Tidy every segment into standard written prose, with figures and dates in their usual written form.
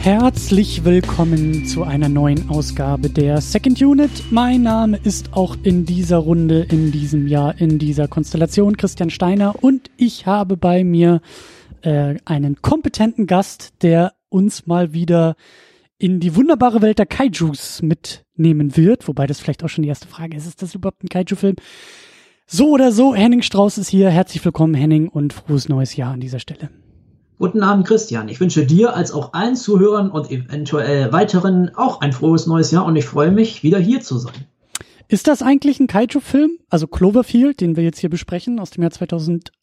Herzlich willkommen zu einer neuen Ausgabe der Second Unit. Mein Name ist auch in dieser Runde, in diesem Jahr, in dieser Konstellation Christian Steiner und ich habe bei mir einen kompetenten Gast, der uns mal wieder in die wunderbare Welt der Kaijus mitnehmen wird. Wobei das vielleicht auch schon die erste Frage ist. Ist das überhaupt ein Kaiju-Film? So oder so, Henning Strauß ist hier. Herzlich willkommen, Henning, und frohes neues Jahr an dieser Stelle. Guten Abend, Christian. Ich wünsche dir als auch allen Zuhörern und eventuell weiteren auch ein frohes neues Jahr und ich freue mich, wieder hier zu sein. Ist das eigentlich ein Kaiju-Film? Also Cloverfield, den wir jetzt hier besprechen, aus dem Jahr 2008?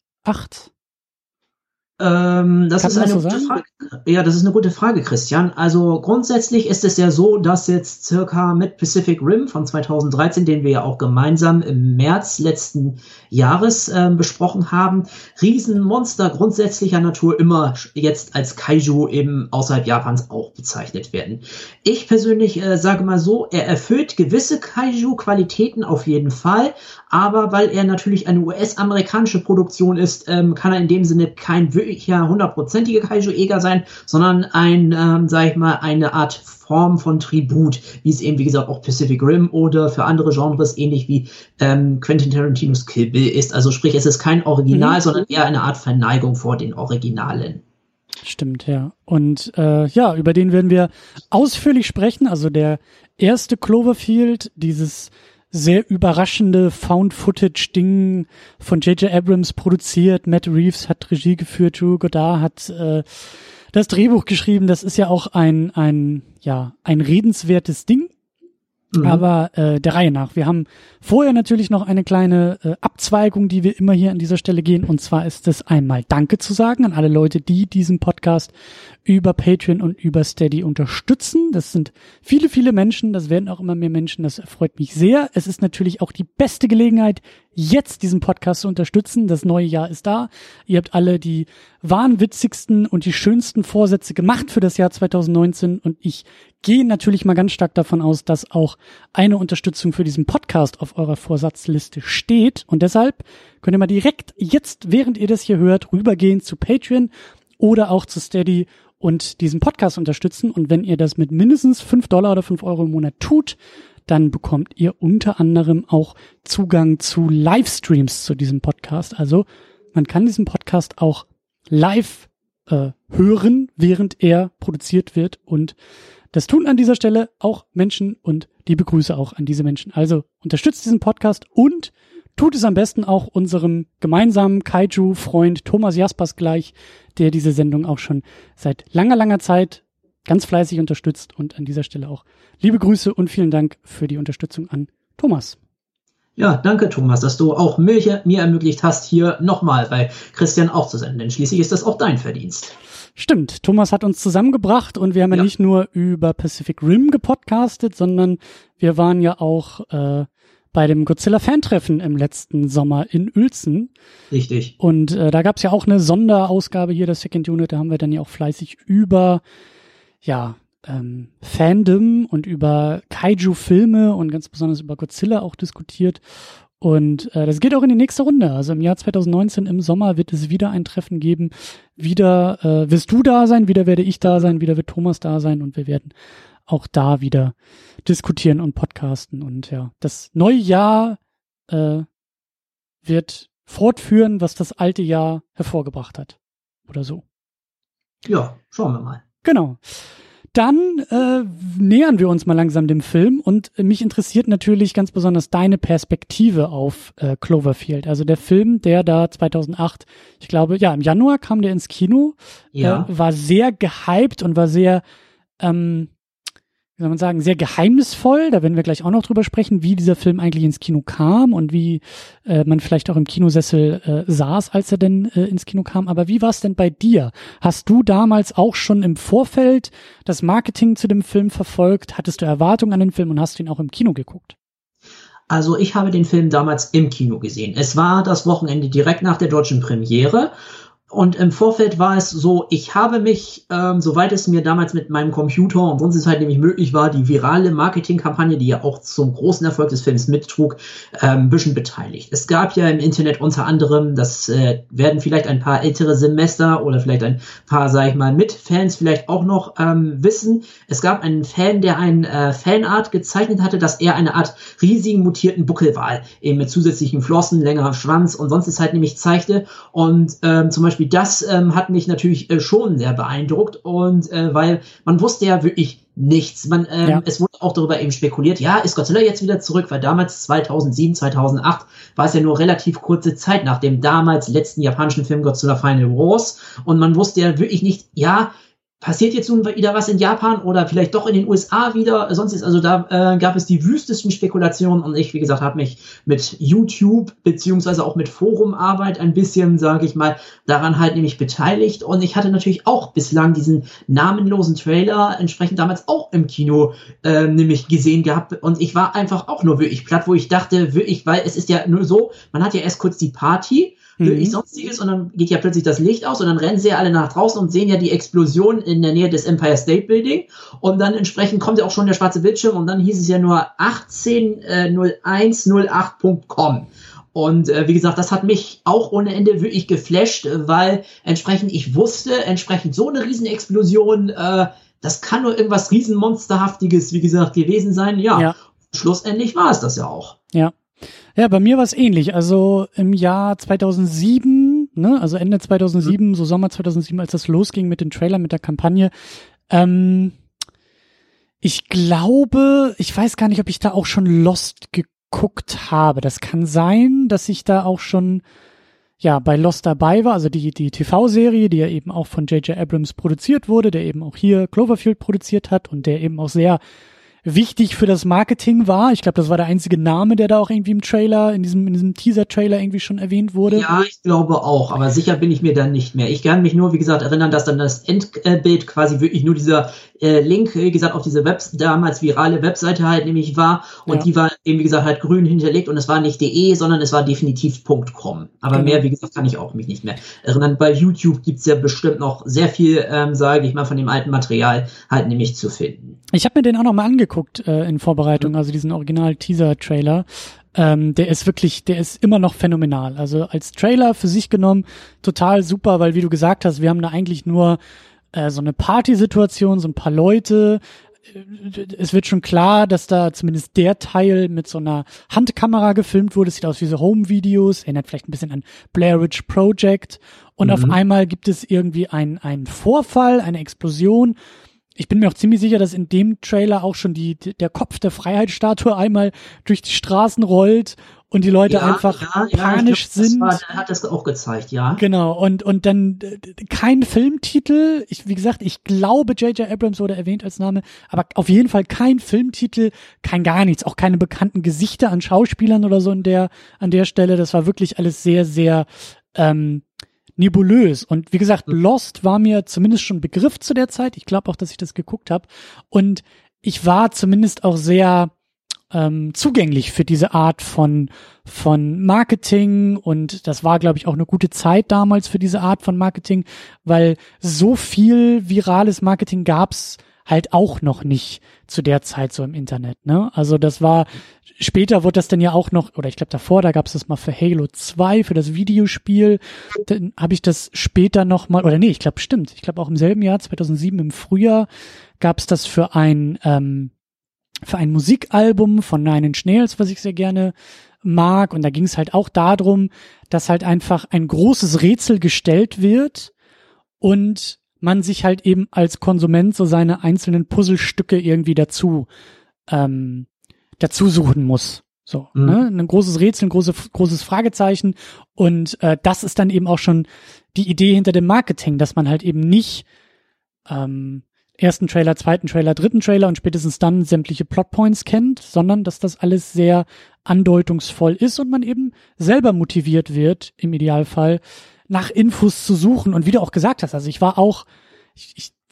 Das ist eine gute Frage. Ja, das ist eine gute Frage, Christian. Also grundsätzlich ist es ja so, dass jetzt circa mit Pacific Rim von 2013, den wir ja auch gemeinsam im März letzten Jahres besprochen haben, Riesenmonster grundsätzlicher Natur immer jetzt als Kaiju eben außerhalb Japans auch bezeichnet werden. Ich persönlich sage mal so, er erfüllt gewisse Kaiju-Qualitäten auf jeden Fall, aber weil er natürlich eine US-amerikanische Produktion ist, kann er in dem Sinne kein wirklicher 100%iger Kaiju-Eger sein, sondern eine Art Form von Tribut, wie es eben, wie gesagt, auch Pacific Rim oder für andere Genres ähnlich wie Quentin Tarantinos Kill Bill ist. Also sprich, es ist kein Original, sondern eher eine Art Verneigung vor den Originalen. Stimmt, ja. Und über den werden wir ausführlich sprechen. Also der erste Cloverfield, dieses sehr überraschende Found-Footage-Ding von J.J. Abrams produziert. Matt Reeves hat Regie geführt, Drew Goddard hat das Drehbuch geschrieben. Das ist ja auch ein redenswertes Ding. Aber der Reihe nach. Wir haben vorher natürlich noch eine kleine Abzweigung, die wir immer hier an dieser Stelle gehen. Und zwar ist es einmal Danke zu sagen an alle Leute, die diesen Podcast über Patreon und über Steady unterstützen. Das sind viele, viele Menschen. Das werden auch immer mehr Menschen. Das freut mich sehr. Es ist natürlich auch die beste Gelegenheit, jetzt diesen Podcast zu unterstützen. Das neue Jahr ist da. Ihr habt alle die wahnwitzigsten und die schönsten Vorsätze gemacht für das Jahr 2019. Und ich gehe natürlich mal ganz stark davon aus, dass auch eine Unterstützung für diesen Podcast auf eurer Vorsatzliste steht. Und deshalb könnt ihr mal direkt jetzt, während ihr das hier hört, rübergehen zu Patreon oder auch zu Steady und diesen Podcast unterstützen. Und wenn ihr das mit mindestens $5 oder €5 im Monat tut, dann bekommt ihr unter anderem auch Zugang zu Livestreams zu diesem Podcast. Also man kann diesen Podcast auch live hören, während er produziert wird. Und das tun an dieser Stelle auch Menschen und liebe Grüße auch an diese Menschen. Also unterstützt diesen Podcast und tut es am besten auch unserem gemeinsamen Kaiju-Freund Thomas Jaspers gleich, der diese Sendung auch schon seit langer, langer Zeit ganz fleißig unterstützt. Und an dieser Stelle auch liebe Grüße und vielen Dank für die Unterstützung an Thomas. Ja, danke Thomas, dass du auch mir ermöglicht hast, hier nochmal bei Christian auch zu senden, denn schließlich ist das auch dein Verdienst. Stimmt, Thomas hat uns zusammengebracht und wir haben ja nicht nur über Pacific Rim gepodcastet, sondern wir waren ja auch bei dem Godzilla-Fan-Treffen im letzten Sommer in Uelzen. Richtig. Und da gab's ja auch eine Sonderausgabe hier der Second Unit, da haben wir dann ja auch fleißig über Fandom und über Kaiju-Filme und ganz besonders über Godzilla auch diskutiert. Und das geht auch in die nächste Runde. Also im Jahr 2019 im Sommer wird es wieder ein Treffen geben. Wieder wirst du da sein, wieder werde ich da sein, wieder wird Thomas da sein und wir werden auch da wieder diskutieren und podcasten. Und ja, das neue Jahr wird fortführen, was das alte Jahr hervorgebracht hat. Oder so. Ja, schauen wir mal. Genau. Dann nähern wir uns mal langsam dem Film und mich interessiert natürlich ganz besonders deine Perspektive auf Cloverfield. Also der Film, der da 2008, ich glaube, ja, im Januar kam der ins Kino, war sehr gehypt und war sehr, wie soll man sagen, sehr geheimnisvoll. Da werden wir gleich auch noch drüber sprechen, wie dieser Film eigentlich ins Kino kam und wie man vielleicht auch im Kinosessel saß, als er denn ins Kino kam. Aber wie war es denn bei dir? Hast du damals auch schon im Vorfeld das Marketing zu dem Film verfolgt? Hattest du Erwartungen an den Film und hast du ihn auch im Kino geguckt? Also ich habe den Film damals im Kino gesehen. Es war das Wochenende direkt nach der deutschen Premiere. Und im Vorfeld war es so, ich habe mich, soweit es mir damals mit meinem Computer und sonst es halt nämlich möglich war, die virale Marketingkampagne, die ja auch zum großen Erfolg des Films mittrug, ein bisschen beteiligt. Es gab ja im Internet unter anderem, das werden vielleicht ein paar ältere Semester oder vielleicht ein paar, sag ich mal, Mitfans vielleicht auch noch wissen. Es gab einen Fan, der ein Fanart gezeichnet hatte, dass er eine Art riesigen mutierten Buckelwal eben mit zusätzlichen Flossen, längerem Schwanz und sonst es halt nämlich zeigte. Und zum Beispiel das hat mich natürlich schon sehr beeindruckt und weil man wusste ja wirklich nichts. Es wurde auch darüber eben spekuliert, ja, ist Godzilla jetzt wieder zurück, weil damals 2007, 2008 war es ja nur relativ kurze Zeit nach dem damals letzten japanischen Film Godzilla Final Wars und man wusste ja wirklich nicht, ja, passiert jetzt nun wieder was in Japan oder vielleicht doch in den USA wieder? Sonst ist, also da gab es die wüstesten Spekulationen und ich, wie gesagt, habe mich mit YouTube beziehungsweise auch mit Forumarbeit ein bisschen, sage ich mal, daran halt nämlich beteiligt und ich hatte natürlich auch bislang diesen namenlosen Trailer entsprechend damals auch im Kino nämlich gesehen gehabt und ich war einfach auch nur wirklich platt, wo ich dachte, wirklich, weil es ist ja nur so, man hat ja erst kurz die Party, wirklich Sonstiges und dann geht ja plötzlich das Licht aus und dann rennen sie ja alle nach draußen und sehen ja die Explosion in der Nähe des Empire State Building und dann entsprechend kommt ja auch schon der schwarze Bildschirm und dann hieß es ja nur 180108.com. Und wie gesagt, das hat mich auch ohne Ende wirklich geflasht, weil entsprechend ich wusste, entsprechend so eine Riesenexplosion, das kann nur irgendwas Riesenmonsterhaftiges, wie gesagt, gewesen sein. Ja. Schlussendlich war es das ja auch. Ja. Ja, bei mir war es ähnlich. Also im Jahr 2007, ne, also Ende 2007, so Sommer 2007, als das losging mit den Trailern, mit der Kampagne. Ich glaube, ich weiß gar nicht, ob ich da auch schon Lost geguckt habe. Das kann sein, dass ich da auch schon bei Lost dabei war, also die TV-Serie, die ja eben auch von J.J. Abrams produziert wurde, der eben auch hier Cloverfield produziert hat und der eben auch sehr wichtig für das Marketing war. Ich glaube, das war der einzige Name, der da auch irgendwie im Trailer, in diesem Teaser-Trailer irgendwie schon erwähnt wurde. Ja, ich glaube auch, aber sicher bin ich mir dann nicht mehr. Ich kann mich nur, wie gesagt, erinnern, dass dann das Endbild quasi wirklich nur dieser Link, wie gesagt, auf diese damals virale Webseite halt nämlich war und die war eben, wie gesagt, halt grün hinterlegt und es war nicht .de, sondern es war definitiv .com. Aber mehr, wie gesagt, kann ich auch mich nicht mehr erinnern. Bei YouTube gibt's ja bestimmt noch sehr viel, sage ich mal, von dem alten Material halt nämlich zu finden. Ich habe mir den auch noch mal angeguckt in Vorbereitung, also diesen Original-Teaser-Trailer. Der ist immer noch phänomenal. Also als Trailer für sich genommen total super, weil wie du gesagt hast, wir haben da eigentlich nur so eine Partysituation, so ein paar Leute. Es wird schon klar, dass da zumindest der Teil mit so einer Handkamera gefilmt wurde. Es sieht aus wie so Home-Videos, erinnert vielleicht ein bisschen an Blair Witch Project. Und auf einmal gibt es irgendwie einen Vorfall, eine Explosion. Ich bin mir auch ziemlich sicher, dass in dem Trailer auch schon der Kopf der Freiheitsstatue einmal durch die Straßen rollt und die Leute einfach panisch sind. Der hat das auch gezeigt, ja. Genau, und dann kein Filmtitel. Wie gesagt, ich glaube, J.J. Abrams wurde erwähnt als Name, aber auf jeden Fall kein Filmtitel, kein gar nichts, auch keine bekannten Gesichter an Schauspielern oder so an der Stelle. Das war wirklich alles sehr, sehr nebulös. Und wie gesagt, Lost war mir zumindest schon Begriff zu der Zeit. Ich glaube auch, dass ich das geguckt habe. Und ich war zumindest auch sehr zugänglich für diese Art von Marketing. Und das war, glaube ich, auch eine gute Zeit damals für diese Art von Marketing, weil so viel virales Marketing gab's halt auch noch nicht zu der Zeit so im Internet, ne? Also das war, später wurde das dann ja auch noch, oder ich glaube davor, da gab es das mal für Halo 2, für das Videospiel, dann habe ich das später noch mal, oder nee, ich glaube stimmt, ich glaube auch im selben Jahr, 2007 im Frühjahr, gab es das für ein Musikalbum von Nine Inch Nails, was ich sehr gerne mag, und da ging es halt auch darum, dass halt einfach ein großes Rätsel gestellt wird und man sich halt eben als Konsument so seine einzelnen Puzzlestücke irgendwie dazu suchen muss. So, ne? Ein großes Rätsel, ein großes Fragezeichen. Und das ist dann eben auch schon die Idee hinter dem Marketing, dass man halt eben nicht ersten Trailer, zweiten Trailer, dritten Trailer und spätestens dann sämtliche Plotpoints kennt, sondern dass das alles sehr andeutungsvoll ist und man eben selber motiviert wird, im Idealfall, nach Infos zu suchen. Und wie du auch gesagt hast, also ich war auch, ich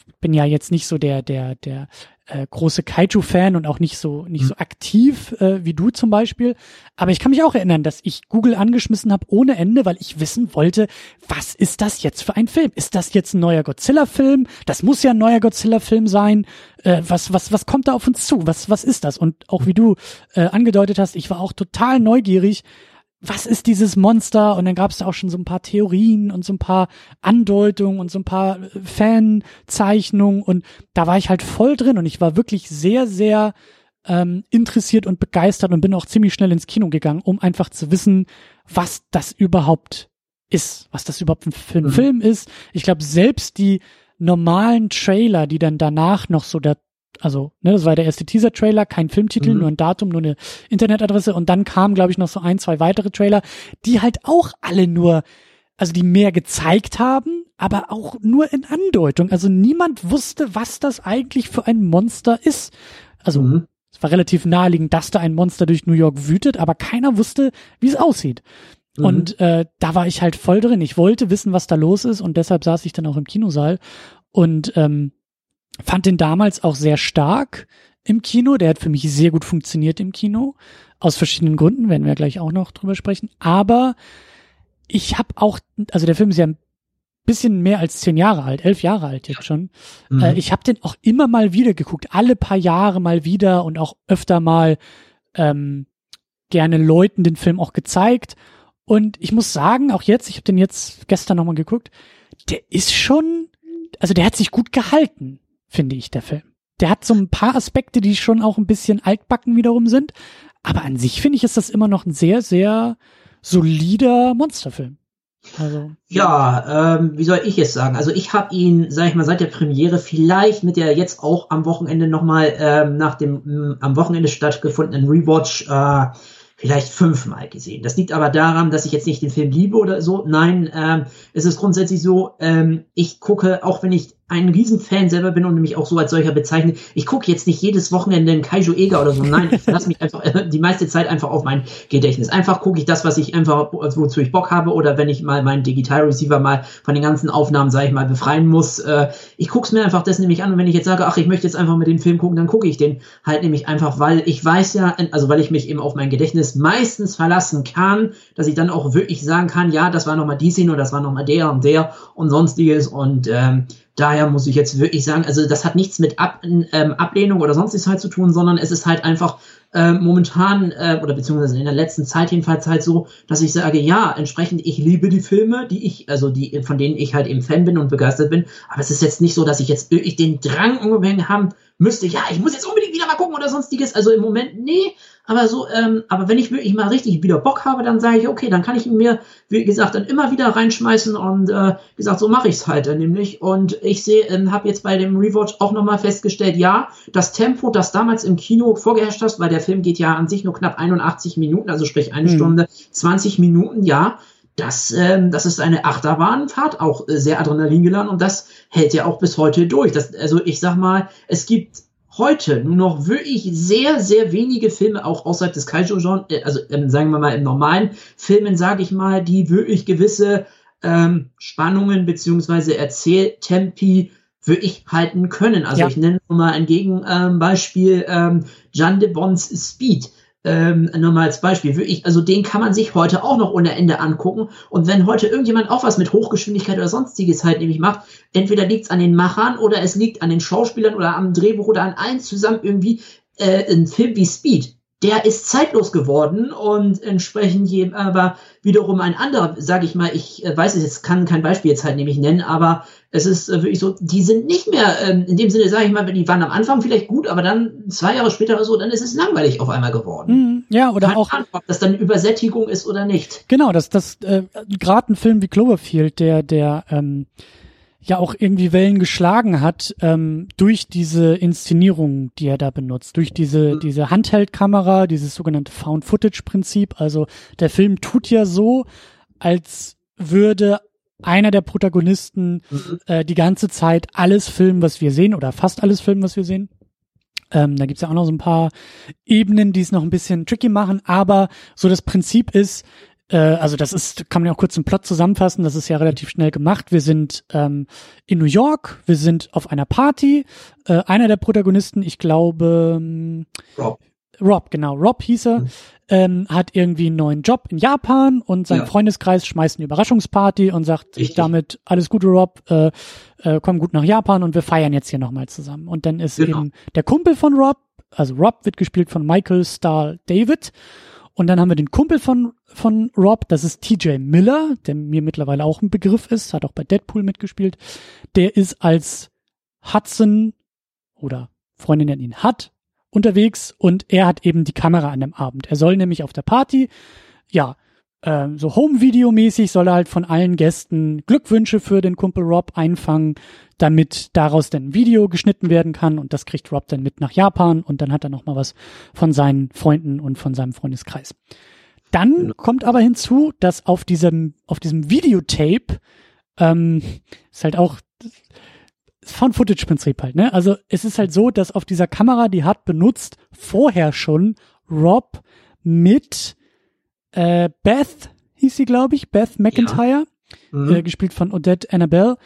bin ja jetzt nicht so der große Kaiju-Fan und auch nicht so aktiv wie du zum Beispiel. Aber ich kann mich auch erinnern, dass ich Google angeschmissen habe ohne Ende, weil ich wissen wollte, was ist das jetzt für ein Film? Ist das jetzt ein neuer Godzilla-Film? Das muss ja ein neuer Godzilla-Film sein. Was kommt da auf uns zu? Was ist das? Und auch wie du angedeutet hast, ich war auch total neugierig. Was ist dieses Monster? Und dann gab es da auch schon so ein paar Theorien und so ein paar Andeutungen und so ein paar Fanzeichnungen und da war ich halt voll drin und ich war wirklich sehr, sehr interessiert und begeistert und bin auch ziemlich schnell ins Kino gegangen, um einfach zu wissen, was das überhaupt ist, was das überhaupt für ein Film ist. Ich glaube, selbst die normalen Trailer, die dann danach noch so das war der erste Teaser-Trailer, kein Filmtitel, nur ein Datum, nur eine Internetadresse und dann kamen, glaube ich, noch so 1, 2 weitere Trailer, die halt auch alle die mehr gezeigt haben, aber auch nur in Andeutung. Also niemand wusste, was das eigentlich für ein Monster ist. Also es war relativ naheliegend, dass da ein Monster durch New York wütet, aber keiner wusste, wie es aussieht. Und da war ich halt voll drin. Ich wollte wissen, was da los ist und deshalb saß ich dann auch im Kinosaal und fand den damals auch sehr stark im Kino. Der hat für mich sehr gut funktioniert im Kino. Aus verschiedenen Gründen, werden wir gleich auch noch drüber sprechen. Aber ich habe auch, also der Film ist ja ein bisschen mehr als 10 Jahre alt, 11 Jahre alt jetzt schon. Ich habe den auch immer mal wieder geguckt, alle paar Jahre mal wieder und auch öfter mal gerne Leuten den Film auch gezeigt. Und ich muss sagen, auch jetzt, ich habe den jetzt gestern nochmal geguckt, der ist schon, also der hat sich gut gehalten, finde ich, der Film. Der hat so ein paar Aspekte, die schon auch ein bisschen altbacken wiederum sind. Aber an sich finde ich, ist das immer noch ein sehr, sehr solider Monsterfilm. Also. Ja, wie soll ich es sagen? Also ich habe ihn, sag ich mal, seit der Premiere vielleicht mit der jetzt auch am Wochenende nochmal nach dem am Wochenende stattgefundenen Rewatch vielleicht 5-mal gesehen. Das liegt aber daran, dass ich jetzt nicht den Film liebe oder so. Nein, es ist grundsätzlich so, ich gucke, auch wenn ich ein Riesenfan selber bin und mich auch so als solcher bezeichne, ich gucke jetzt nicht jedes Wochenende einen Kaiju-Eger oder so. Nein, ich lasse mich einfach die meiste Zeit einfach auf mein Gedächtnis. Einfach gucke ich das, was ich einfach, wozu ich Bock habe, oder wenn ich mal meinen Digital-Receiver mal von den ganzen Aufnahmen, sage ich mal, befreien muss. Ich gucke es mir einfach das nämlich an, und wenn ich jetzt sage, ach, ich möchte jetzt einfach mit dem Film gucken, dann gucke ich den halt nämlich einfach, weil ich weiß ja, also weil ich mich eben auf mein Gedächtnis meistens verlassen kann, dass ich dann auch wirklich sagen kann, ja, das war nochmal die Szene oder das war nochmal der und sonstiges, und daher muss ich jetzt wirklich sagen, also das hat nichts mit Ablehnung oder sonstiges halt zu tun, sondern es ist halt einfach momentan oder beziehungsweise in der letzten Zeit jedenfalls halt so, dass ich sage, ja, entsprechend, ich liebe die Filme, von denen ich halt eben Fan bin und begeistert bin, aber es ist jetzt nicht so, dass ich jetzt wirklich den Drang unbedingt haben müsste, ja, ich muss jetzt unbedingt wieder mal gucken oder sonstiges, also im Moment, nee, aber so, aber wenn ich wirklich mal richtig wieder Bock habe, dann sage ich, okay, dann kann ich ihn mir, wie gesagt, dann immer wieder reinschmeißen, und wie gesagt, so mache ich es halt nämlich, und ich habe jetzt bei dem Rewatch auch nochmal festgestellt, ja, das Tempo, das damals im Kino vorgeherrscht hat, weil der Film geht ja an sich nur knapp 81 Minuten, also sprich 1 Stunde, 20 Minuten, ja, das ist eine Achterbahnfahrt, auch sehr adrenalingeladen, und das hält ja auch bis heute durch. Also ich sag mal, es gibt heute nur noch wirklich sehr, sehr wenige Filme, auch außerhalb des Kaiju-Genres, also sagen wir mal im normalen Filmen, sage ich mal, die wirklich gewisse Spannungen beziehungsweise Erzähltempi wirklich halten können. Also ja. Ich nenne nur mal ein Gegenbeispiel, Jan de Bons Speed. Nur mal als Beispiel, wirklich, also den kann man sich heute auch noch ohne Ende angucken, und wenn heute irgendjemand auch was mit Hochgeschwindigkeit oder sonstiges halt nämlich macht, entweder liegt es an den Machern oder es liegt an den Schauspielern oder am Drehbuch oder an allen zusammen irgendwie, ein Film wie Speed, der ist zeitlos geworden, und entsprechend aber wiederum ein anderer, sage ich mal, ich weiß es jetzt, kann kein Beispiel jetzt halt nämlich nennen, aber es ist wirklich so, die sind nicht mehr, in dem Sinne, sage ich mal, die waren am Anfang vielleicht gut, aber dann 2 Jahre später oder so, dann ist es langweilig auf einmal geworden. Ja, oder keine auch, Ahnung, ob das dann Übersättigung ist oder nicht. Genau, das gerade ein Film wie Cloverfield, der ja auch irgendwie Wellen geschlagen hat, durch diese Inszenierung, die er da benutzt, durch diese Handheld-Kamera, dieses sogenannte Found-Footage-Prinzip. Also der Film tut ja so, als würde einer der Protagonisten die ganze Zeit alles filmen, was wir sehen, oder fast alles filmen, was wir sehen. Da gibt's ja auch noch so ein paar Ebenen, die es noch ein bisschen tricky machen, aber so das Prinzip ist, Also kann man ja auch kurz im Plot zusammenfassen, das ist ja relativ schnell gemacht. Wir sind in New York, wir sind auf einer Party. Einer der Protagonisten, ich glaube Rob, genau, Rob hieß er, hat irgendwie einen neuen Job in Japan und sein Freundeskreis schmeißt eine Überraschungsparty und sagt damit, alles Gute Rob, komm gut nach Japan und wir feiern jetzt hier nochmal zusammen. Und dann ist eben der Kumpel von Rob, also Rob wird gespielt von Michael Stahl David. Und dann haben wir den Kumpel von Rob, das ist TJ Miller, der mir mittlerweile auch ein Begriff ist, hat auch bei Deadpool mitgespielt. Der ist als Hudson, oder Freundin nennt ihn Hud, unterwegs und er hat eben die Kamera an dem Abend. Er soll nämlich auf der Party, so Home-Video-mäßig soll er halt von allen Gästen Glückwünsche für den Kumpel Rob einfangen, damit daraus dann ein Video geschnitten werden kann und das kriegt Rob dann mit nach Japan und dann hat er nochmal was von seinen Freunden und von seinem Freundeskreis. Dann kommt aber hinzu, dass auf diesem Videotape ist halt auch Found-Footage-Prinzip halt, ne? Also es ist halt so, dass auf dieser Kamera, die hat benutzt, vorher schon Rob mit Beth, hieß sie, glaube ich, Beth McIntyre, gespielt von Odette Annabelle.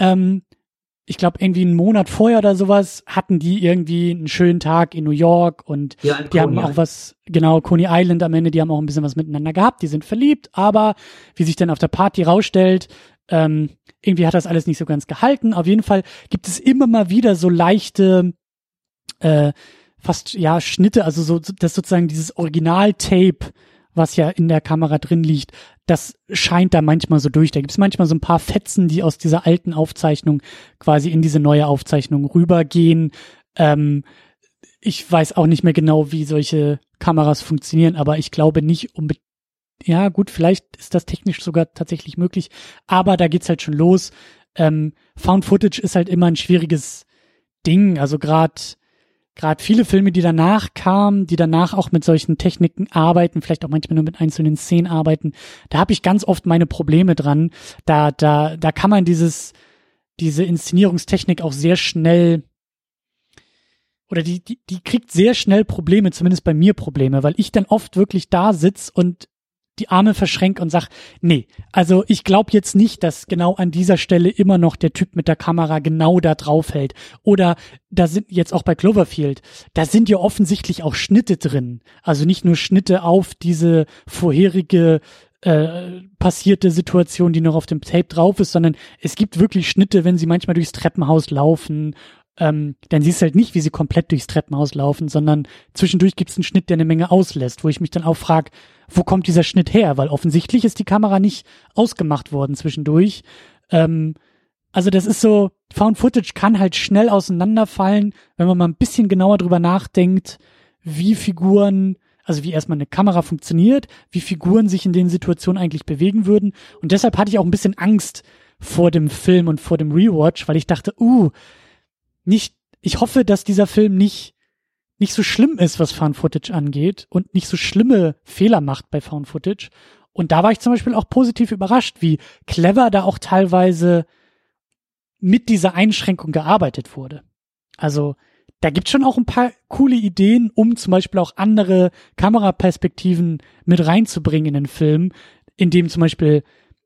Ich glaube, irgendwie einen Monat vorher oder sowas hatten die irgendwie einen schönen Tag in New York und die haben auch was, genau, Coney Island am Ende, die haben auch ein bisschen was miteinander gehabt, die sind verliebt, aber wie sich dann auf der Party rausstellt, irgendwie hat das alles nicht so ganz gehalten. Auf jeden Fall gibt es immer mal wieder so leichte fast, Schnitte, also so, dass sozusagen dieses Original-Tape, was ja in der Kamera drin liegt, das scheint da manchmal so durch. Da gibt es manchmal so ein paar Fetzen, die aus dieser alten Aufzeichnung quasi in diese neue Aufzeichnung rübergehen. Ich weiß auch nicht mehr genau, wie solche Kameras funktionieren, aber ich glaube nicht unbedingt. Ja, gut, vielleicht ist das technisch sogar tatsächlich möglich, aber da geht's halt schon los. Found Footage ist halt immer ein schwieriges Ding, also gerade viele Filme, die danach kamen, die danach auch mit solchen Techniken arbeiten, vielleicht auch manchmal nur mit einzelnen Szenen arbeiten, da habe ich ganz oft meine Probleme dran. Da kann man diese Inszenierungstechnik auch sehr schnell, oder die kriegt sehr schnell Probleme, zumindest bei mir Probleme, weil ich dann oft wirklich da sitze und die Arme verschränke und sag, nee, also ich glaube jetzt nicht, dass genau an dieser Stelle immer noch der Typ mit der Kamera genau da drauf hält. Oder da sind jetzt auch bei Cloverfield, da sind ja offensichtlich auch Schnitte drin. Also nicht nur Schnitte auf diese vorherige passierte Situation, die noch auf dem Tape drauf ist, sondern es gibt wirklich Schnitte, wenn sie manchmal durchs Treppenhaus laufen. Dann siehst du halt nicht, wie sie komplett durchs Treppenhaus laufen, sondern zwischendurch gibt es einen Schnitt, der eine Menge auslässt, wo ich mich dann auch frage, wo kommt dieser Schnitt her? Weil offensichtlich ist die Kamera nicht ausgemacht worden zwischendurch. Also das ist so, Found Footage kann halt schnell auseinanderfallen, wenn man mal ein bisschen genauer drüber nachdenkt, wie Figuren, also wie erstmal eine Kamera funktioniert, wie Figuren sich in den Situationen eigentlich bewegen würden. Und deshalb hatte ich auch ein bisschen Angst vor dem Film und vor dem Rewatch, weil ich dachte, ich hoffe, dass dieser Film nicht so schlimm ist, was Found Footage angeht und nicht so schlimme Fehler macht bei Found Footage. Und da war ich zum Beispiel auch positiv überrascht, wie clever da auch teilweise mit dieser Einschränkung gearbeitet wurde. Also da gibt's schon auch ein paar coole Ideen, um zum Beispiel auch andere Kameraperspektiven mit reinzubringen in den Film, in dem zum Beispiel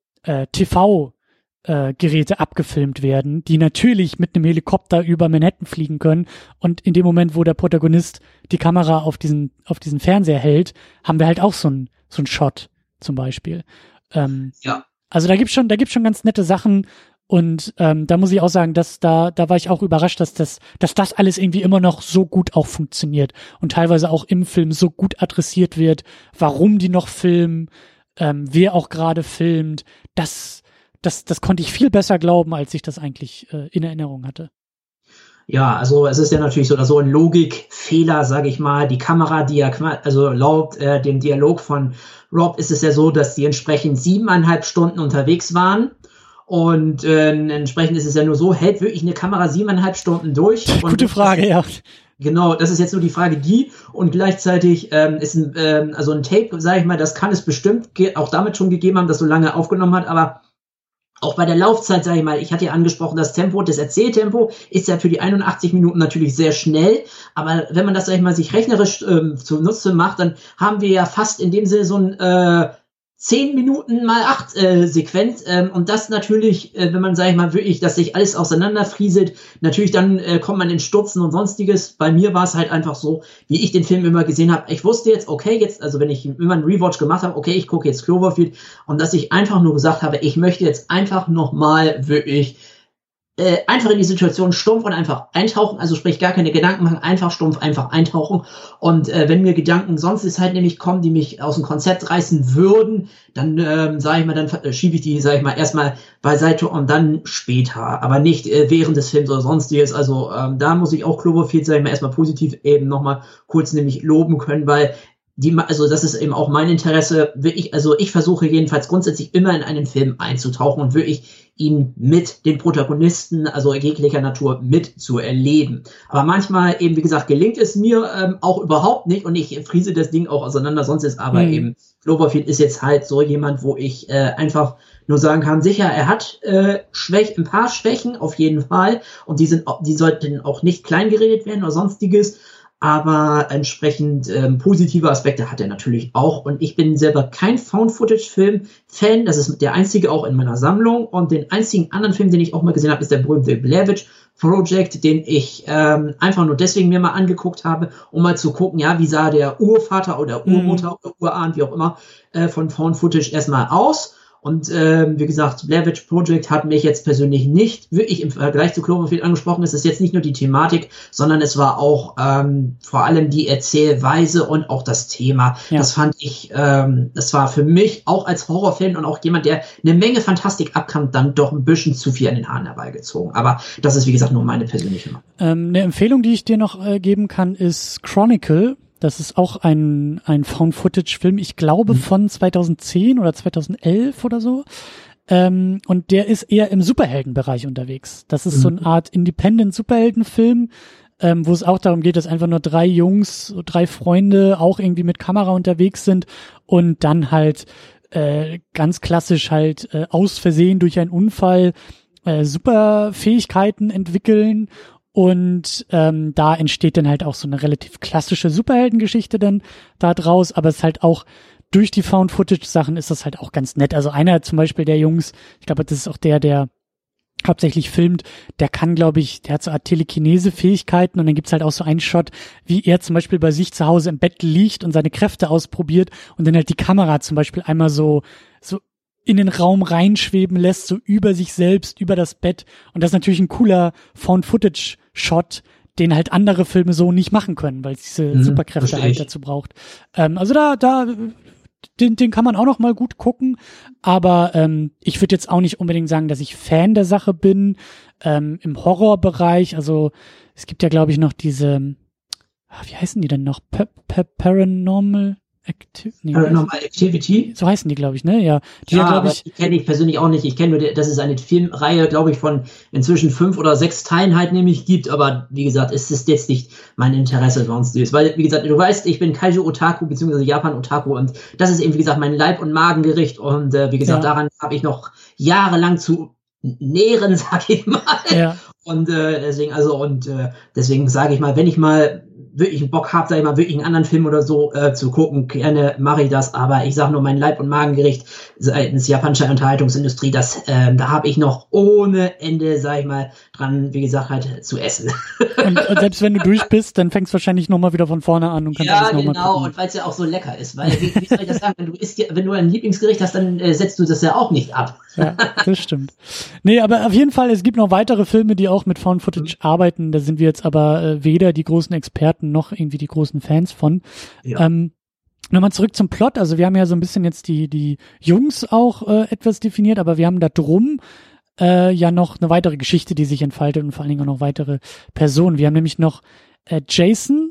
TV-Geräte abgefilmt werden, die natürlich mit einem Helikopter über Manhattan fliegen können. Und in dem Moment, wo der Protagonist die Kamera auf diesen Fernseher hält, haben wir halt auch so einen Shot zum Beispiel. Also da gibt's schon ganz nette Sachen. Und da muss ich auch sagen, dass da war ich auch überrascht, dass das alles irgendwie immer noch so gut auch funktioniert und teilweise auch im Film so gut adressiert wird, warum die noch filmen, wer auch gerade filmt. Das konnte ich viel besser glauben, als ich das eigentlich in Erinnerung hatte. Ja, also es ist ja natürlich so oder so ein Logikfehler, sage ich mal. Die Kamera, also laut dem Dialog von Rob ist es ja so, dass die entsprechend 7,5 Stunden unterwegs waren. Und entsprechend ist es ja nur so, hält wirklich eine Kamera 7,5 Stunden durch? Gute Frage, ja. Genau, das ist jetzt nur die Frage, und gleichzeitig ist ein Tape, sage ich mal, das kann es bestimmt auch damit schon gegeben haben, dass so lange aufgenommen hat, aber auch bei der Laufzeit, sage ich mal, ich hatte ja angesprochen, das Erzähltempo ist ja für die 81 Minuten natürlich sehr schnell, aber wenn man das, sage ich mal, sich rechnerisch zunutze macht, dann haben wir ja fast in dem Sinne so ein 10 Minuten mal 8 Sequenz und das natürlich, wenn man, sag ich mal, wirklich, dass sich alles auseinanderfrieselt, natürlich dann kommt man in Stürzen und sonstiges. Bei mir war es halt einfach so, wie ich den Film immer gesehen habe. Ich wusste jetzt, okay, jetzt, also wenn ich immer einen Rewatch gemacht habe, okay, ich gucke jetzt Cloverfield und dass ich einfach nur gesagt habe, ich möchte jetzt einfach nochmal wirklich einfach in die Situation stumpf und einfach eintauchen, also sprich gar keine Gedanken machen, einfach stumpf, einfach eintauchen und wenn mir Gedanken sonst ist halt nämlich kommen, die mich aus dem Konzept reißen würden, dann sage ich mal, dann schiebe ich die, sage ich mal, erstmal beiseite und dann später, aber nicht während des Films oder sonstiges, also da muss ich auch Cloverfield, sage ich mal, erstmal positiv eben nochmal kurz nämlich loben können, weil also das ist eben auch mein Interesse, ich versuche jedenfalls grundsätzlich immer in einen Film einzutauchen und wirklich ihn mit den Protagonisten, also jeglicher Natur, mit zu erleben. Aber manchmal eben, wie gesagt, gelingt es mir auch überhaupt nicht und ich friese das Ding auch auseinander, sonst ist aber eben Cloverfield ist jetzt halt so jemand, wo ich einfach nur sagen kann, sicher, er hat ein paar Schwächen auf jeden Fall und die sollten auch nicht kleingeredet werden oder sonstiges. Aber entsprechend positive Aspekte hat er natürlich auch. Und ich bin selber kein Found-Footage-Film-Fan. Das ist der einzige auch in meiner Sammlung. Und den einzigen anderen Film, den ich auch mal gesehen habe, ist der berühmte Blair Witch Project, den ich einfach nur deswegen mir mal angeguckt habe, um mal zu gucken, ja, wie sah der Urvater oder Urmutter oder Urahn, wie auch immer, von Found-Footage erstmal aus. Und wie gesagt, Blair Witch Project hat mich jetzt persönlich nicht wirklich im Vergleich zu Cloverfield angesprochen. Es ist jetzt nicht nur die Thematik, sondern es war auch vor allem die Erzählweise und auch das Thema. Ja. Das fand ich, das war für mich auch als Horrorfan und auch jemand, der eine Menge Fantastik abkam, dann doch ein bisschen zu viel an den Haaren herbeigezogen. Aber das ist, wie gesagt, nur meine persönliche Meinung. Eine Empfehlung, die ich dir noch geben kann, ist Chronicle. Das ist auch ein Found-Footage-Film, ich glaube von 2010 oder 2011 oder so. Und der ist eher im Superheldenbereich unterwegs. Das ist so eine Art Independent-Superheldenfilm, wo es auch darum geht, dass einfach nur 3 Jungs, 3 Freunde auch irgendwie mit Kamera unterwegs sind und dann halt ganz klassisch halt aus Versehen durch einen Unfall Superfähigkeiten entwickeln. Und da entsteht dann halt auch so eine relativ klassische Superheldengeschichte dann da draus, aber es ist halt auch durch die Found-Footage-Sachen ist das halt auch ganz nett. Also einer zum Beispiel der Jungs, ich glaube, das ist auch der hauptsächlich filmt, der kann, glaube ich, der hat so Art Telekinese-Fähigkeiten und dann gibt's halt auch so einen Shot, wie er zum Beispiel bei sich zu Hause im Bett liegt und seine Kräfte ausprobiert und dann halt die Kamera zum Beispiel einmal so in den Raum reinschweben lässt, so über sich selbst, über das Bett. Und das ist natürlich ein cooler Found-Footage-Shot, den halt andere Filme so nicht machen können, weil es diese Superkräfte halt dazu braucht. Also den kann man auch noch mal gut gucken. Aber ich würde jetzt auch nicht unbedingt sagen, dass ich Fan der Sache bin. Im Horrorbereich, also es gibt ja, glaube ich, noch diese, wie heißen die denn noch? Paranormal Activity. So heißen die, glaube ich, ne? Ja, die aber die kenne ich persönlich auch nicht. Ich kenne nur, dass es eine Filmreihe, glaube ich, von inzwischen 5 oder 6 Teilen halt nämlich gibt. Aber wie gesagt, es ist jetzt nicht mein Interesse sonst ist. Weil, wie gesagt, du weißt, ich bin Kaiju-Otaku bzw. Japan-Otaku und das ist eben, wie gesagt, mein Leib- und Magengericht. Und wie gesagt, daran habe ich noch jahrelang zu nähren, sag ich mal. Ja. Und deswegen sage ich mal, wenn ich mal wirklich einen Bock habe, sag ich mal, wirklich einen anderen Film oder so zu gucken, gerne mache ich das, aber ich sage nur, mein Leib- und Magengericht seitens japanischer Unterhaltungsindustrie, da habe ich noch ohne Ende, sag ich mal, dran, wie gesagt, halt zu essen. Und selbst wenn du durch bist, dann fängst du wahrscheinlich nochmal wieder von vorne an und kannst alles nochmal gucken. Ja, genau, und weil es ja auch so lecker ist, weil, wie soll ich das sagen, wenn du ein Lieblingsgericht hast, dann setzt du das ja auch nicht ab. Ja, das stimmt. Nee, aber auf jeden Fall, es gibt noch weitere Filme, die auch mit Found Footage arbeiten, da sind wir jetzt aber weder die großen Experten noch irgendwie die großen Fans von. Ja. Nochmal zurück zum Plot, also wir haben ja so ein bisschen jetzt die Jungs auch etwas definiert, aber wir haben da drum ja noch eine weitere Geschichte, die sich entfaltet und vor allen Dingen auch noch weitere Personen. Wir haben nämlich noch Jason,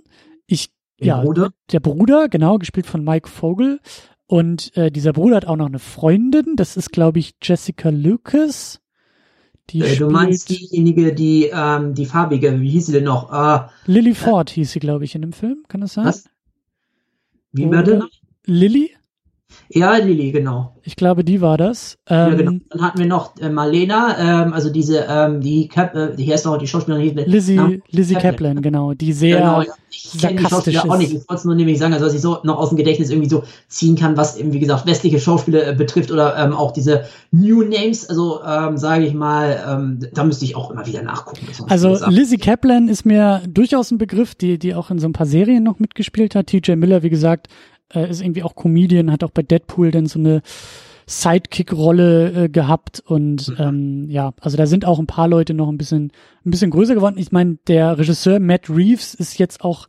der Bruder, genau, gespielt von Mike Vogel. Und dieser Bruder hat auch noch eine Freundin, das ist, glaube ich, Jessica Lucas. Du meinst diejenige, die farbige, wie hieß sie denn noch? Lily Ford hieß sie, glaube ich, in dem Film, kann das sein? Was? Wie war denn? Lily? Ja, Lilly, genau. Ich glaube, die war das. Ja, genau. Dann hatten wir noch Marlena, also diese, die heißt noch die Schauspielerin. Lizzie Kaplan, genau, die sehr genau, ich kenne die Schauspieler auch nicht. Ich wollte es nur nämlich sagen, also was ich so noch aus dem Gedächtnis irgendwie so ziehen kann, was eben, wie gesagt, westliche Schauspieler betrifft oder auch diese New Names, also sage ich mal, da müsste ich auch immer wieder nachgucken. Also Lizzie Kaplan ist mir durchaus ein Begriff, die auch in so ein paar Serien noch mitgespielt hat. TJ Miller, wie gesagt, ist irgendwie auch Comedian, hat auch bei Deadpool dann so eine Sidekick-Rolle gehabt und ja, also da sind auch ein paar Leute noch ein bisschen größer geworden. Ich meine, der Regisseur Matt Reeves ist jetzt auch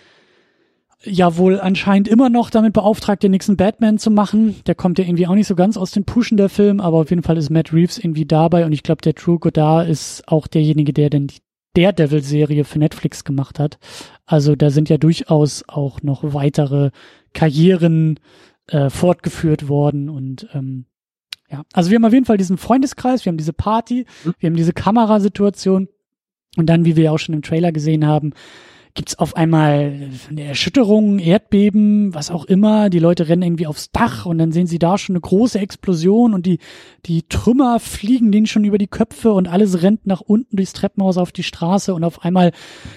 ja wohl anscheinend immer noch damit beauftragt, den nächsten Batman zu machen. Der kommt ja irgendwie auch nicht so ganz aus den Puschen der Film, aber auf jeden Fall ist Matt Reeves irgendwie dabei und ich glaube, der Drew Goddard ist auch derjenige, der denn die Daredevil-Serie für Netflix gemacht hat. Also da sind ja durchaus auch noch weitere Karrieren fortgeführt worden und ja, also wir haben auf jeden Fall diesen Freundeskreis, wir haben diese Party, wir haben diese Kamerasituation und dann, wie wir ja auch schon im Trailer gesehen haben, gibt's auf einmal eine Erschütterung, Erdbeben, was auch immer, die Leute rennen irgendwie aufs Dach und dann sehen sie da schon eine große Explosion und die Trümmer fliegen denen schon über die Köpfe und alles rennt nach unten durchs Treppenhaus auf die Straße und auf einmal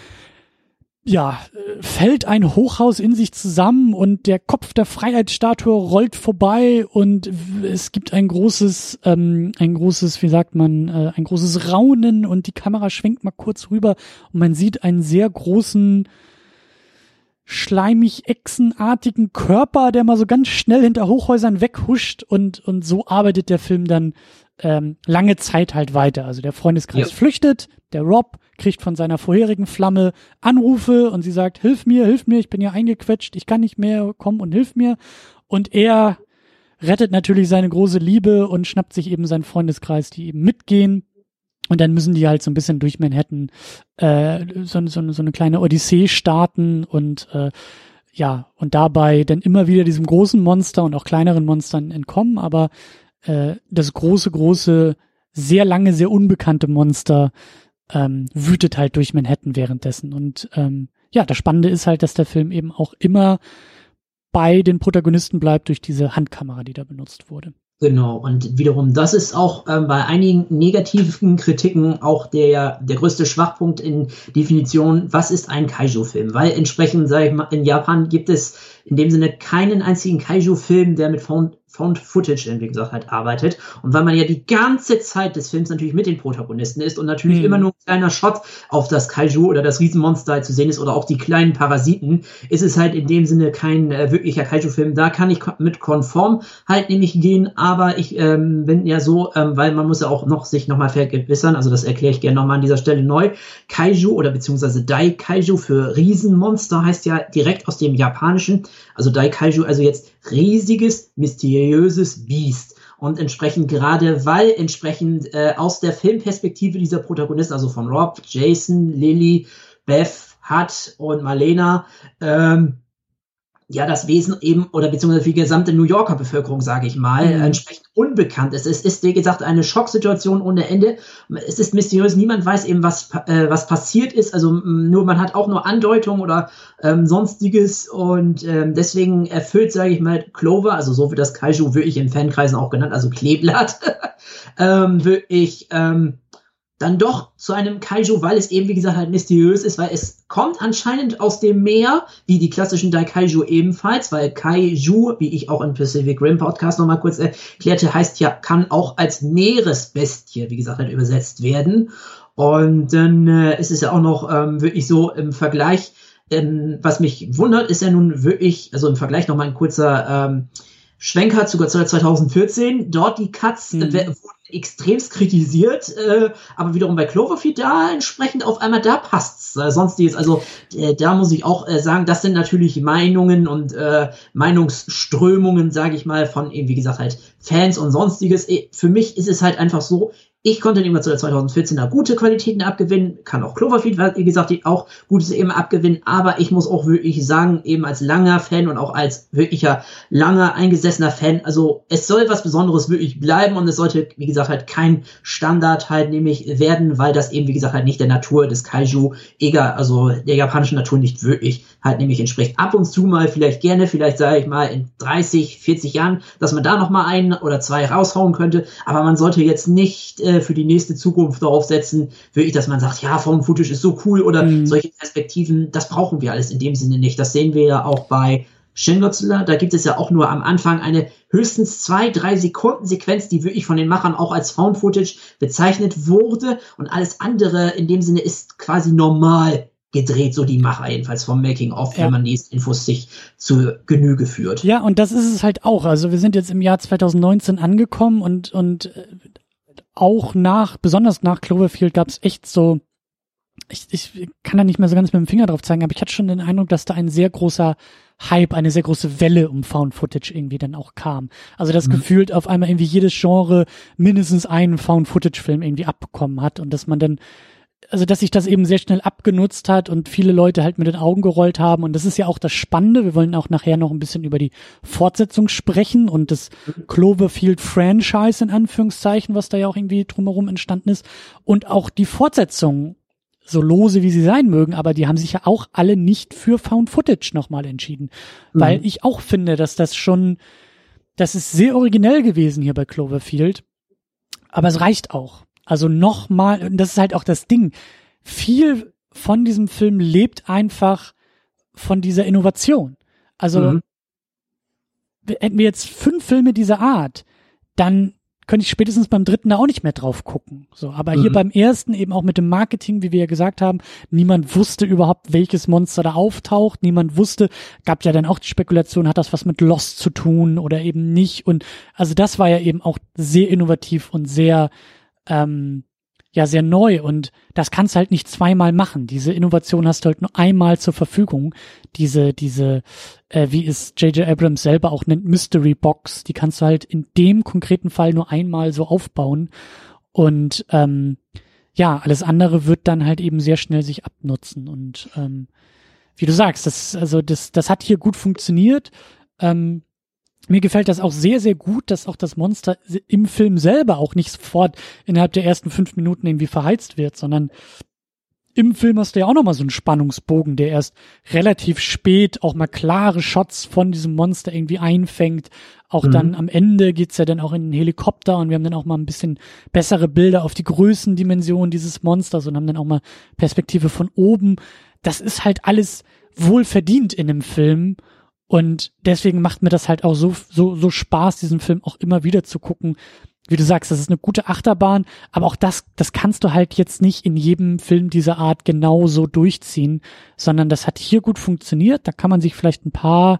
ja, fällt ein Hochhaus in sich zusammen und der Kopf der Freiheitsstatue rollt vorbei und es gibt ein großes, wie sagt man, ein großes Raunen und die Kamera schwenkt mal kurz rüber und man sieht einen sehr großen, schleimig echsenartigen Körper, der mal so ganz schnell hinter Hochhäusern weghuscht und so arbeitet der Film dann lange Zeit halt weiter. Also der Freundeskreis flüchtet, der Rob kriegt von seiner vorherigen Flamme Anrufe und sie sagt, hilf mir, ich bin ja eingequetscht, ich kann nicht mehr, komm und hilf mir. Und er rettet natürlich seine große Liebe und schnappt sich eben seinen Freundeskreis, die eben mitgehen. Und dann müssen die halt so ein bisschen durch Manhattan so eine kleine Odyssee starten und ja, und dabei dann immer wieder diesem großen Monster und auch kleineren Monstern entkommen, aber das große, sehr lange, sehr unbekannte Monster wütet halt durch Manhattan währenddessen. Und ja, das Spannende ist halt, dass der Film eben auch immer bei den Protagonisten bleibt durch diese Handkamera, die da benutzt wurde. Genau, und wiederum, das ist auch bei einigen negativen Kritiken auch der größte Schwachpunkt in Definition, was ist ein Kaiju-Film? Weil entsprechend, sage ich mal, in Japan gibt es in dem Sinne keinen einzigen Kaiju-Film, der mit Found Footage, wie gesagt, halt arbeitet. Und weil man ja die ganze Zeit des Films natürlich mit den Protagonisten ist und natürlich immer nur ein kleiner Shot auf das Kaiju oder das Riesenmonster halt zu sehen ist oder auch die kleinen Parasiten, ist es halt in dem Sinne kein wirklicher Kaiju-Film. Da kann ich mit konform halt nämlich gehen, aber ich bin ja so, weil man muss ja auch sich nochmal vergewissern, also das erkläre ich gerne nochmal an dieser Stelle neu. Kaiju oder beziehungsweise Dai-Kaiju für Riesenmonster heißt ja direkt aus dem Japanischen, also Dai-Kaiju, also jetzt riesiges, mysteriöses Biest. Und entsprechend gerade, weil entsprechend aus der Filmperspektive dieser Protagonisten, also von Rob, Jason, Lily, Beth, Hut und Marlena, ja, das Wesen eben, oder beziehungsweise für die gesamte New Yorker Bevölkerung, sage ich mal, entsprechend unbekannt ist. Es ist, wie gesagt, eine Schocksituation ohne Ende. Es ist mysteriös, niemand weiß eben, was passiert ist. Also nur man hat auch nur Andeutungen oder Sonstiges. Und deswegen erfüllt, sage ich mal, Clover, also so wird das Kaiju wirklich in Fankreisen auch genannt, also Kleeblatt, wirklich dann doch zu einem Kaiju, weil es eben, wie gesagt, halt mysteriös ist, weil es kommt anscheinend aus dem Meer, wie die klassischen Dai-Kaiju ebenfalls, weil Kaiju, wie ich auch im Pacific Rim Podcast nochmal kurz erklärte, heißt ja, kann auch als Meeresbestie, wie gesagt, halt übersetzt werden. Und dann ist es ja auch noch wirklich so im Vergleich, was mich wundert, ist ja nun wirklich, also im Vergleich nochmal ein kurzer Schwenker zu 2014, dort die Cuts wurden extremst kritisiert, aber wiederum bei Cloverfield da entsprechend auf einmal, da passt's. Sonstiges, also da muss ich auch sagen, das sind natürlich Meinungen und Meinungsströmungen, sage ich mal, von eben, wie gesagt, halt Fans und Sonstiges. Für mich ist es halt einfach so, Ich konnte immer zu der 2014er gute Qualitäten abgewinnen, kann auch Cloverfield, wie gesagt, auch Gutes eben abgewinnen, aber ich muss auch wirklich sagen, eben als langer Fan und auch als wirklicher langer eingesessener Fan, also es soll was Besonderes wirklich bleiben und es sollte, wie gesagt, halt kein Standard halt nämlich werden, weil das eben, wie gesagt, halt nicht der Natur des Kaiju, also der japanischen Natur nicht wirklich halt nämlich entspricht. Ab und zu mal vielleicht gerne, vielleicht sage ich mal in 30, 40 Jahren, dass man da noch mal ein oder zwei raushauen könnte, aber man sollte jetzt nicht für die nächste Zukunft darauf setzen, wirklich, dass man sagt, ja, Found Footage ist so cool oder solche Perspektiven, das brauchen wir alles in dem Sinne nicht. Das sehen wir ja auch bei Shin Godzilla, da gibt es ja auch nur am Anfang eine höchstens 2-3 Sekunden Sequenz, die wirklich von den Machern auch als Found Footage bezeichnet wurde und alles andere in dem Sinne ist quasi normal gedreht, so die Macher jedenfalls vom Making-of, wenn man die Infos sich zu Genüge führt. Ja, und das ist es halt auch. Also wir sind jetzt im Jahr 2019 angekommen und auch besonders nach Cloverfield gab es echt so, ich kann da nicht mehr so ganz mit dem Finger drauf zeigen, aber ich hatte schon den Eindruck, dass da ein sehr großer Hype, eine sehr große Welle um Found Footage irgendwie dann auch kam. Also das gefühlt auf einmal irgendwie jedes Genre mindestens einen Found Footage Film irgendwie abbekommen hat und dass man dann, also dass sich das eben sehr schnell abgenutzt hat und viele Leute halt mit den Augen gerollt haben und das ist ja auch das Spannende. Wir wollen auch nachher noch ein bisschen über die Fortsetzung sprechen und das Cloverfield-Franchise in Anführungszeichen, was da ja auch irgendwie drumherum entstanden ist und auch die Fortsetzung, so lose wie sie sein mögen, aber die haben sich ja auch alle nicht für Found Footage nochmal entschieden, weil ich auch finde, dass das ist sehr originell gewesen hier bei Cloverfield, aber es reicht auch. Also nochmal, und das ist halt auch das Ding, viel von diesem Film lebt einfach von dieser Innovation. Also hätten wir jetzt 5 Filme dieser Art, dann könnte ich spätestens beim 3. da auch nicht mehr drauf gucken. So, aber hier beim ersten eben auch mit dem Marketing, wie wir ja gesagt haben, niemand wusste überhaupt, welches Monster da auftaucht, niemand wusste, gab ja dann auch die Spekulation, hat das was mit Lost zu tun oder eben nicht und also das war ja eben auch sehr innovativ und sehr sehr neu und das kannst du halt nicht zweimal machen. Diese Innovation hast du halt nur einmal zur Verfügung. Diese wie es J.J. Abrams selber auch nennt, Mystery Box, die kannst du halt in dem konkreten Fall nur einmal so aufbauen und alles andere wird dann halt eben sehr schnell sich abnutzen und wie du sagst, das hat hier gut funktioniert. Mir gefällt das auch sehr, sehr gut, dass auch das Monster im Film selber auch nicht sofort innerhalb der ersten 5 Minuten irgendwie verheizt wird, sondern im Film hast du ja auch nochmal so einen Spannungsbogen, der erst relativ spät auch mal klare Shots von diesem Monster irgendwie einfängt. Auch dann am Ende geht's ja dann auch in den Helikopter und wir haben dann auch mal ein bisschen bessere Bilder auf die Größendimension dieses Monsters und haben dann auch mal Perspektive von oben. Das ist halt alles wohl verdient in einem Film. Und deswegen macht mir das halt auch so Spaß, diesen Film auch immer wieder zu gucken. Wie du sagst, das ist eine gute Achterbahn, aber auch das kannst du halt jetzt nicht in jedem Film dieser Art genau so durchziehen, sondern das hat hier gut funktioniert. Da kann man sich vielleicht ein paar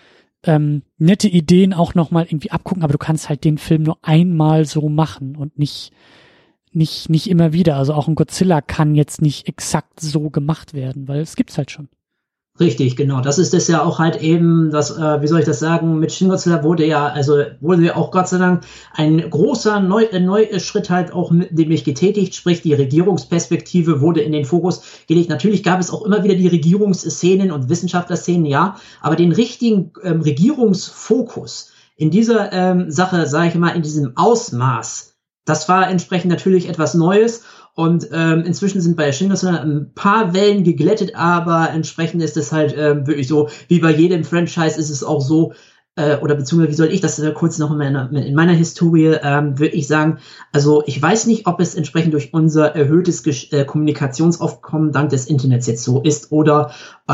nette Ideen auch nochmal irgendwie abgucken, aber du kannst halt den Film nur einmal so machen und nicht immer wieder. Also auch ein Godzilla kann jetzt nicht exakt so gemacht werden, weil es gibt's halt schon. Richtig, genau. Das ist es ja auch halt eben, wie soll ich das sagen, mit Shin Godzilla wurde ja auch Gott sei Dank ein großer Neuschritt halt auch nämlich getätigt, sprich die Regierungsperspektive wurde in den Fokus gelegt. Natürlich gab es auch immer wieder die Regierungsszenen und Wissenschaftlerszenen, ja, aber den richtigen Regierungsfokus in dieser Sache, sage ich mal, in diesem Ausmaß, das war entsprechend natürlich etwas Neues. Und inzwischen sind bei Shin Godzilla ein paar Wellen geglättet, aber entsprechend ist es halt wirklich so, wie bei jedem Franchise ist es auch so, oder beziehungsweise wie soll ich das kurz noch in meiner Historie wirklich sagen, also ich weiß nicht, ob es entsprechend durch unser erhöhtes Kommunikationsaufkommen dank des Internets jetzt so ist oder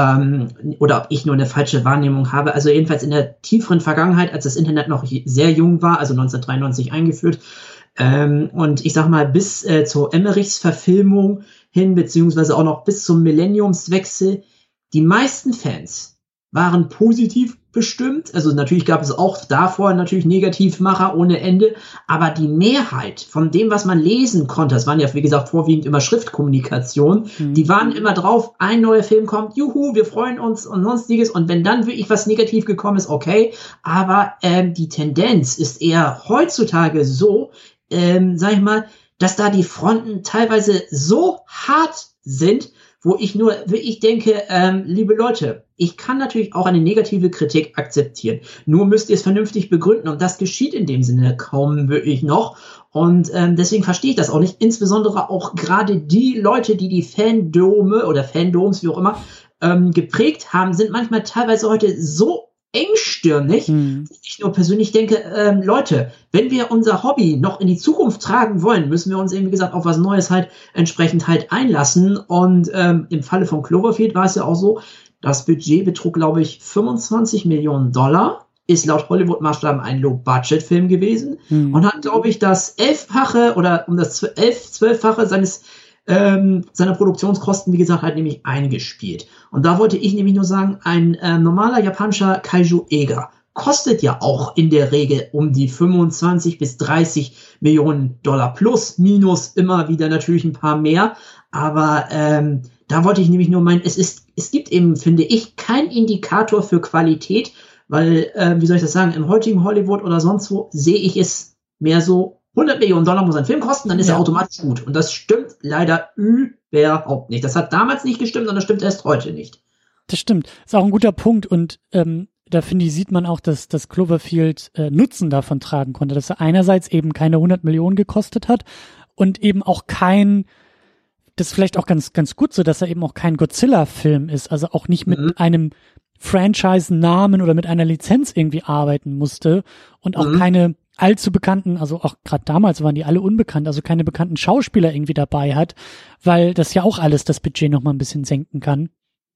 ob ich nur eine falsche Wahrnehmung habe. Also jedenfalls in der tieferen Vergangenheit, als das Internet noch sehr jung war, also 1993 eingeführt, und ich sag mal, bis zur Emmerichs Verfilmung hin, beziehungsweise auch noch bis zum Millenniumswechsel, die meisten Fans waren positiv bestimmt. Also natürlich gab es auch davor natürlich Negativmacher ohne Ende, aber die Mehrheit von dem, was man lesen konnte, das waren ja, wie gesagt, vorwiegend immer Schriftkommunikation, die waren immer drauf, ein neuer Film kommt, juhu, wir freuen uns und sonstiges, und wenn dann wirklich was negativ gekommen ist, okay, aber die Tendenz ist eher heutzutage so, sag ich mal, dass da die Fronten teilweise so hart sind, wo ich nur wirklich denke, liebe Leute, ich kann natürlich auch eine negative Kritik akzeptieren. Nur müsst ihr es vernünftig begründen und das geschieht in dem Sinne kaum wirklich noch. Und deswegen verstehe ich das auch nicht. Insbesondere auch gerade die Leute, die die Fandome oder Fandoms, wie auch immer, geprägt haben, sind manchmal teilweise heute so engstirnig, dass ich nur persönlich denke, Leute, wenn wir unser Hobby noch in die Zukunft tragen wollen, müssen wir uns eben, wie gesagt, auf was Neues halt entsprechend halt einlassen. Und im Falle von Cloverfield war es ja auch so, das Budget betrug, glaube ich, 25 Millionen $, ist laut Hollywood-Maßstaben ein Low-Budget-Film gewesen und hat, glaube ich, das 11-fache oder um das 12-fache seiner Produktionskosten, wie gesagt, halt nämlich eingespielt. Und da wollte ich nämlich nur sagen, ein normaler japanischer Kaiju-Eger kostet ja auch in der Regel um die 25 bis 30 Millionen $, plus, minus, immer wieder natürlich ein paar mehr. Aber da wollte ich nämlich nur meinen, es gibt eben, finde ich, keinen Indikator für Qualität, weil, wie soll ich das sagen, im heutigen Hollywood oder sonst wo sehe ich es mehr so, 100 Millionen $ muss ein Film kosten, dann ist er automatisch gut. Und das stimmt leider überhaupt nicht. Das hat damals nicht gestimmt und das stimmt erst heute nicht. Das stimmt. Ist auch ein guter Punkt und da finde ich, sieht man auch, dass das Cloverfield Nutzen davon tragen konnte, dass er einerseits eben keine 100 Millionen gekostet hat und eben auch das ist vielleicht auch ganz, ganz gut so, dass er eben auch kein Godzilla-Film ist, also auch nicht mit einem Franchise-Namen oder mit einer Lizenz irgendwie arbeiten musste und auch keine allzu bekannten, also auch gerade damals waren die alle unbekannt, also keine bekannten Schauspieler irgendwie dabei hat, weil das ja auch alles das Budget noch mal ein bisschen senken kann.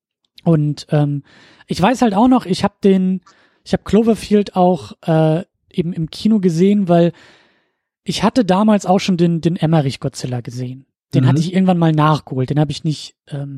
Und ich weiß halt auch noch, ich habe Cloverfield auch eben im Kino gesehen, weil ich hatte damals auch schon den Emmerich Godzilla gesehen. Den hatte ich irgendwann mal nachgeholt. Den habe ich nicht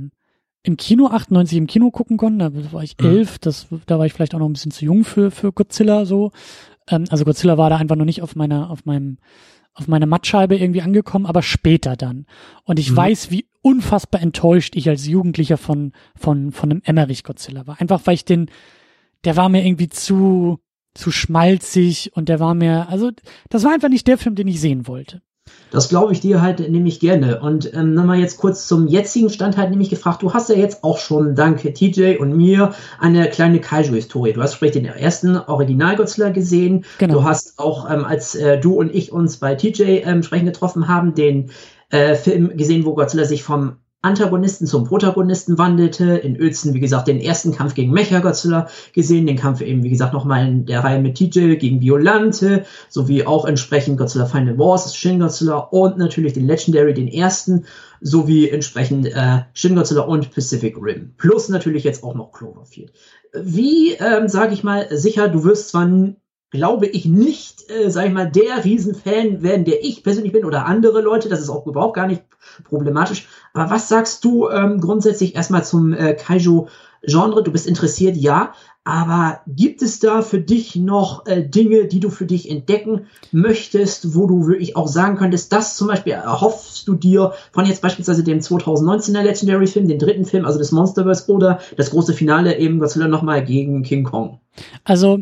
im Kino 98 im Kino gucken können. Da war ich 11. Da war ich vielleicht auch noch ein bisschen zu jung für Godzilla so. Also Godzilla war da einfach noch nicht auf meiner Mattscheibe irgendwie angekommen, aber später dann. Und ich weiß, wie unfassbar enttäuscht ich als Jugendlicher von einem Emmerich Godzilla war. Einfach weil der war mir irgendwie zu schmalzig und das war einfach nicht der Film, den ich sehen wollte. Das glaube ich dir halt nämlich gerne. Und nochmal jetzt kurz zum jetzigen Stand halt nämlich gefragt, du hast ja jetzt auch schon dank TJ und mir eine kleine Kaiju-Historie. Du hast sprich den ersten Original-Godzilla gesehen. Genau. Du hast auch, als du und ich uns bei TJ entsprechend getroffen haben, den Film gesehen, wo Godzilla sich vom Antagonisten zum Protagonisten wandelte. In Uelzen, wie gesagt, den ersten Kampf gegen Mecha-Godzilla gesehen, den Kampf eben, wie gesagt, nochmal in der Reihe mit TJ gegen Violante, sowie auch entsprechend Godzilla Final Wars, Shin Godzilla und natürlich den Legendary, den ersten, sowie entsprechend Shin Godzilla und Pacific Rim. Plus natürlich jetzt auch noch Cloverfield. Wie, sage ich mal, sicher, du wirst zwar glaube ich nicht, sag ich mal, der Riesenfan werden, der ich persönlich bin oder andere Leute, das ist auch überhaupt gar nicht problematisch. Aber was sagst du grundsätzlich erstmal zum Kaiju-Genre? Du bist interessiert, ja, aber gibt es da für dich noch Dinge, die du für dich entdecken möchtest, wo du wirklich auch sagen könntest, das zum Beispiel erhoffst du dir von jetzt beispielsweise dem 2019er Legendary-Film, den dritten Film, also des Monsterverse oder das große Finale eben Godzilla nochmal gegen King Kong? Also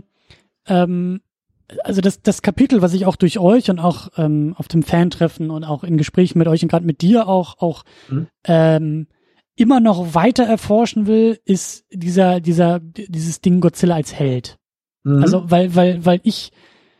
das Kapitel, was ich auch durch euch und auch auf dem Fantreffen und auch in Gesprächen mit euch und gerade mit dir auch immer noch weiter erforschen will, ist dieses Ding Godzilla als Held. Also weil ich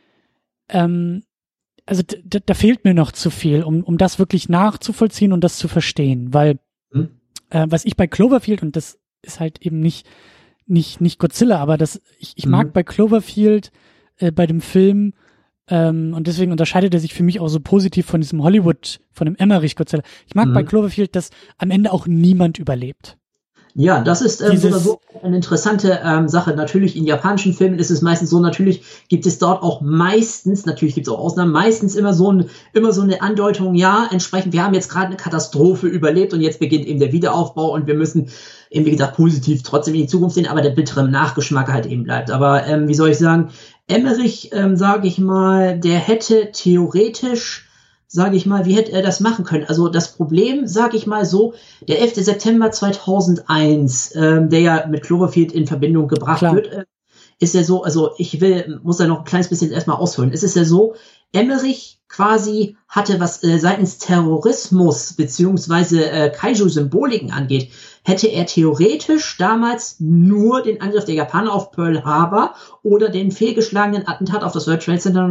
da fehlt mir noch zu viel, um das wirklich nachzuvollziehen und das zu verstehen, weil was ich bei Cloverfield, und das ist halt eben nicht Godzilla, aber ich mag bei Cloverfield, bei dem Film, und deswegen unterscheidet er sich für mich auch so positiv von diesem Hollywood, von dem Emmerich Godzilla. Ich mag bei Cloverfield, dass am Ende auch niemand überlebt. Ja, das ist so eine interessante Sache. Natürlich in japanischen Filmen ist es meistens so, natürlich gibt es dort auch meistens, natürlich gibt es auch Ausnahmen, meistens immer so eine Andeutung, ja, entsprechend, wir haben jetzt gerade eine Katastrophe überlebt und jetzt beginnt eben der Wiederaufbau und wir müssen eben, wie gesagt, positiv trotzdem in die Zukunft sehen, aber der bittere Nachgeschmack halt eben bleibt. Aber wie soll ich sagen, Emmerich, sage ich mal, der hätte theoretisch, sage ich mal, wie hätte er das machen können? Also das Problem, sage ich mal so, der 11. September 2001, der ja mit Cloverfield in Verbindung gebracht wird, ist ja so, also muss da noch ein kleines bisschen erstmal ausholen. Es ist ja so, Emmerich quasi hatte, was seitens Terrorismus beziehungsweise Kaiju-Symboliken angeht, hätte er theoretisch damals nur den Angriff der Japaner auf Pearl Harbor oder den fehlgeschlagenen Attentat auf das World Trade Center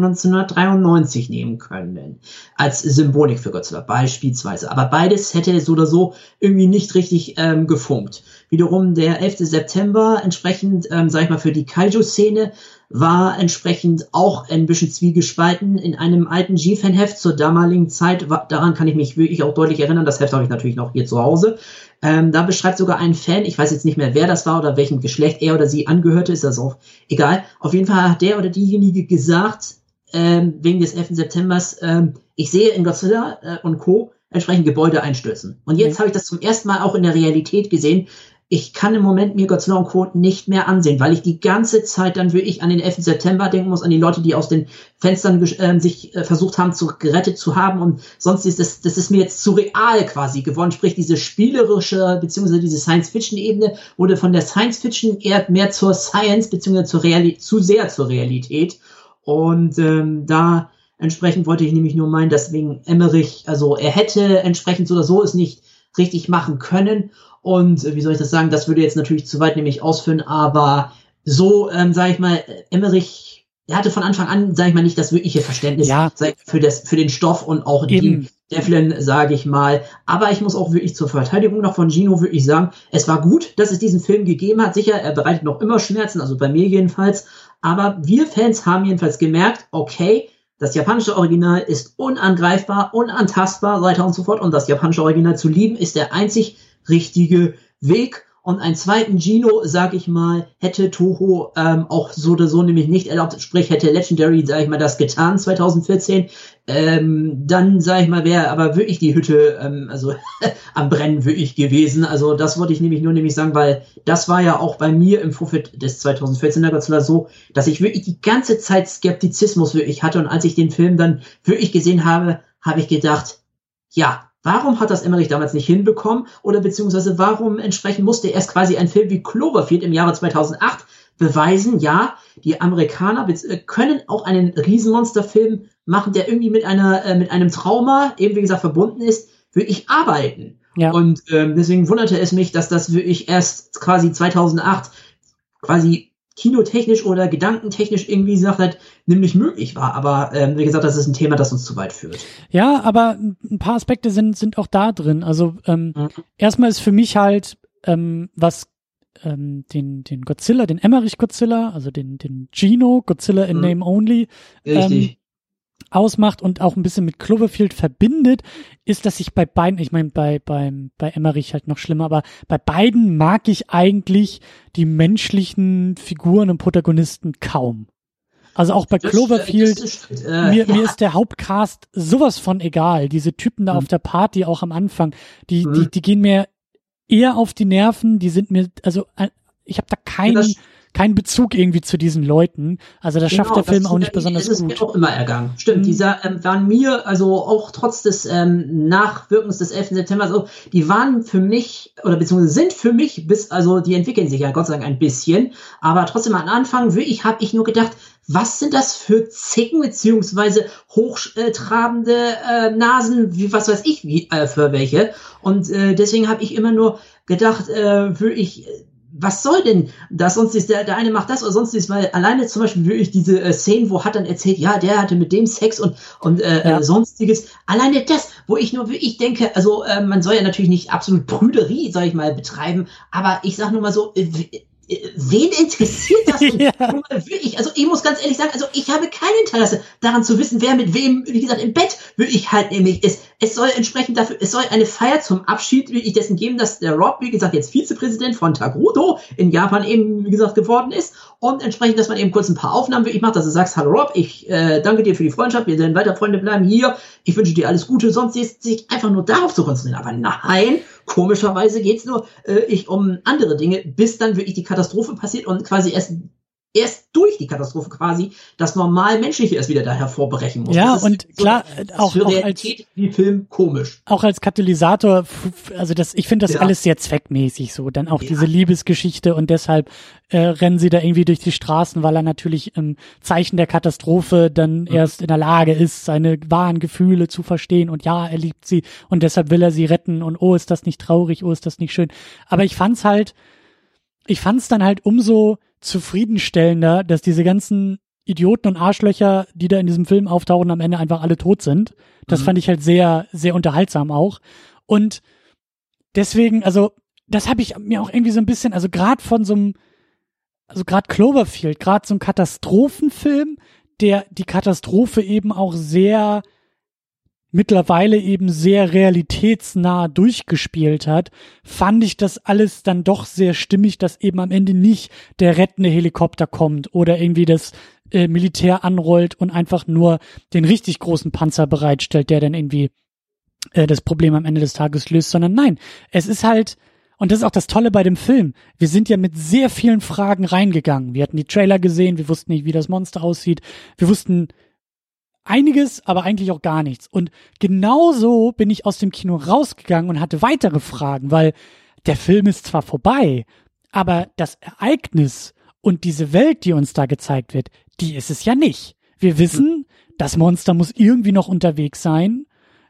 1993 nehmen können. Als Symbolik für Godzilla beispielsweise. Aber beides hätte so oder so irgendwie nicht richtig gefunkt. Wiederum der 11. September entsprechend, sag ich mal, für die Kaiju-Szene war entsprechend auch ein bisschen zwiegespalten. In einem alten G-Fan-Heft zur damaligen Zeit, daran kann ich mich wirklich auch deutlich erinnern, das Heft habe ich natürlich noch hier zu Hause. Da beschreibt sogar ein Fan, ich weiß jetzt nicht mehr, wer das war oder welchem Geschlecht er oder sie angehörte, ist das auch egal. Auf jeden Fall hat der oder diejenige gesagt, wegen des 11. Septembers, ich sehe in Godzilla und Co. entsprechend Gebäude einstürzen. Und jetzt habe ich das zum ersten Mal auch in der Realität gesehen. Ich kann im Moment mir Godzilla und Co. nicht mehr ansehen, weil ich die ganze Zeit dann wirklich an den 11. September denken muss, an die Leute, die aus den Fenstern sich versucht haben, gerettet zu haben und sonst ist das ist mir jetzt zu real quasi geworden. Sprich, diese spielerische beziehungsweise diese Science-Fiction-Ebene wurde von der Science-Fiction eher mehr zur Science beziehungsweise zu sehr zur Realität. Und da entsprechend wollte ich nämlich nur meinen, deswegen Emmerich, also er hätte entsprechend so oder so es nicht richtig machen können. Und wie soll ich das sagen, das würde jetzt natürlich zu weit nämlich ausführen, aber so, sage ich mal, Emmerich, er hatte von Anfang an, sage ich mal, nicht das wirkliche Verständnis für den Stoff und auch die Devlin, sage ich mal. Aber ich muss auch wirklich zur Verteidigung noch von Gino wirklich sagen, es war gut, dass es diesen Film gegeben hat. Sicher, er bereitet noch immer Schmerzen, also bei mir jedenfalls. Aber wir Fans haben jedenfalls gemerkt, okay, das japanische Original ist unangreifbar, unantastbar, so weiter und so fort. Und das japanische Original zu lieben, ist der einzig richtige Weg. Und einen zweiten Gino, sag ich mal, hätte Toho auch so oder so nämlich nicht erlaubt. Sprich, hätte Legendary, sag ich mal, das getan 2014. Dann, sag ich mal, wäre aber wirklich die Hütte also am Brennen wirklich gewesen. Also das wollte ich nämlich sagen, weil das war ja auch bei mir im Vorfeld des 2014er Godzilla so, dass ich wirklich die ganze Zeit Skeptizismus wirklich hatte. Und als ich den Film dann wirklich gesehen habe, habe ich gedacht, ja, warum hat das Emmerich damals nicht hinbekommen? Oder beziehungsweise warum entsprechend musste erst quasi ein Film wie Cloverfield im Jahre 2008 beweisen, ja, die Amerikaner können auch einen Riesenmonsterfilm machen, der irgendwie mit einem Trauma, eben wie gesagt, verbunden ist, wirklich arbeiten. Ja. Und deswegen wunderte es mich, dass das wirklich erst quasi 2008 quasi kinotechnisch oder gedankentechnisch irgendwie gesagt hat, nämlich möglich war. Aber wie gesagt, das ist ein Thema, das uns zu weit führt. Ja, aber ein paar Aspekte sind auch da drin. Also erstmal ist für mich halt, was den Godzilla, den Emmerich Godzilla, also den Gino Godzilla in Name Only ausmacht und auch ein bisschen mit Cloverfield verbindet, ist, dass ich bei beiden, ich meine bei Emmerich halt noch schlimmer, aber bei beiden mag ich eigentlich die menschlichen Figuren und Protagonisten kaum. Also auch bei Cloverfield, mir ist der Hauptcast sowas von egal. Diese Typen da auf der Party auch am Anfang, die gehen mir eher auf die Nerven, die sind mir, also ich habe da keinen Bezug irgendwie zu diesen Leuten. Also das schafft der Film auch nicht besonders gut. Das ist mir auch immer ergangen. Stimmt, dieser waren mir, also auch trotz des Nachwirkens des 11. September, so, die waren für mich, oder beziehungsweise sind für mich, die entwickeln sich ja Gott sei Dank ein bisschen, aber trotzdem am Anfang wirklich habe ich nur gedacht, was sind das für Zicken, beziehungsweise hochtrabende Nasen, wie was weiß ich, für welche. Und deswegen habe ich immer nur gedacht, wirklich, was soll denn das? Sonst ist der eine macht das oder sonst ist, weil alleine zum Beispiel wirklich diese Szenen, wo hat dann erzählt, ja, der hatte mit dem Sex und sonstiges. Alleine das, wo ich nur wirklich denke, also man soll ja natürlich nicht absolut Prüderie, sag ich mal, betreiben, aber ich sag nur mal so, wen interessiert das denn? Ja. Also ich muss ganz ehrlich sagen, also ich habe kein Interesse daran zu wissen, wer mit wem, wie gesagt, im Bett wirklich halt nämlich ist. Es soll entsprechend dafür, es soll eine Feier zum Abschied wirklich dessen geben, dass der Rob, wie gesagt, jetzt Vizepräsident von Takuto in Japan eben, wie gesagt, geworden ist und entsprechend, dass man eben kurz ein paar Aufnahmen wirklich macht, dass du sagst, hallo Rob, ich danke dir für die Freundschaft, wir werden weiter Freunde bleiben hier, ich wünsche dir alles Gute, sonst sich einfach nur darauf zu konzentrieren. Aber nein, komischerweise geht's nur um andere Dinge, bis dann wirklich die Katastrophe passiert und quasi erst erst durch die Katastrophe quasi das normal Menschliche erst wieder da hervorbrechen muss. Ja, und so, klar, auch für Realität wie Film komisch. Auch als Katalysator, also ich finde das alles sehr zweckmäßig so. Dann auch diese Liebesgeschichte und deshalb rennen sie da irgendwie durch die Straßen, weil er natürlich im Zeichen der Katastrophe dann erst in der Lage ist, seine wahren Gefühle zu verstehen und ja, er liebt sie und deshalb will er sie retten und oh, ist das nicht traurig, oh, ist das nicht schön. Aber ich fand's dann halt umso zufriedenstellender, dass diese ganzen Idioten und Arschlöcher, die da in diesem Film auftauchen, am Ende einfach alle tot sind. Das fand ich halt sehr, sehr unterhaltsam auch. Und deswegen, also das habe ich mir auch irgendwie so ein bisschen, also gerade Cloverfield, gerade so ein Katastrophenfilm, der die Katastrophe eben auch mittlerweile eben sehr realitätsnah durchgespielt hat, fand ich das alles dann doch sehr stimmig, dass eben am Ende nicht der rettende Helikopter kommt oder irgendwie das Militär anrollt und einfach nur den richtig großen Panzer bereitstellt, der dann irgendwie das Problem am Ende des Tages löst, sondern nein, es ist halt, und das ist auch das Tolle bei dem Film, wir sind ja mit sehr vielen Fragen reingegangen. Wir hatten die Trailer gesehen, wir wussten nicht, wie das Monster aussieht, wir wussten einiges, aber eigentlich auch gar nichts. Und genauso bin ich aus dem Kino rausgegangen und hatte weitere Fragen, weil der Film ist zwar vorbei, aber das Ereignis und diese Welt, die uns da gezeigt wird, die ist es ja nicht. Wir wissen, das Monster muss irgendwie noch unterwegs sein.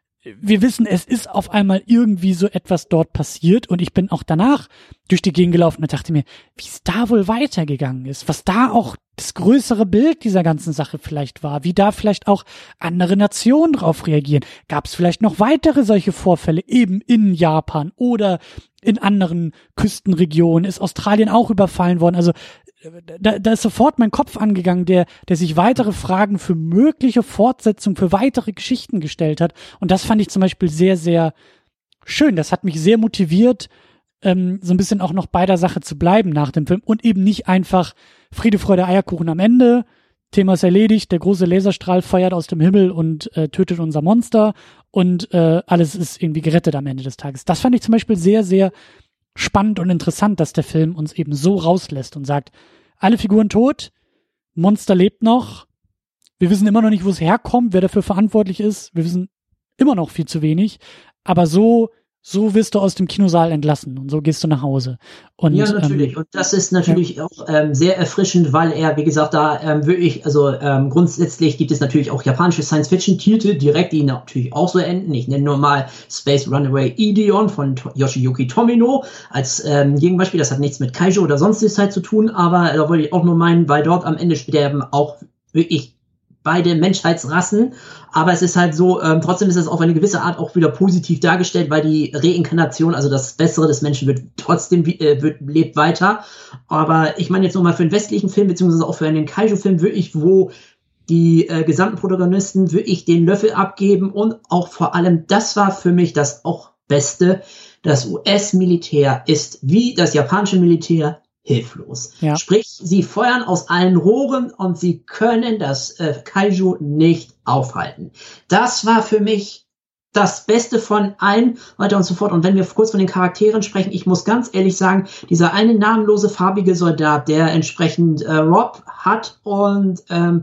Wir wissen, es ist auf einmal irgendwie so etwas dort passiert und ich bin auch danach durch die Gegend gelaufen und dachte mir, wie es da wohl weitergegangen ist, was da auch das größere Bild dieser ganzen Sache vielleicht war, wie da vielleicht auch andere Nationen drauf reagieren. Gab es vielleicht noch weitere solche Vorfälle eben in Japan oder in anderen Küstenregionen? Ist Australien auch überfallen worden? Also da ist sofort mein Kopf angegangen, der sich weitere Fragen für mögliche Fortsetzung, für weitere Geschichten gestellt hat. Und das fand ich zum Beispiel sehr, sehr schön. Das hat mich sehr motiviert, so ein bisschen auch noch bei der Sache zu bleiben nach dem Film und eben nicht einfach Friede, Freude, Eierkuchen am Ende. Thema ist erledigt, der große Laserstrahl feuert aus dem Himmel und tötet unser Monster und alles ist irgendwie gerettet am Ende des Tages. Das fand ich zum Beispiel sehr, sehr spannend und interessant, dass der Film uns eben so rauslässt und sagt, alle Figuren tot, Monster lebt noch, wir wissen immer noch nicht, wo es herkommt, wer dafür verantwortlich ist, wir wissen immer noch viel zu wenig, aber so wirst du aus dem Kinosaal entlassen und so gehst du nach Hause. Und, ja, natürlich. Und das ist natürlich auch sehr erfrischend, weil er, wie gesagt, da wirklich, also grundsätzlich gibt es natürlich auch japanische Science-Fiction-Titel direkt, die natürlich auch so enden. Ich nenne nur mal Space Runaway Ideon von Yoshiyuki Tomino als Gegenbeispiel. Das hat nichts mit Kaiju oder sonstiges halt zu tun, aber da wollte ich auch nur meinen, weil dort am Ende sterben auch wirklich beide Menschheitsrassen, aber es ist halt so, trotzdem ist es auf eine gewisse Art auch wieder positiv dargestellt, weil die Reinkarnation, also das Bessere des Menschen wird trotzdem, lebt weiter, aber ich meine jetzt nochmal für einen westlichen Film, beziehungsweise auch für einen Kaiju-Film wirklich, wo die gesamten Protagonisten wirklich den Löffel abgeben und auch vor allem, das war für mich das auch Beste, das US-Militär ist wie das japanische Militär hilflos. Ja. Sprich, sie feuern aus allen Rohren und sie können das Kaiju nicht aufhalten. Das war für mich das Beste von allen, weiter und so fort. Und wenn wir kurz von den Charakteren sprechen, ich muss ganz ehrlich sagen, dieser eine namenlose farbige Soldat, der entsprechend Rob hat und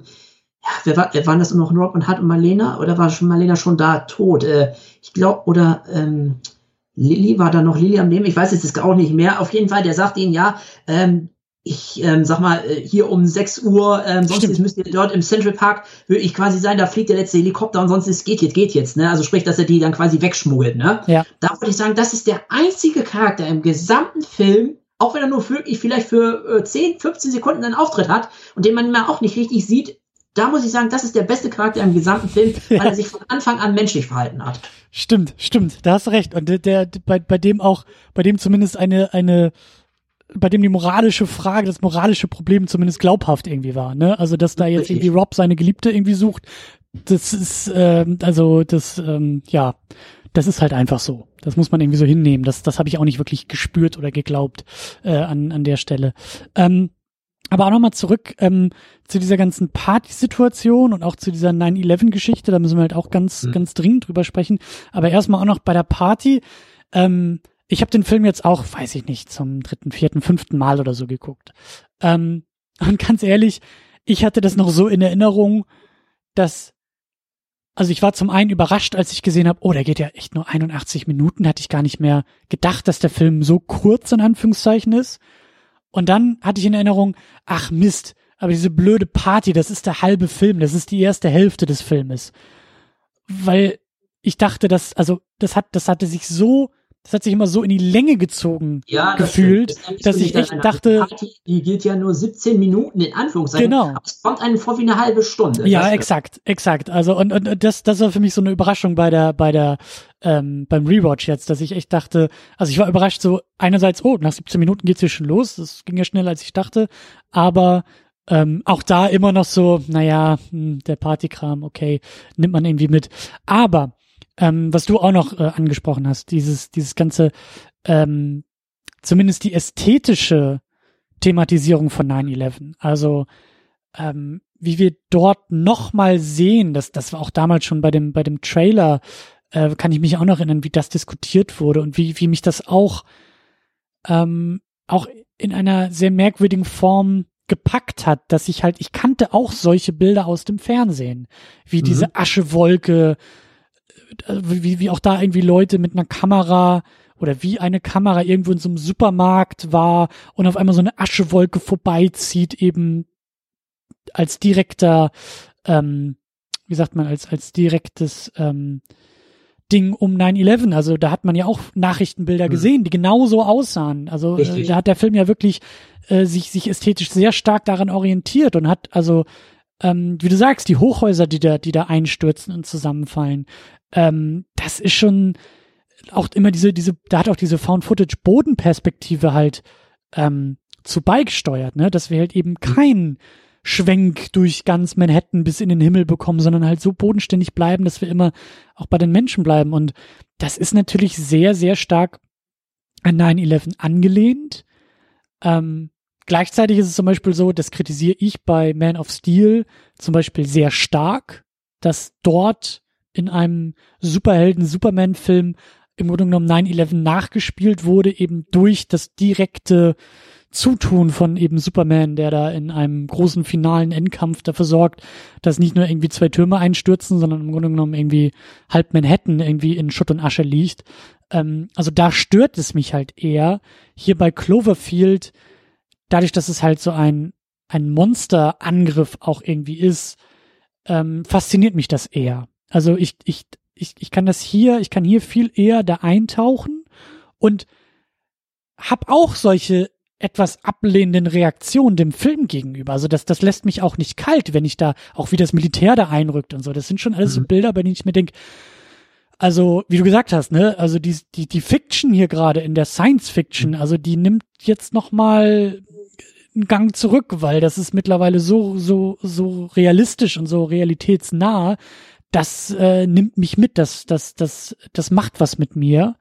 wer waren das noch? Rob und Hutt und Marlena? Oder war schon Marlena schon da tot? Ich glaube, oder Lilly war da noch Lilly am Leben, ich weiß jetzt auch nicht mehr. Auf jeden Fall, der sagt ihnen, ja, ich sag mal, hier um 6 Uhr, sonst müsst ihr dort im Central Park, würde ich quasi sein, da fliegt der letzte Helikopter und sonst geht jetzt, ne? Also sprich, dass er die dann quasi wegschmuggelt, ne? Ja. Da würde ich sagen, das ist der einzige Charakter im gesamten Film, auch wenn er nur wirklich vielleicht für 10, 15 Sekunden einen Auftritt hat und den man mal auch nicht richtig sieht. Da muss ich sagen, das ist der beste Charakter im gesamten Film, weil er sich von Anfang an menschlich verhalten hat. Stimmt, da hast du recht. Und bei dem zumindest bei dem die moralische Frage, das moralische Problem zumindest glaubhaft irgendwie war, ne? Also, dass da jetzt irgendwie Rob seine Geliebte irgendwie sucht, das ist, das ist halt einfach so. Das muss man irgendwie so hinnehmen. Das habe ich auch nicht wirklich gespürt oder geglaubt, an der Stelle. Aber auch nochmal zurück zu dieser ganzen Partysituation und auch zu dieser 9/11-Geschichte, da müssen wir halt auch ganz dringend drüber sprechen. Aber erstmal auch noch bei der Party. Ich habe den Film jetzt auch, weiß ich nicht, zum 3., 4., 5. Mal oder so geguckt. Und ganz ehrlich, ich hatte das noch so in Erinnerung, dass, also ich war zum einen überrascht, als ich gesehen habe, oh, der geht ja echt nur 81 Minuten, hatte ich gar nicht mehr gedacht, dass der Film so kurz in Anführungszeichen ist. Und dann hatte ich in Erinnerung, ach Mist, aber diese blöde Party, das ist der halbe Film, das ist die erste Hälfte des Filmes. Weil ich dachte, das hat sich immer so in die Länge gezogen gefühlt, dass ich echt dachte, die geht ja nur 17 Minuten in Anführungszeichen, genau. Aber es kommt einem vor wie eine halbe Stunde. Ja, exakt. Also und das war für mich so eine Überraschung beim Rewatch jetzt, dass ich echt dachte, also ich war überrascht so einerseits, oh, nach 17 Minuten geht's hier schon los, das ging ja schneller als ich dachte, aber auch da immer noch so, naja, der Partykram, okay, nimmt man irgendwie mit. Aber was du auch noch angesprochen hast, dieses ganze, zumindest die ästhetische Thematisierung von 9/11. Also wie wir dort nochmal sehen, das war auch damals schon bei dem Trailer, kann ich mich auch noch erinnern, wie das diskutiert wurde und wie mich das auch in einer sehr merkwürdigen Form gepackt hat, dass ich kannte auch solche Bilder aus dem Fernsehen, wie diese Aschewolke, wie auch da irgendwie Leute mit einer Kamera oder wie eine Kamera irgendwo in so einem Supermarkt war und auf einmal so eine Aschewolke vorbeizieht, eben als direkter, wie sagt man, als direktes Ding um 9/11. Also da hat man ja auch Nachrichtenbilder gesehen, die genauso aussahen. Also da hat der Film ja wirklich sich ästhetisch sehr stark daran orientiert und hat also, wie du sagst, die Hochhäuser, die da einstürzen und zusammenfallen, das ist schon auch immer da hat auch diese Found-Footage-Bodenperspektive halt zu beigesteuert, ne, dass wir halt eben keinen Schwenk durch ganz Manhattan bis in den Himmel bekommen, sondern halt so bodenständig bleiben, dass wir immer auch bei den Menschen bleiben. Und das ist natürlich sehr, sehr stark an 9/11 angelehnt. Gleichzeitig ist es zum Beispiel so, das kritisiere ich bei Man of Steel zum Beispiel sehr stark, dass dort in einem Superhelden-Superman-Film im Grunde genommen 9/11 nachgespielt wurde, eben durch das direkte Zutun von eben Superman, der da in einem großen finalen Endkampf dafür sorgt, dass nicht nur irgendwie 2 Türme einstürzen, sondern im Grunde genommen irgendwie halb Manhattan irgendwie in Schutt und Asche liegt. Also da stört es mich halt eher. Hier bei Cloverfield, dadurch, dass es halt so ein Monsterangriff auch irgendwie ist, fasziniert mich das eher. Also ich kann hier viel eher da eintauchen und hab auch solche etwas ablehnenden Reaktionen dem Film gegenüber. Also das lässt mich auch nicht kalt, wenn ich da, auch wie das Militär da einrückt und so. Das sind schon alles so Bilder, bei denen ich mir denke, also wie du gesagt hast, ne, also die Fiction hier gerade in der Science Fiction, also die nimmt jetzt noch mal einen Gang zurück, weil das ist mittlerweile so realistisch und so realitätsnah. Das nimmt mich mit, das macht was mit mir.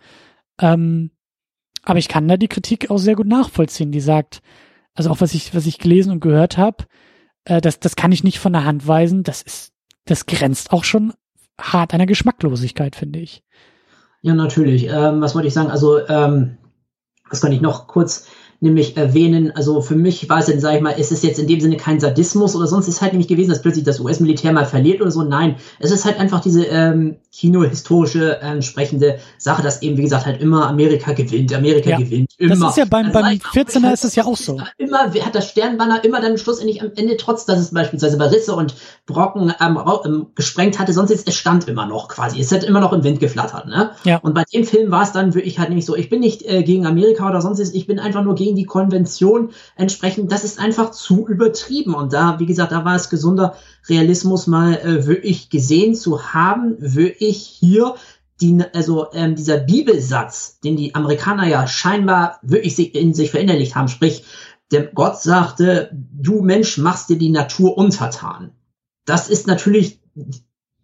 Aber ich kann da die Kritik auch sehr gut nachvollziehen, die sagt, also auch was ich gelesen und gehört habe, das kann ich nicht von der Hand weisen, das grenzt auch schon hart an der Geschmacklosigkeit, finde ich. Ja, natürlich. Was wollte ich sagen? Also, was kann ich noch kurz nämlich erwähnen, also für mich war es dann, sag ich mal, es ist jetzt in dem Sinne kein Sadismus oder sonst ist halt nämlich gewesen, dass plötzlich das US-Militär mal verliert oder so. Nein, es ist halt einfach diese kinohistorische sprechende Sache, dass eben, wie gesagt, halt immer Amerika gewinnt, gewinnt. Immer. Das ist ja beim 14er ist es ja auch so. Immer hat das Sternbanner immer dann schlussendlich am Ende, trotz dass es beispielsweise bei Risse und Brocken gesprengt hatte, sonst es stand immer noch quasi. Es hat immer noch im Wind geflattert, ne? Ja. Und bei dem Film war es dann wirklich halt nämlich so, ich bin nicht gegen Amerika oder sonst ich bin einfach nur gegen die Konvention entsprechend, das ist einfach zu übertrieben. Und da, wie gesagt, da war es gesunder Realismus mal wirklich gesehen zu haben, wirklich hier dieser Bibelsatz, den die Amerikaner ja scheinbar wirklich in sich verinnerlicht haben, sprich, der Gott sagte, du Mensch machst dir die Natur untertan. Das ist natürlich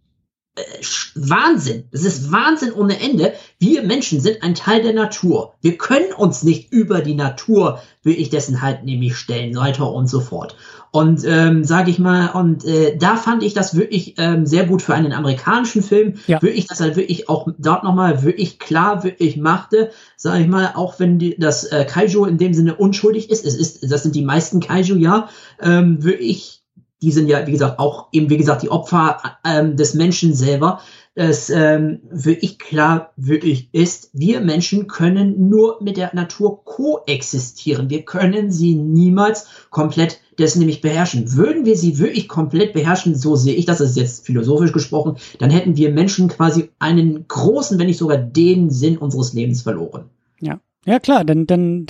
Wahnsinn. Es ist Wahnsinn ohne Ende. Wir Menschen sind ein Teil der Natur. Wir können uns nicht über die Natur wirklich dessen halt nämlich stellen, weiter und so fort. Und sage ich mal, und da fand ich das wirklich sehr gut für einen amerikanischen Film, wirklich, dass er wirklich auch dort nochmal wirklich klar wirklich machte, sage ich mal, auch wenn das Kaiju in dem Sinne unschuldig ist, das sind die meisten Kaiju, wirklich. Die sind ja, wie gesagt, auch eben, wie gesagt, die Opfer des Menschen selber. Das wirklich klar wirklich ist, wir Menschen können nur mit der Natur koexistieren. Wir können sie niemals komplett dessen nämlich beherrschen. Würden wir sie wirklich komplett beherrschen, so sehe ich das, ist jetzt philosophisch gesprochen, dann hätten wir Menschen quasi einen großen, wenn nicht sogar den Sinn unseres Lebens verloren. Ja klar, dann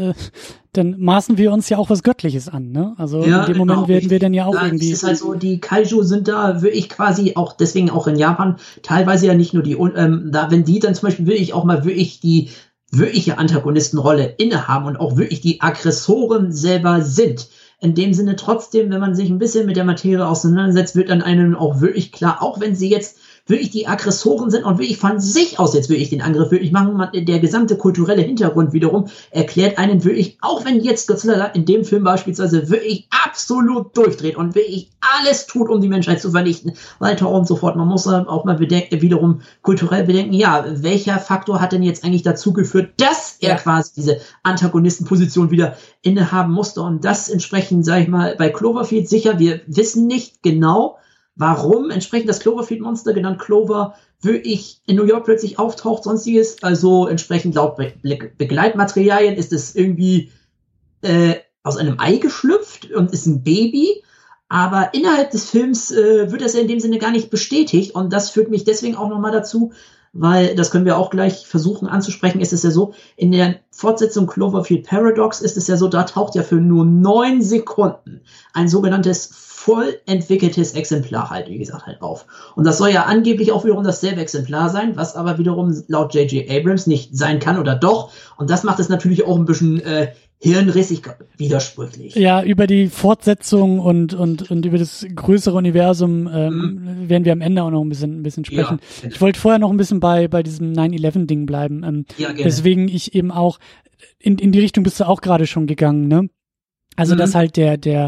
maßen wir uns ja auch was Göttliches an, ne? Also in dem Moment werden wir dann ja auch irgendwie. Es ist halt so, die Kaiju sind da wirklich quasi auch, deswegen auch in Japan, teilweise ja nicht nur wenn die dann zum Beispiel wirklich auch mal wirklich die wirkliche Antagonistenrolle innehaben und auch wirklich die Aggressoren selber sind. In dem Sinne trotzdem, wenn man sich ein bisschen mit der Materie auseinandersetzt, wird dann einem auch wirklich klar, auch wenn sie jetzt wirklich die Aggressoren sind und wirklich von sich aus jetzt wirklich den Angriff wirklich machen, der gesamte kulturelle Hintergrund wiederum erklärt einen wirklich, auch wenn jetzt Godzilla in dem Film beispielsweise wirklich absolut durchdreht und wirklich alles tut, um die Menschheit zu vernichten, weiter und so fort. Man muss auch mal wiederum kulturell bedenken, welcher Faktor hat denn jetzt eigentlich dazu geführt, dass er quasi diese Antagonistenposition wieder innehaben musste, und das entsprechend, sage ich mal, bei Cloverfield sicher, wir wissen nicht genau, warum entsprechend das Cloverfield-Monster, genannt Clover, wirklich in New York plötzlich auftaucht, sonstiges. Also entsprechend laut Begleitmaterialien ist es irgendwie aus einem Ei geschlüpft und ist ein Baby. Aber innerhalb des Films wird das ja in dem Sinne gar nicht bestätigt. Und das führt mich deswegen auch nochmal dazu, weil, das können wir auch gleich versuchen anzusprechen, ist es ja so, in der Fortsetzung Cloverfield Paradox ist es ja so, da taucht ja für nur 9 Sekunden ein sogenanntes voll entwickeltes Exemplar halt, wie gesagt, halt auf. Und das soll ja angeblich auch wiederum dasselbe Exemplar sein, was aber wiederum laut J.J. Abrams nicht sein kann oder doch. Und das macht es natürlich auch ein bisschen hirnrissig widersprüchlich. Ja, über die Fortsetzung und über das größere Universum werden wir am Ende auch noch ein bisschen sprechen. Ja. Ich wollte vorher noch ein bisschen bei diesem 9/11-Ding bleiben. Deswegen ich eben auch, in die Richtung bist du auch gerade schon gegangen, ne? Also, dass halt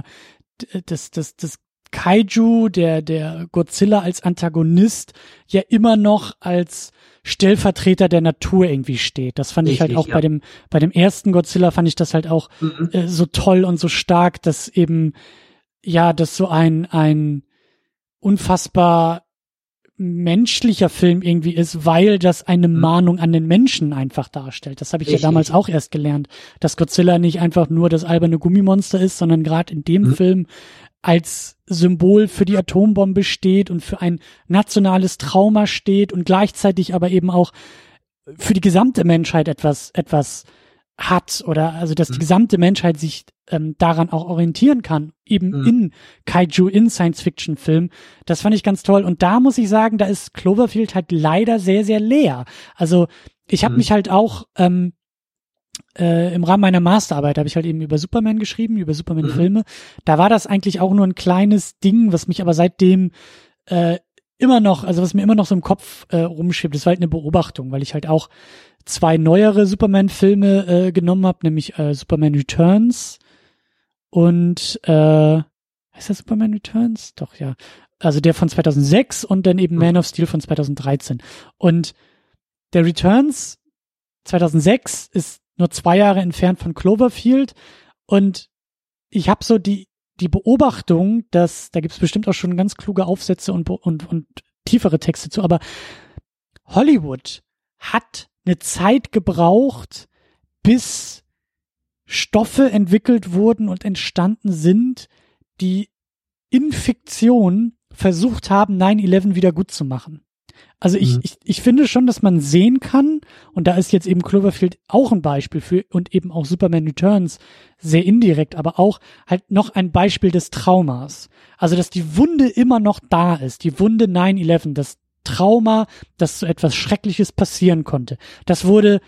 das Kaiju, der Godzilla als Antagonist ja immer noch als Stellvertreter der Natur irgendwie steht. Das fand ich halt auch bei dem ersten Godzilla fand ich das halt auch so toll und so stark, dass eben, das so ein unfassbar menschlicher Film irgendwie ist, weil das eine Mahnung an den Menschen einfach darstellt. Das habe ich ja damals auch erst gelernt, dass Godzilla nicht einfach nur das alberne Gummimonster ist, sondern gerade in dem Film als Symbol für die Atombombe steht und für ein nationales Trauma steht und gleichzeitig aber eben auch für die gesamte Menschheit etwas hat, oder also dass die gesamte Menschheit sich daran auch orientieren kann, eben in Kaiju, in Science-Fiction-Filmen. Das fand ich ganz toll. Und da muss ich sagen, da ist Cloverfield halt leider sehr, sehr leer. Also ich habe mich halt auch im Rahmen meiner Masterarbeit habe ich halt eben über Superman geschrieben, über Superman-Filme. Da war das eigentlich auch nur ein kleines Ding, was mich aber seitdem was mir immer noch so im Kopf rumschiebt. Das war halt eine Beobachtung, weil ich halt auch 2 neuere Superman-Filme genommen habe, nämlich Superman Returns und heißt das Superman Returns? Doch, ja. Also der von 2006 und dann eben Man of Steel von 2013. Und der Returns 2006 ist nur 2 Jahre entfernt von Cloverfield, und ich habe so die Beobachtung, dass, da gibt's bestimmt auch schon ganz kluge Aufsätze und tiefere Texte zu, aber Hollywood hat eine Zeit gebraucht, bis Stoffe entwickelt wurden und entstanden sind, die in Fiktion versucht haben, 9/11 wieder gut zu machen. Also ich finde schon, dass man sehen kann, und da ist jetzt eben Cloverfield auch ein Beispiel für, und eben auch Superman Returns sehr indirekt, aber auch halt noch ein Beispiel des Traumas. Also, dass die Wunde immer noch da ist, die Wunde 9/11, das Trauma, dass so etwas Schreckliches passieren konnte. Das wurde,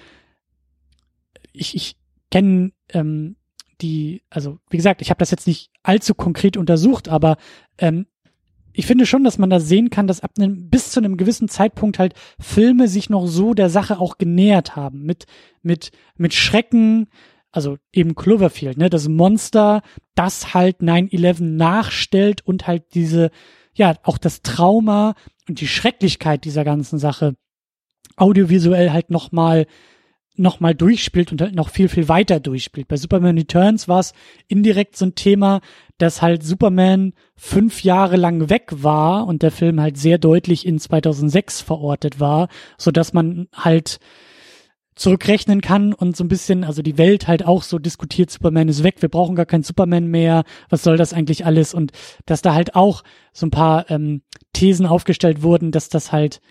ich kenne also wie gesagt, ich habe das jetzt nicht allzu konkret untersucht, aber ich finde schon, dass man da sehen kann, dass bis zu einem gewissen Zeitpunkt halt Filme sich noch so der Sache auch genähert haben. Mit Schrecken, also eben Cloverfield, ne, das Monster, das halt 9/11 nachstellt und halt auch das Trauma und die Schrecklichkeit dieser ganzen Sache audiovisuell halt noch mal durchspielt und halt noch viel, viel weiter durchspielt. Bei Superman Returns war es indirekt so ein Thema, dass halt Superman 5 Jahre lang weg war und der Film halt sehr deutlich in 2006 verortet war, so dass man halt zurückrechnen kann und so ein bisschen, also die Welt halt auch so diskutiert, Superman ist weg, wir brauchen gar keinen Superman mehr, was soll das eigentlich alles? Und dass da halt auch so ein paar Thesen aufgestellt wurden, dass das halt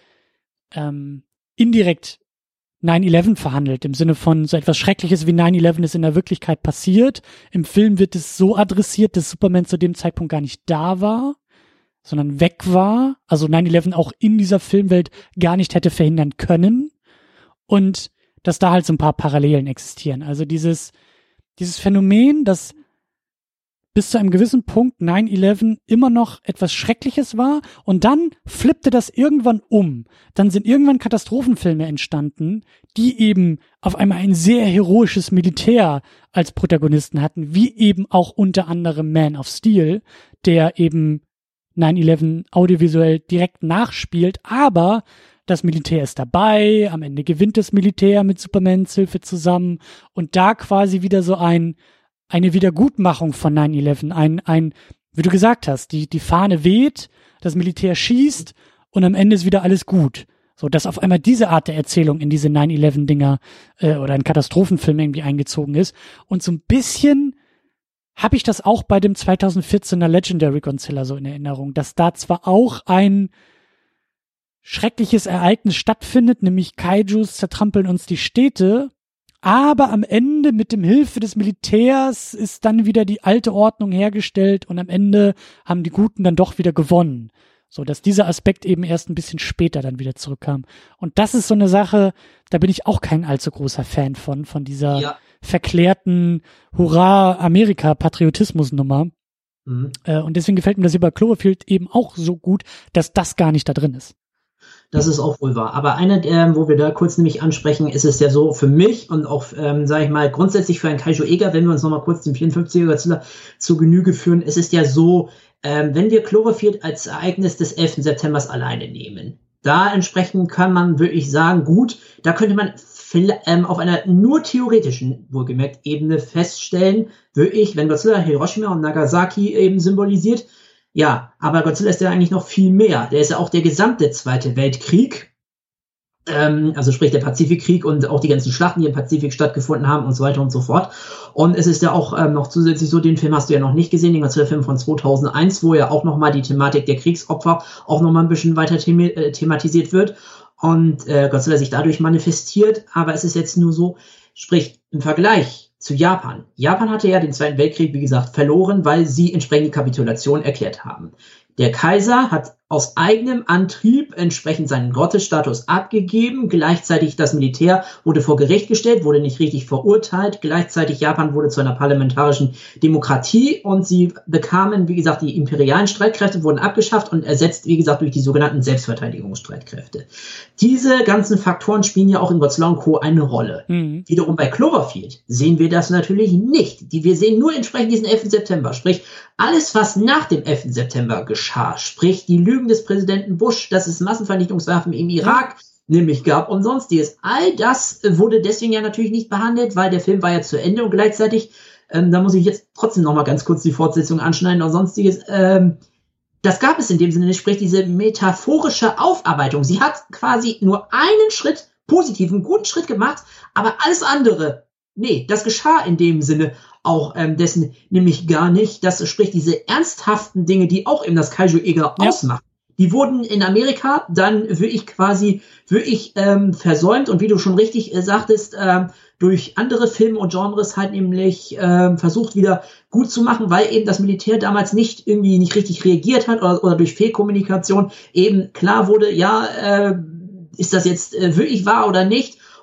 indirekt 9/11 verhandelt, im Sinne von so etwas Schreckliches wie 9/11 ist in der Wirklichkeit passiert. Im Film wird es so adressiert, dass Superman zu dem Zeitpunkt gar nicht da war, sondern weg war. Also 9/11 auch in dieser Filmwelt gar nicht hätte verhindern können. Und dass da halt so ein paar Parallelen existieren. Also dieses Phänomen, dass bis zu einem gewissen Punkt 9/11 immer noch etwas Schreckliches war und dann flippte das irgendwann um. Dann sind irgendwann Katastrophenfilme entstanden, die eben auf einmal ein sehr heroisches Militär als Protagonisten hatten, wie eben auch unter anderem Man of Steel, der eben 9/11 audiovisuell direkt nachspielt, aber das Militär ist dabei, am Ende gewinnt das Militär mit Supermans Hilfe zusammen und da quasi wieder so eine Wiedergutmachung von 9/11, ein, wie du gesagt hast, die Fahne weht, das Militär schießt und am Ende ist wieder alles gut. So, dass auf einmal diese Art der Erzählung in diese 9/11-Dinger oder in Katastrophenfilm irgendwie eingezogen ist. Und so ein bisschen habe ich das auch bei dem 2014er Legendary Godzilla so in Erinnerung, dass da zwar auch ein schreckliches Ereignis stattfindet, nämlich Kaijus zertrampeln uns die Städte, aber am Ende mit dem Hilfe des Militärs ist dann wieder die alte Ordnung hergestellt und am Ende haben die Guten dann doch wieder gewonnen. So, dass dieser Aspekt eben erst ein bisschen später dann wieder zurückkam. Und das ist so eine Sache, da bin ich auch kein allzu großer Fan von dieser verklärten Hurra-Amerika-Patriotismus-Nummer. Mhm. Und deswegen gefällt mir das hier bei Cloverfield eben auch so gut, dass das gar nicht da drin ist. Das ist auch wohl wahr. Aber wo wir da kurz nämlich ansprechen, ist es ja so für mich und auch, sage ich mal, grundsätzlich für einen Kaiju-Eger, wenn wir uns nochmal kurz den 54er Godzilla zu Genüge führen, es ist ja so, wenn wir Cloverfield als Ereignis des 11. September alleine nehmen, da entsprechend kann man wirklich sagen, gut, da könnte man auf einer nur theoretischen, wohlgemerkt, Ebene feststellen, wirklich, wenn Godzilla Hiroshima und Nagasaki eben symbolisiert, ja, aber Godzilla ist ja eigentlich noch viel mehr. Der ist ja auch der gesamte Zweite Weltkrieg. Also sprich der Pazifikkrieg und auch die ganzen Schlachten, die im Pazifik stattgefunden haben und so weiter und so fort. Und es ist ja auch noch zusätzlich so, den Film hast du ja noch nicht gesehen, den Godzilla-Film von 2001, wo ja auch nochmal die Thematik der Kriegsopfer auch nochmal ein bisschen weiter thematisiert wird und Godzilla sich dadurch manifestiert. Aber es ist jetzt nur so, sprich im Vergleich zu Japan. Japan hatte ja den Zweiten Weltkrieg, wie gesagt, verloren, weil sie entsprechend die Kapitulation erklärt haben. Der Kaiser hat aus eigenem Antrieb entsprechend seinen Gottesstatus abgegeben. Gleichzeitig das Militär wurde vor Gericht gestellt, wurde nicht richtig verurteilt. Gleichzeitig Japan wurde zu einer parlamentarischen Demokratie und sie bekamen, wie gesagt, die imperialen Streitkräfte wurden abgeschafft und ersetzt, wie gesagt, durch die sogenannten Selbstverteidigungsstreitkräfte. Diese ganzen Faktoren spielen ja auch in Godzilla & Co. eine Rolle. Mhm. Wiederum bei Cloverfield sehen wir das natürlich nicht. Wir sehen nur entsprechend diesen 11. September, sprich alles, was nach dem 11. September geschah, sprich die Lügen des Präsidenten Bush, dass es Massenvernichtungswaffen im Irak nämlich gab und sonstiges. All das wurde deswegen ja natürlich nicht behandelt, weil der Film war ja zu Ende und gleichzeitig, da muss ich jetzt trotzdem noch mal ganz kurz die Fortsetzung anschneiden und sonstiges, das gab es in dem Sinne nicht, sprich diese metaphorische Aufarbeitung. Sie hat quasi nur einen Schritt, positiven, guten Schritt gemacht, aber alles andere, nee, das geschah in dem Sinne auch dessen nämlich gar nicht. Das spricht diese ernsthaften Dinge, die auch eben das Kaiju-Eger ausmachen. Die wurden in Amerika dann wirklich versäumt und wie du schon richtig sagtest, durch andere Filme und Genres halt nämlich versucht wieder gut zu machen, weil eben das Militär damals nicht richtig reagiert hat oder durch Fehlkommunikation eben klar wurde, ist das jetzt wirklich wahr oder nicht?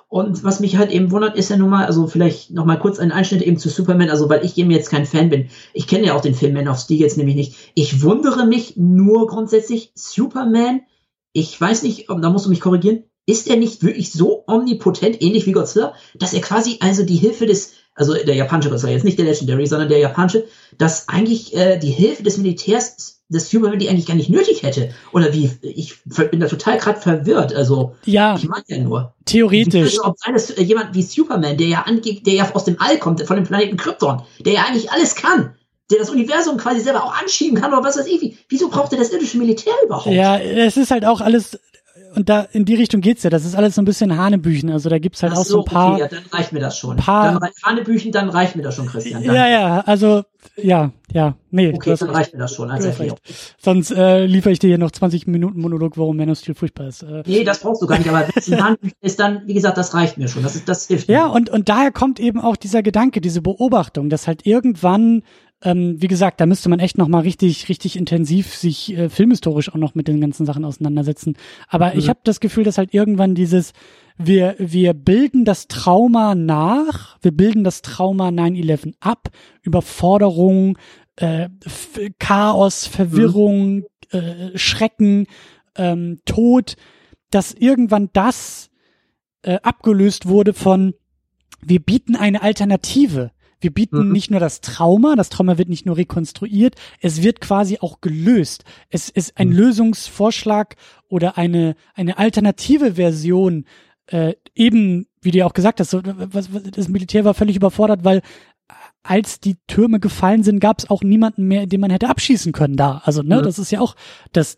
Und was mich halt eben wundert, ist ja nun mal, also vielleicht noch mal kurz ein Einschnitt eben zu Superman, also weil ich eben jetzt kein Fan bin. Ich kenne ja auch den Film Man of Steel jetzt nämlich nicht. Ich wundere mich nur grundsätzlich, Superman, ich weiß nicht, da musst du mich korrigieren, ist er nicht wirklich so omnipotent, ähnlich wie Godzilla, dass er quasi also die Hilfe also der japanische Godzilla, jetzt nicht der Legendary, sondern der japanische, dass eigentlich die Hilfe des Militärs des Superman die eigentlich gar nicht nötig hätte. Oder wie? Ich bin da total gerade verwirrt. Also, ja, ich meine ja nur. Theoretisch. Ob sein, dass jemand wie Superman, der ja aus dem All kommt, von dem Planeten Krypton, der ja eigentlich alles kann, der das Universum quasi selber auch anschieben kann oder was weiß ich, wieso braucht er das irdische Militär überhaupt? Ja, es ist halt auch alles, und da in die Richtung geht's ja, das ist alles so ein bisschen Hanebüchen, also da gibt's halt auch so ein paar. Okay, ja, dann reicht mir das schon. Hanebüchen, dann reicht mir das schon, Christian. Danke. Ja, also, nee. Okay, dann reicht mir das schon als Erklärung. Sonst liefere ich dir hier noch 20 Minuten Monolog, warum Man of Steel furchtbar ist. Nee, das brauchst du gar nicht, aber wenn es ein Hanebüchen ist, dann, wie gesagt, das reicht mir schon, das hilft mir. Ja, und daher kommt eben auch dieser Gedanke, diese Beobachtung, dass halt irgendwann wie gesagt, da müsste man echt noch mal richtig intensiv sich filmhistorisch auch noch mit den ganzen Sachen auseinandersetzen. Aber ich habe das Gefühl, dass halt irgendwann dieses wir bilden das Trauma nach, wir bilden das Trauma 9/11 ab, Überforderung, Chaos, Verwirrung, Schrecken, Tod, dass irgendwann das abgelöst wurde von wir bieten eine Alternative. Wir bieten nicht nur das Trauma wird nicht nur rekonstruiert, es wird quasi auch gelöst. Es ist ein Lösungsvorschlag oder eine alternative Version, eben, wie du ja auch gesagt hast, das Militär war völlig überfordert, weil als die Türme gefallen sind, gab es auch niemanden mehr, den man hätte abschießen können da. Also, das ist ja auch das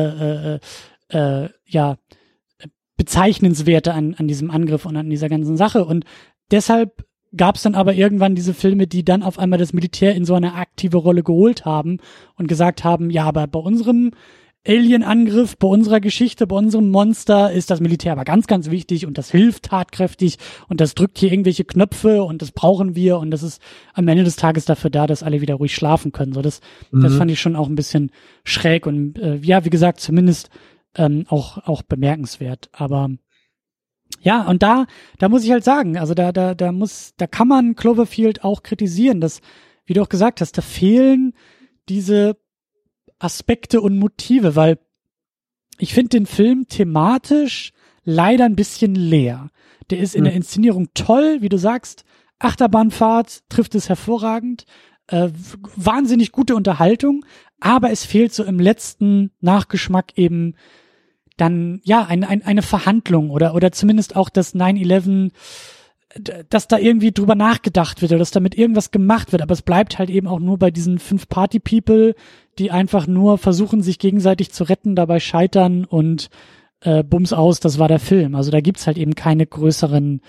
Bezeichnenswerte an diesem Angriff und an dieser ganzen Sache. Und deshalb gab es dann aber irgendwann diese Filme, die dann auf einmal das Militär in so eine aktive Rolle geholt haben und gesagt haben, ja, aber bei unserem Alien-Angriff, bei unserer Geschichte, bei unserem Monster ist das Militär aber ganz, ganz wichtig und das hilft tatkräftig und das drückt hier irgendwelche Knöpfe und das brauchen wir und das ist am Ende des Tages dafür da, dass alle wieder ruhig schlafen können. So, das fand ich schon auch ein bisschen schräg und wie gesagt, zumindest auch bemerkenswert. Aber ja, und da muss ich halt sagen, also da kann man Cloverfield auch kritisieren, dass, wie du auch gesagt hast, da fehlen diese Aspekte und Motive, weil ich finde den Film thematisch leider ein bisschen leer. Der ist in der Inszenierung toll, wie du sagst, Achterbahnfahrt trifft es hervorragend, wahnsinnig gute Unterhaltung, aber es fehlt so im letzten Nachgeschmack eben dann, ja, eine Verhandlung oder zumindest auch das 9/11, dass da irgendwie drüber nachgedacht wird oder dass damit irgendwas gemacht wird, aber es bleibt halt eben auch nur bei diesen 5 Party-People, die einfach nur versuchen, sich gegenseitig zu retten, dabei scheitern und bums aus, das war der Film. Also da gibt's halt eben keine größeren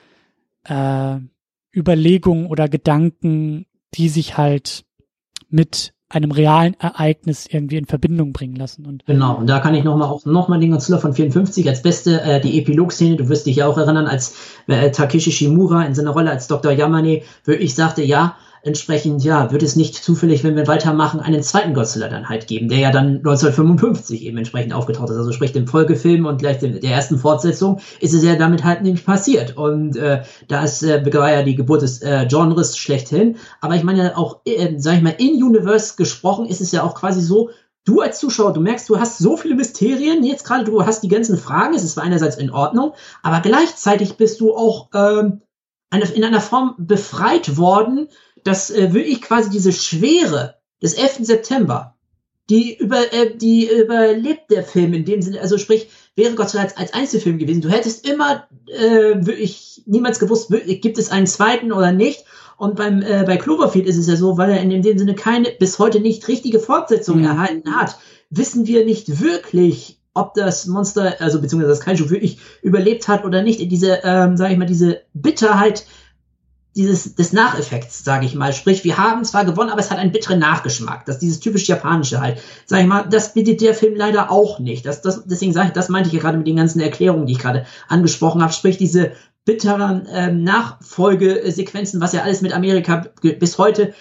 Überlegungen oder Gedanken, die sich halt mit einem realen Ereignis irgendwie in Verbindung bringen lassen. Und genau, und da kann ich noch mal den Godzilla von 54 als beste, die Epilog-Szene, du wirst dich ja auch erinnern, als Takeshi Shimura in seiner Rolle als Dr. Yamane wirklich sagte, ja, entsprechend, ja, wird es nicht zufällig, wenn wir weitermachen, einen zweiten Godzilla dann halt geben, der ja dann 1955 eben entsprechend aufgetaucht ist. Also sprich dem Folgefilm und gleich der ersten Fortsetzung ist es ja damit halt nämlich passiert. Und da ist war ja die Geburt des Genres schlechthin. Aber ich meine auch, sag ich mal, in Universe gesprochen ist es ja auch quasi so, du als Zuschauer, du merkst, du hast so viele Mysterien, jetzt gerade du hast die ganzen Fragen, es ist zwar einerseits in Ordnung, aber gleichzeitig bist du auch in einer Form befreit worden, dass wirklich quasi diese Schwere des 11. September, die überlebt der Film in dem Sinne, also sprich, wäre Godzilla als Einzelfilm gewesen, du hättest immer wirklich niemals gewusst, wirklich, gibt es einen zweiten oder nicht. Und bei Cloverfield ist es ja so, weil er in dem Sinne keine, bis heute nicht richtige Fortsetzung erhalten hat, wissen wir nicht wirklich, ob das Monster, also beziehungsweise das Kaiju wirklich überlebt hat oder nicht. Diese, sage ich mal, diese Bitterheit des Nacheffekts, sage ich mal. Sprich, wir haben zwar gewonnen, aber es hat einen bitteren Nachgeschmack. Das ist dieses typisch Japanische halt. Sag ich mal, das bietet der Film leider auch nicht. Deswegen sage ich, das meinte ich ja gerade mit den ganzen Erklärungen, die ich gerade angesprochen habe. Sprich, diese bitteren Nachfolgesequenzen, was ja alles mit Amerika bis heute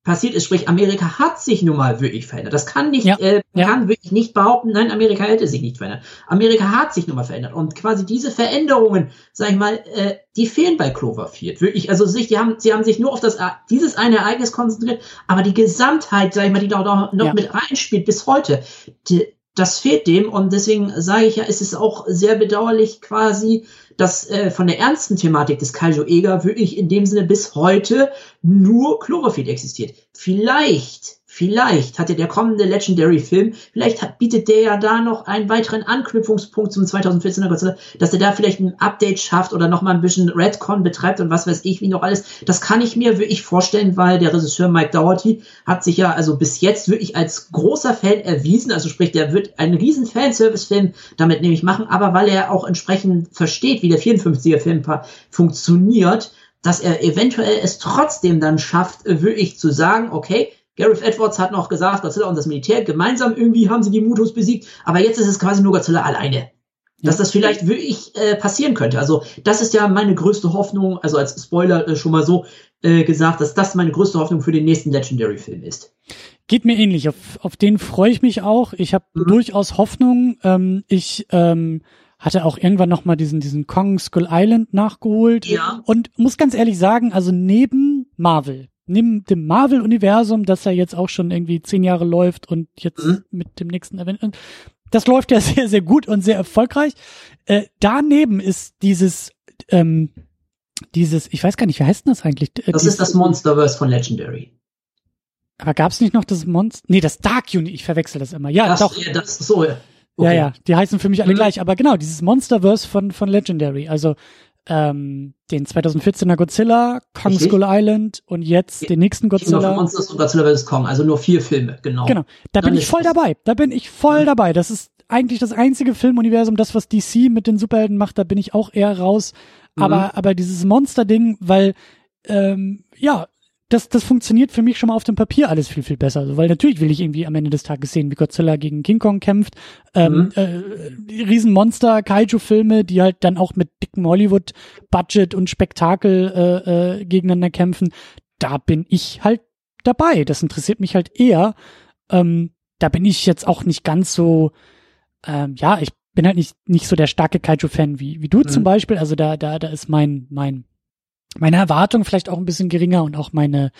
passiert ist, sprich Amerika hat sich nun mal wirklich verändert. Das kann nicht, kann wirklich nicht behaupten, nein, Amerika hätte sich nicht verändert. Amerika hat sich nun mal verändert und quasi diese Veränderungen, sag ich mal, die fehlen bei Cloverfield. Wirklich, also sie haben sich nur auf dieses eine Ereignis konzentriert, aber die Gesamtheit, sag ich mal, die da noch mit reinspielt bis heute, das fehlt dem und deswegen sage ich ja, es ist auch sehr bedauerlich quasi, dass von der ernsten Thematik des Kaiju-Eger wirklich in dem Sinne bis heute nur Cloverfield existiert. Vielleicht hat ja der kommende Legendary-Film, bietet der ja da noch einen weiteren Anknüpfungspunkt zum 2014er Godzilla, dass er da vielleicht ein Update schafft oder noch mal ein bisschen Redcon betreibt und was weiß ich, wie noch alles. Das kann ich mir wirklich vorstellen, weil der Regisseur Mike Dougherty hat sich ja also bis jetzt wirklich als großer Fan erwiesen, also sprich, der wird einen riesen Fanservice-Film damit nämlich machen, aber weil er auch entsprechend versteht, wie der 54er-Film funktioniert, dass er eventuell es trotzdem dann schafft, wirklich zu sagen, okay, Gareth Edwards hat noch gesagt, Godzilla und das Militär gemeinsam irgendwie haben sie die Mutos besiegt, aber jetzt ist es quasi nur Godzilla alleine. Dass das vielleicht wirklich passieren könnte. Also das ist ja meine größte Hoffnung, also als Spoiler schon mal so gesagt, dass das meine größte Hoffnung für den nächsten Legendary-Film ist. Geht mir ähnlich, auf den freue ich mich auch. Ich habe durchaus Hoffnung. Ich hatte auch irgendwann noch mal diesen Kong Skull Island nachgeholt. Ja. Und muss ganz ehrlich sagen, also neben dem Marvel-Universum, das ja jetzt auch schon irgendwie 10 Jahre läuft und jetzt mit dem nächsten Event, das läuft ja sehr, sehr gut und sehr erfolgreich. Daneben ist dieses, ich weiß gar nicht, wie heißt denn das eigentlich? Das ist das Monsterverse von Legendary. Aber gab's nicht noch das Monster? Nee, das Dark Unit, ich verwechsel das immer. Ja, doch. Ja, so, ja. Okay. Ja, die heißen für mich alle gleich. Aber genau, dieses Monsterverse von Legendary. Also den 2014er Godzilla, Kong Skull Island und jetzt den nächsten Godzilla. Monsters und Godzilla vs. Kong, also nur 4 Filme, genau. Da bin ich voll dabei. Das ist eigentlich das einzige Filmuniversum, das, was DC mit den Superhelden macht, da bin ich auch eher raus. Aber dieses Monster-Ding, weil, das funktioniert für mich schon mal auf dem Papier alles viel, viel besser. Also, weil natürlich will ich irgendwie am Ende des Tages sehen, wie Godzilla gegen King Kong kämpft. Die Riesenmonster, Kaiju-Filme, die halt dann auch mit dicken Hollywood-Budget und Spektakel gegeneinander kämpfen. Da bin ich halt dabei. Das interessiert mich halt eher. Da bin ich jetzt auch nicht ganz so, ich bin halt nicht so der starke Kaiju-Fan wie du zum Beispiel. Also da ist meine Erwartung vielleicht auch ein bisschen geringer und auch meine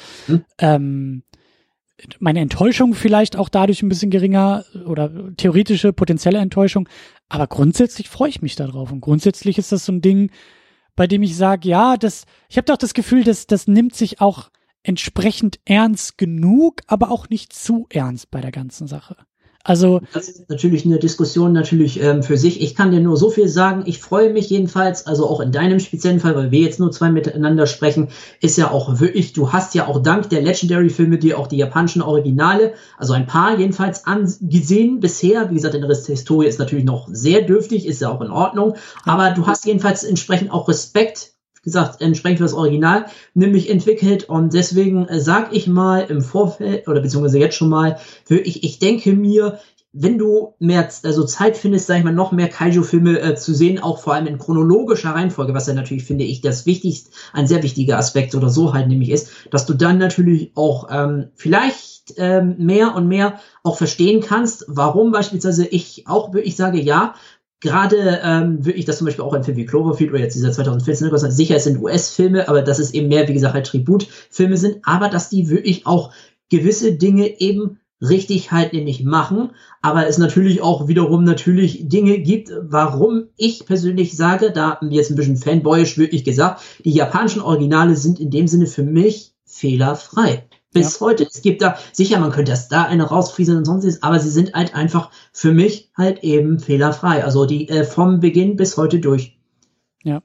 Enttäuschung vielleicht auch dadurch ein bisschen geringer oder theoretische, potenzielle Enttäuschung. Aber grundsätzlich freue ich mich da drauf. Und grundsätzlich ist das so ein Ding, bei dem ich sage, ich habe doch das Gefühl, das nimmt sich auch entsprechend ernst genug, aber auch nicht zu ernst bei der ganzen Sache. Also das ist natürlich eine Diskussion für sich. Ich kann dir nur so viel sagen. Ich freue mich jedenfalls, also auch in deinem speziellen Fall, weil wir jetzt nur 2 miteinander sprechen, ist ja auch wirklich, du hast ja auch dank der Legendary-Filme dir auch die japanischen Originale, also ein paar jedenfalls angesehen bisher. Wie gesagt, in der Historie ist natürlich noch sehr dürftig, ist ja auch in Ordnung. Aber du hast jedenfalls entsprechend auch Respekt, wie gesagt, entsprechend für das Original, nämlich entwickelt und deswegen sag ich mal im Vorfeld oder beziehungsweise jetzt schon mal, ich denke mir, wenn du mehr Zeit findest, sag ich mal, noch mehr Kaiju-Filme zu sehen, auch vor allem in chronologischer Reihenfolge, was ja natürlich, finde ich, ein sehr wichtiger Aspekt oder so halt nämlich ist, dass du dann natürlich auch vielleicht mehr und mehr auch verstehen kannst, warum beispielsweise ich auch wirklich sage, ja, gerade wirklich, dass zum Beispiel auch ein Film wie Cloverfield oder jetzt dieser 2014, sicher, es sind US-Filme, aber dass es eben mehr, wie gesagt, halt Tributfilme sind, aber dass die wirklich auch gewisse Dinge eben richtig halt nämlich machen, aber es natürlich auch wiederum natürlich Dinge gibt, warum ich persönlich sage, da jetzt ein bisschen fanboyisch wirklich gesagt, die japanischen Originale sind in dem Sinne für mich fehlerfrei. Bis heute. Es gibt da, sicher, man könnte das da eine rausfrieseln und sonstiges, aber sie sind halt einfach für mich halt eben fehlerfrei. Also die vom Beginn bis heute durch. Ja.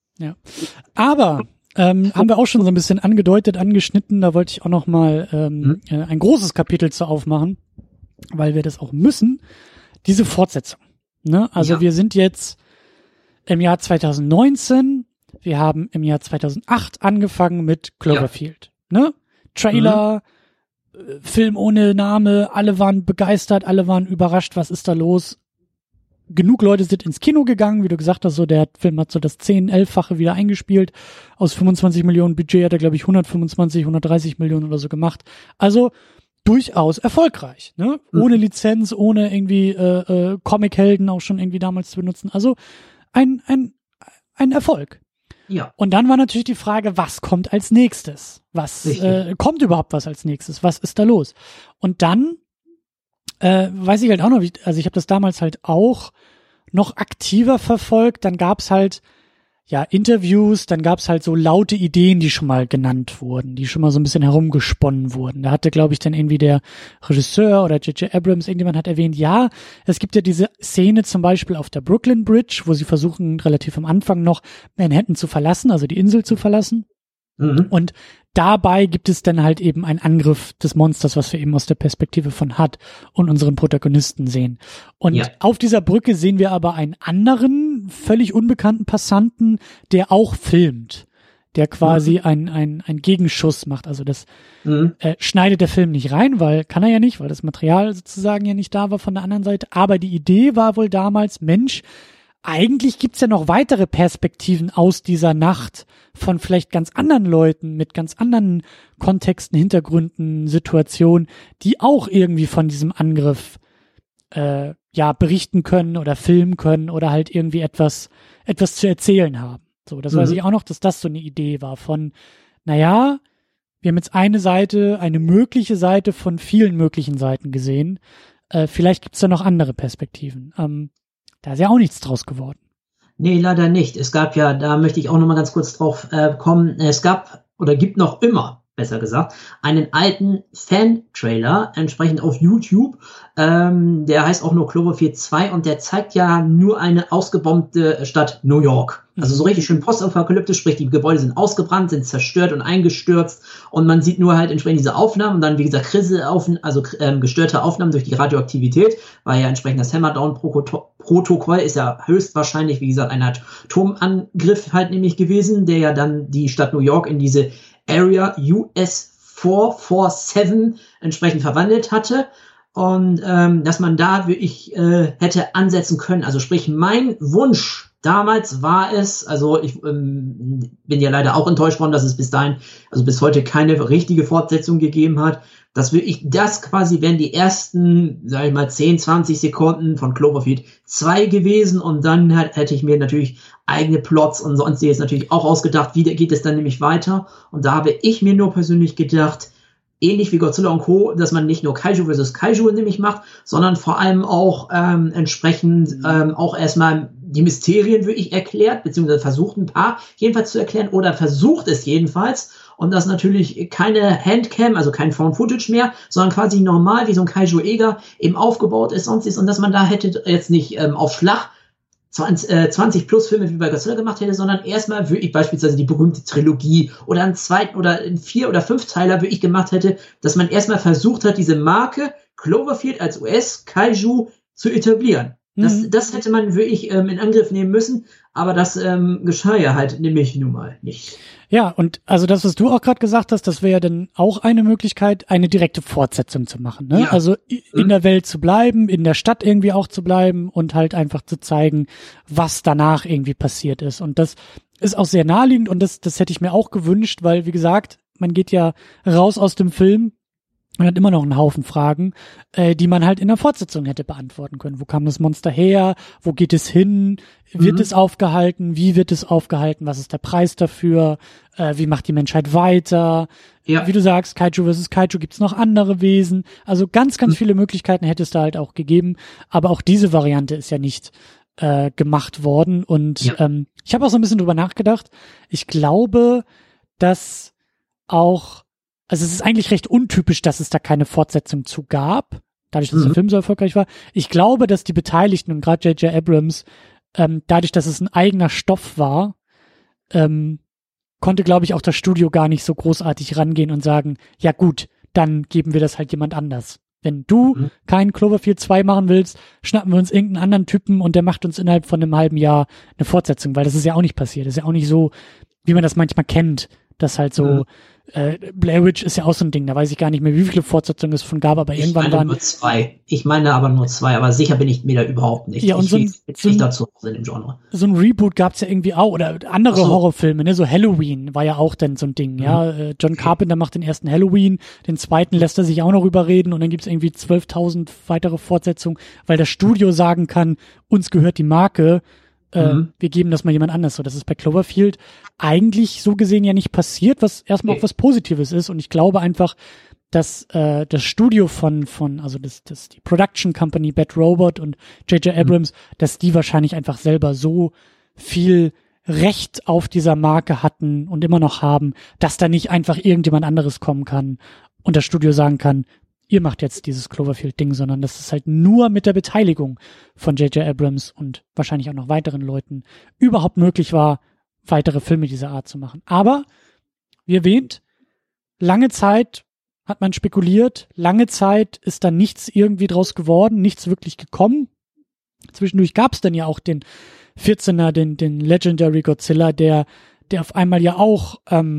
Aber haben wir auch schon so ein bisschen angedeutet, angeschnitten, da wollte ich auch noch mal ein großes Kapitel zu aufmachen, weil wir das auch müssen. Diese Fortsetzung. Ne? Also wir sind jetzt im Jahr 2019, wir haben im Jahr 2008 angefangen mit Cloverfield. Ne? Trailer, Film ohne Name, alle waren begeistert, alle waren überrascht, was ist da los? genug Leute sind ins Kino gegangen, wie du gesagt hast, so der Film hat so das 10-11-fache wieder eingespielt. Aus 25 Millionen Budget hat er, glaube ich, 125, 130 Millionen oder so gemacht. Also durchaus erfolgreich, ne? Ohne Lizenz, ohne irgendwie Comic-Helden auch schon irgendwie damals zu benutzen. Also ein Erfolg. Ja. Und dann war natürlich die Frage, was kommt als nächstes? Was kommt überhaupt was als nächstes? Was ist da los? Und dann weiß ich halt auch noch, also ich habe das damals halt auch noch aktiver verfolgt. Dann gab's halt Interviews, dann gab's halt so laute Ideen, die schon mal genannt wurden, die schon mal so ein bisschen herumgesponnen wurden. Da hatte, glaube ich, dann irgendwie der Regisseur oder J.J. Abrams, irgendjemand hat erwähnt, ja, es gibt ja diese Szene zum Beispiel auf der Brooklyn Bridge, wo sie versuchen, relativ am Anfang noch Manhattan zu verlassen, also die Insel zu verlassen. Mhm. Und dabei gibt es dann halt eben einen Angriff des Monsters, was wir eben aus der Perspektive von Hud und unseren Protagonisten sehen. Und auf dieser Brücke sehen wir aber einen anderen, völlig unbekannten Passanten, der auch filmt, der quasi einen Gegenschuss macht. Also das schneidet der Film nicht rein, weil kann er ja nicht, weil das Material sozusagen ja nicht da war von der anderen Seite. Aber die Idee war wohl damals, Mensch, eigentlich gibt's ja noch weitere Perspektiven aus dieser Nacht von vielleicht ganz anderen Leuten mit ganz anderen Kontexten, Hintergründen, Situationen, die auch irgendwie von diesem Angriff berichten können oder filmen können oder halt irgendwie etwas zu erzählen haben. So, das weiß ich auch noch, dass das so eine Idee war von, naja, wir haben jetzt eine mögliche Seite von vielen möglichen Seiten gesehen. Vielleicht gibt's da noch andere Perspektiven. Da ist ja auch nichts draus geworden. Nee, leider nicht. Es gab ja, da möchte ich auch noch mal ganz kurz drauf kommen, es gab oder gibt noch immer, besser gesagt, einen alten Fan-Trailer, entsprechend auf YouTube, der heißt auch nur Cloverfield 2 und der zeigt ja nur eine ausgebombte Stadt New York. Also so richtig schön postapokalyptisch, sprich die Gebäude sind ausgebrannt, sind zerstört und eingestürzt und man sieht nur halt entsprechend diese Aufnahmen und dann wie gesagt gestörte Aufnahmen durch die Radioaktivität, weil ja entsprechend das Hammerdown-Protokoll ist ja höchstwahrscheinlich, wie gesagt, ein Atomangriff halt nämlich gewesen, der ja dann die Stadt New York in diese Area US 447 entsprechend verwandelt hatte. Und dass man da wirklich hätte ansetzen können. Also sprich, mein Wunsch damals war es, also ich bin ja leider auch enttäuscht worden, dass es bis dahin, also bis heute keine richtige Fortsetzung gegeben hat, dass wirklich das quasi wären die ersten, sag ich mal, 10, 20 Sekunden von Cloverfield 2 gewesen und dann hätte ich mir natürlich eigene Plots und sonstiges natürlich auch ausgedacht, wie geht es dann nämlich weiter. Und da habe ich mir nur persönlich gedacht, ähnlich wie Godzilla und Co., dass man nicht nur Kaiju vs. Kaiju nämlich macht, sondern vor allem auch entsprechend auch erstmal die Mysterien wirklich erklärt, beziehungsweise versucht ein paar jedenfalls zu erklären oder versucht es jedenfalls. Und das natürlich keine Handcam, also kein Found-Footage mehr, sondern quasi normal, wie so ein Kaiju-Eger eben aufgebaut ist, sonst ist. Und dass man da hätte jetzt nicht auf Schlag 20 plus Filme wie bei Godzilla gemacht hätte, sondern erstmal wirklich beispielsweise die berühmte Trilogie oder einen zweiten oder einen 4- oder 5-Teiler wirklich gemacht hätte, dass man erstmal versucht hat, diese Marke Cloverfield als US-Kaiju zu etablieren. Das hätte man wirklich in Angriff nehmen müssen, aber das geschah ja halt nämlich nun mal nicht. Ja, und also das, was du auch gerade gesagt hast, das wäre ja dann auch eine Möglichkeit, eine direkte Fortsetzung zu machen. Ne? Ja. Also in der Welt zu bleiben, in der Stadt irgendwie auch zu bleiben und halt einfach zu zeigen, was danach irgendwie passiert ist. Und das ist auch sehr naheliegend und das hätte ich mir auch gewünscht, weil, wie gesagt, man geht ja raus aus dem Film und hat immer noch einen Haufen Fragen, die man halt in der Fortsetzung hätte beantworten können. Wo kam das Monster her? Wo geht es hin? Wird es aufgehalten? Wie wird es aufgehalten? Was ist der Preis dafür? Wie macht die Menschheit weiter? Ja. Wie du sagst, Kaiju vs. Kaiju, gibt's noch andere Wesen? Also ganz, ganz viele Möglichkeiten hätte es da halt auch gegeben. Aber auch diese Variante ist ja nicht gemacht worden. Und ich habe auch so ein bisschen drüber nachgedacht. Ich glaube, dass auch also es ist eigentlich recht untypisch, dass es da keine Fortsetzung zu gab, dadurch, dass der Film so erfolgreich war. Ich glaube, dass die Beteiligten und gerade J.J. Abrams, dadurch, dass es ein eigener Stoff war, konnte, glaube ich, auch das Studio gar nicht so großartig rangehen und sagen, ja gut, dann geben wir das halt jemand anders. Wenn du keinen Cloverfield 2 machen willst, schnappen wir uns irgendeinen anderen Typen und der macht uns innerhalb von einem halben Jahr eine Fortsetzung, weil das ist ja auch nicht passiert. Das ist ja auch nicht so, wie man das manchmal kennt, dass halt so Blair Witch ist ja auch so ein Ding, da weiß ich gar nicht mehr, wie viele Fortsetzungen es von gab, aber irgendwann waren... Ich meine aber nur zwei, aber sicher bin ich mir da überhaupt nicht. Ja, und nicht dazu in dem Genre. So ein Reboot gab's ja irgendwie auch, oder andere Horrorfilme, ne, so Halloween war ja auch dann so ein Ding, ja. John Carpenter macht den ersten Halloween, den zweiten lässt er sich auch noch überreden und dann gibt's irgendwie 12.000 weitere Fortsetzungen, weil das Studio sagen kann, uns gehört die Marke, wir geben das mal jemand anders. So, das ist bei Cloverfield eigentlich so gesehen ja nicht passiert, was erstmal auch was Positives ist. Und ich glaube einfach, dass das Studio also die Production Company Bad Robot und J.J. Abrams, dass die wahrscheinlich einfach selber so viel Recht auf dieser Marke hatten und immer noch haben, dass da nicht einfach irgendjemand anderes kommen kann und das Studio sagen kann, ihr macht jetzt dieses Cloverfield-Ding, sondern dass es halt nur mit der Beteiligung von J.J. Abrams und wahrscheinlich auch noch weiteren Leuten überhaupt möglich war, weitere Filme dieser Art zu machen. Aber, wie erwähnt, lange Zeit hat man spekuliert, lange Zeit ist da nichts irgendwie draus geworden, nichts wirklich gekommen. Zwischendurch gab es dann ja auch den 14er, den Legendary Godzilla, der auf einmal ja auch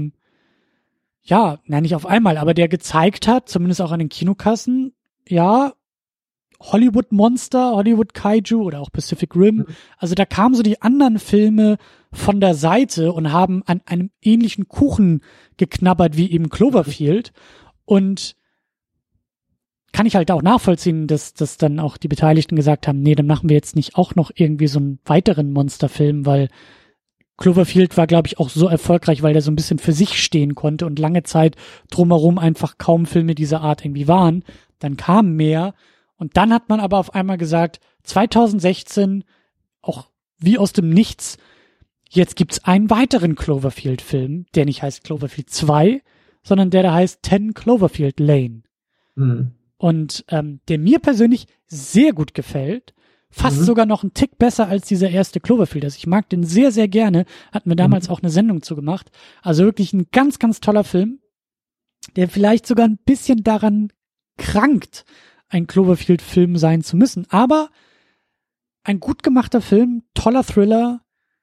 nicht auf einmal, aber der gezeigt hat, zumindest auch an den Kinokassen, ja, Hollywood Monster, Hollywood Kaiju oder auch Pacific Rim. Also da kamen so die anderen Filme von der Seite und haben an einem ähnlichen Kuchen geknabbert wie eben Cloverfield. Und kann ich halt auch nachvollziehen, dass dann auch die Beteiligten gesagt haben, nee, dann machen wir jetzt nicht auch noch irgendwie so einen weiteren Monsterfilm, weil Cloverfield war, glaube ich, auch so erfolgreich, weil der so ein bisschen für sich stehen konnte und lange Zeit drumherum einfach kaum Filme dieser Art irgendwie waren. Dann kamen mehr und dann hat man aber auf einmal gesagt, 2016, auch wie aus dem Nichts, jetzt gibt's einen weiteren Cloverfield-Film, der nicht heißt Cloverfield 2, sondern der heißt 10 Cloverfield Lane. Und der mir persönlich sehr gut gefällt, fast sogar noch einen Tick besser als dieser erste Cloverfield. Also ich mag den sehr, sehr gerne. Hatten wir damals auch eine Sendung zu gemacht. Also wirklich ein ganz, ganz toller Film, der vielleicht sogar ein bisschen daran krankt, ein Cloverfield-Film sein zu müssen. Aber ein gut gemachter Film, toller Thriller,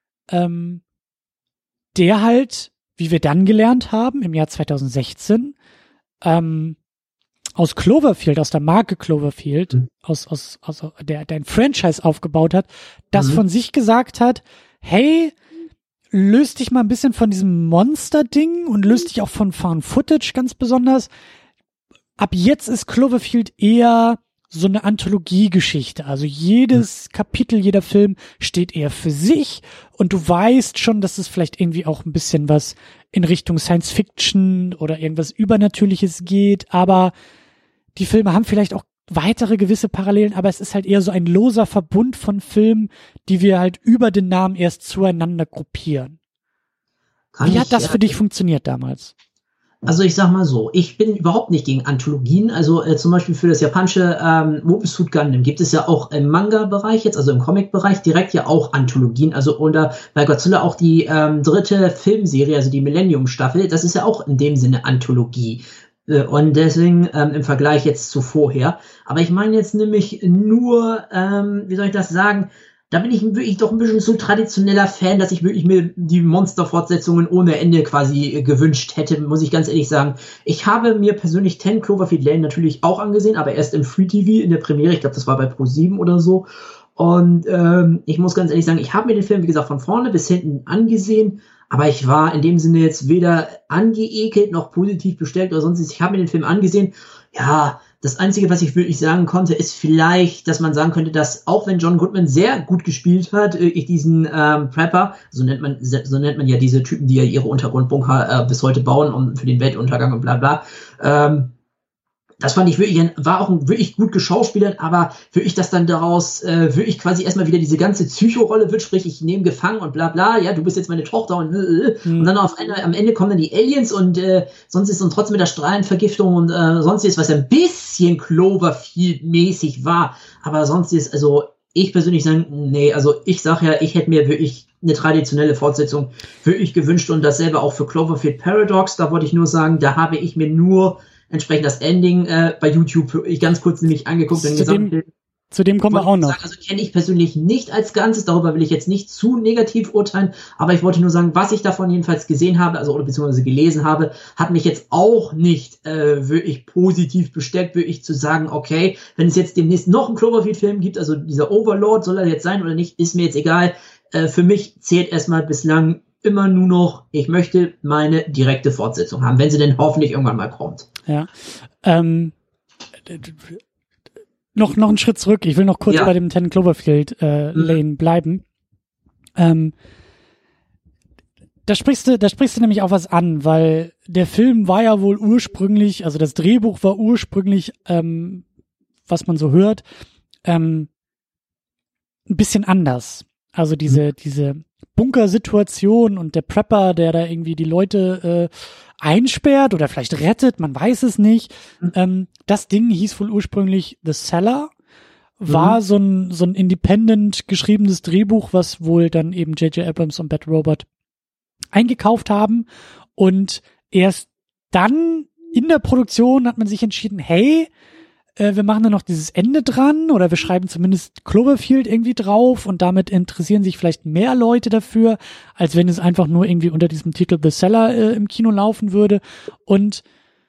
der halt, wie wir dann gelernt haben, im Jahr 2016, aus Cloverfield, aus der Marke Cloverfield, der ein Franchise aufgebaut hat, das von sich gesagt hat, hey, löst dich mal ein bisschen von diesem Monster-Ding und löst dich auch von Found Footage ganz besonders. Ab jetzt ist Cloverfield eher so eine Anthologiegeschichte. Also jedes Kapitel, jeder Film steht eher für sich und du weißt schon, dass es vielleicht irgendwie auch ein bisschen was in Richtung Science Fiction oder irgendwas Übernatürliches geht, aber die Filme haben vielleicht auch weitere gewisse Parallelen, aber es ist halt eher so ein loser Verbund von Filmen, die wir halt über den Namen erst zueinander gruppieren. Wie hat das für dich funktioniert damals? Also ich sag mal so, ich bin überhaupt nicht gegen Anthologien. Also zum Beispiel für das japanische Mobile Suit Gundam gibt es ja auch im Manga-Bereich jetzt, also im Comic-Bereich direkt ja auch Anthologien. Also oder bei Godzilla auch die dritte Filmserie, also die Millennium-Staffel, das ist ja auch in dem Sinne Anthologie. Und deswegen im Vergleich jetzt zu vorher. Aber ich meine jetzt nämlich nur, wie soll ich das sagen, da bin ich wirklich doch ein bisschen so traditioneller Fan, dass ich wirklich mir die Monster-Fortsetzungen ohne Ende quasi gewünscht hätte, muss ich ganz ehrlich sagen. Ich habe mir persönlich 10 Cloverfield Lane natürlich auch angesehen, aber erst im Free TV in der Premiere, ich glaube, das war bei Pro7 oder so. Und ich muss ganz ehrlich sagen, ich habe mir den Film, wie gesagt, von vorne bis hinten angesehen, aber ich war in dem Sinne jetzt weder angeekelt noch positiv bestellt oder sonstiges. Ich habe mir den Film angesehen. Ja, das Einzige, was ich wirklich sagen konnte, ist vielleicht, dass man sagen könnte, dass auch wenn John Goodman sehr gut gespielt hat, ich diesen Prepper, so nennt man ja diese Typen, die ja ihre Untergrundbunker bis heute bauen und für den Weltuntergang und bla bla, das fand ich wirklich, war auch ein wirklich gut geschauspielert, aber wirklich, dass dann daraus wirklich quasi erstmal wieder diese ganze Psychorolle wird, sprich, ich nehme gefangen und bla bla, ja, du bist jetzt meine Tochter und dann am Ende kommen dann die Aliens und sonst ist und trotzdem mit der Strahlenvergiftung und sonst ist, was ein bisschen Cloverfield-mäßig war, aber sonst ist, also ich persönlich sagen, nee, also ich sag ja, ich hätte mir wirklich eine traditionelle Fortsetzung wirklich gewünscht und dasselbe auch für Cloverfield Paradox, da wollte ich nur sagen, da habe ich mir nur entsprechend das Ending bei YouTube ganz kurz nämlich angeguckt. Zu dem kommen wir auch noch. Sagen, also kenne ich persönlich nicht als Ganzes, darüber will ich jetzt nicht zu negativ urteilen, aber ich wollte nur sagen, was ich davon jedenfalls gesehen habe, also oder beziehungsweise gelesen habe, hat mich jetzt auch nicht wirklich positiv bestärkt, wirklich zu sagen, okay, wenn es jetzt demnächst noch einen Cloverfield-Film gibt, also dieser Overlord, soll er jetzt sein oder nicht, ist mir jetzt egal. Für mich zählt erstmal bislang immer nur noch, ich möchte meine direkte Fortsetzung haben, wenn sie denn hoffentlich irgendwann mal kommt. Ja, noch einen Schritt zurück. Ich will noch kurz bei dem 10 Cloverfield Lane bleiben. Da sprichst du nämlich auch was an, weil der Film war ja wohl ursprünglich, also das Drehbuch war ursprünglich, was man so hört, ein bisschen anders. Also diese Bunkersituation und der Prepper, der da irgendwie die Leute einsperrt oder vielleicht rettet, man weiß es nicht. Das Ding hieß wohl ursprünglich The Cellar, war so ein independent geschriebenes Drehbuch, was wohl dann eben J.J. Abrams und Bad Robot eingekauft haben, und erst dann in der Produktion hat man sich entschieden, hey, wir machen da noch dieses Ende dran oder wir schreiben zumindest Cloverfield irgendwie drauf und damit interessieren sich vielleicht mehr Leute dafür, als wenn es einfach nur irgendwie unter diesem Titel The Cellar im Kino laufen würde. Und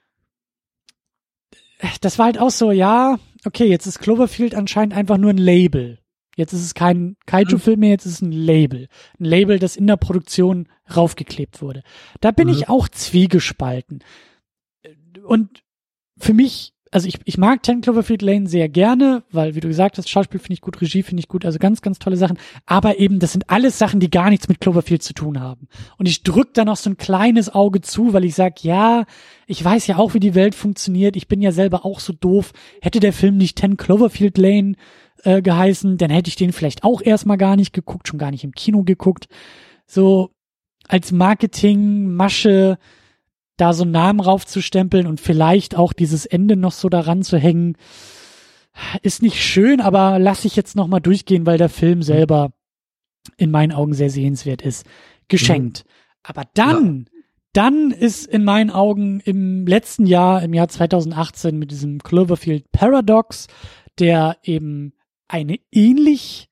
das war halt auch so, ja, okay, jetzt ist Cloverfield anscheinend einfach nur ein Label. Jetzt ist es kein Kaiju-Film mehr, jetzt ist es ein Label. Ein Label, das in der Produktion raufgeklebt wurde. Da bin ich auch zwiegespalten. Und für mich, also ich mag 10 Cloverfield Lane sehr gerne, weil, wie du gesagt hast, Schauspiel finde ich gut, Regie finde ich gut, also ganz, ganz tolle Sachen. Aber eben, das sind alles Sachen, die gar nichts mit Cloverfield zu tun haben. Und ich drücke da noch so ein kleines Auge zu, weil ich sage, ja, ich weiß ja auch, wie die Welt funktioniert. Ich bin ja selber auch so doof. Hätte der Film nicht 10 Cloverfield Lane geheißen, dann hätte ich den vielleicht auch erstmal gar nicht geguckt, schon gar nicht im Kino geguckt. So als Marketing-Masche da so einen Namen raufzustempeln und vielleicht auch dieses Ende noch so daran zu hängen, ist nicht schön, aber lass ich jetzt noch mal durchgehen, weil der Film selber in meinen Augen sehr sehenswert ist. Geschenkt. Aber dann ist in meinen Augen im letzten Jahr, im Jahr 2018 mit diesem Cloverfield Paradox, der eben eine ähnlich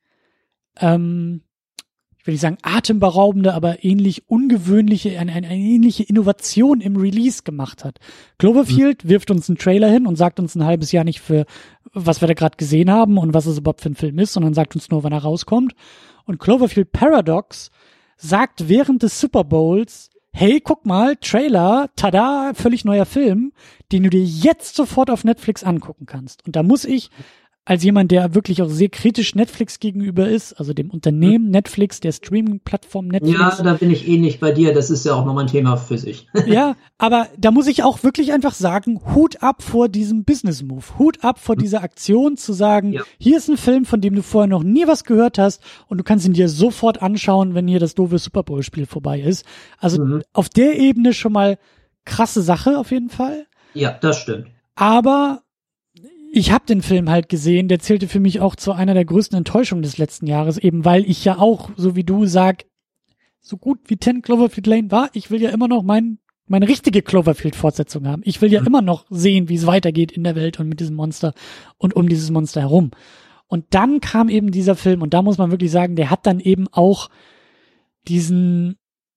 ich will nicht sagen atemberaubende, aber ähnlich ungewöhnliche, eine ähnliche Innovation im Release gemacht hat. Cloverfield wirft uns einen Trailer hin und sagt uns ein halbes Jahr nicht für, was wir da gerade gesehen haben und was es überhaupt für ein Film ist, sondern sagt uns nur, wann er rauskommt. Und Cloverfield Paradox sagt während des Super Bowls, hey, guck mal, Trailer, tada, völlig neuer Film, den du dir jetzt sofort auf Netflix angucken kannst. Und da muss ich als jemand, der wirklich auch sehr kritisch Netflix gegenüber ist, also dem Unternehmen Netflix, der Streaming-Plattform Netflix. Ja, da bin ich ähnlich bei dir, das ist ja auch nochmal ein Thema für sich. Ja, aber da muss ich auch wirklich einfach sagen, Hut ab vor diesem Business-Move, Hut ab vor dieser Aktion zu sagen, hier ist ein Film, von dem du vorher noch nie was gehört hast und du kannst ihn dir sofort anschauen, wenn hier das doofe Super Bowl-Spiel vorbei ist. Also auf der Ebene schon mal krasse Sache auf jeden Fall. Ja, das stimmt. Aber ich habe den Film halt gesehen, der zählte für mich auch zu einer der größten Enttäuschungen des letzten Jahres, eben weil ich ja auch, so wie du sag, so gut wie 10 Cloverfield Lane war, ich will ja immer noch meine richtige Cloverfield-Fortsetzung haben. Ich will ja immer noch sehen, wie es weitergeht in der Welt und mit diesem Monster und um dieses Monster herum. Und dann kam eben dieser Film und da muss man wirklich sagen, der hat dann eben auch diesen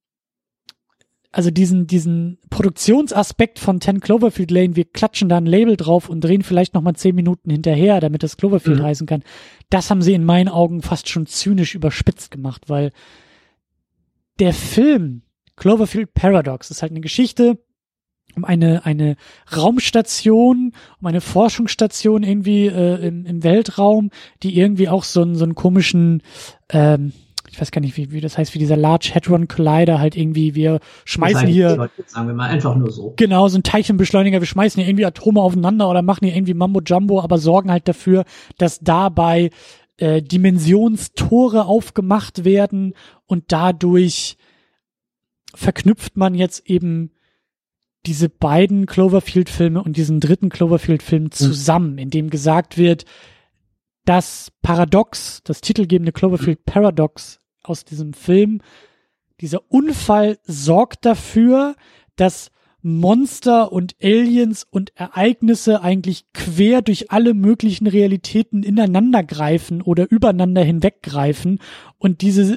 Produktionsaspekt von 10 Cloverfield Lane, wir klatschen da ein Label drauf und drehen vielleicht noch mal 10 Minuten hinterher, damit das Cloverfield heißen kann. Das haben sie in meinen Augen fast schon zynisch überspitzt gemacht, weil der Film Cloverfield Paradox ist halt eine Geschichte um eine Raumstation, um eine Forschungsstation irgendwie im Weltraum, die irgendwie auch so einen komischen ich weiß gar nicht, wie das heißt, wie dieser Large Hadron Collider halt irgendwie, wir schmeißen hier, sagen wir mal einfach nur so. Genau, so ein Teilchenbeschleuniger, wir schmeißen hier irgendwie Atome aufeinander oder machen hier irgendwie Mambo Jumbo, aber sorgen halt dafür, dass dabei Dimensionstore aufgemacht werden und dadurch verknüpft man jetzt eben diese beiden Cloverfield-Filme und diesen dritten Cloverfield-Film zusammen, in dem gesagt wird, das Paradox, das titelgebende Cloverfield Paradox aus diesem Film, dieser Unfall sorgt dafür, dass Monster und Aliens und Ereignisse eigentlich quer durch alle möglichen Realitäten ineinander greifen oder übereinander hinweggreifen und diese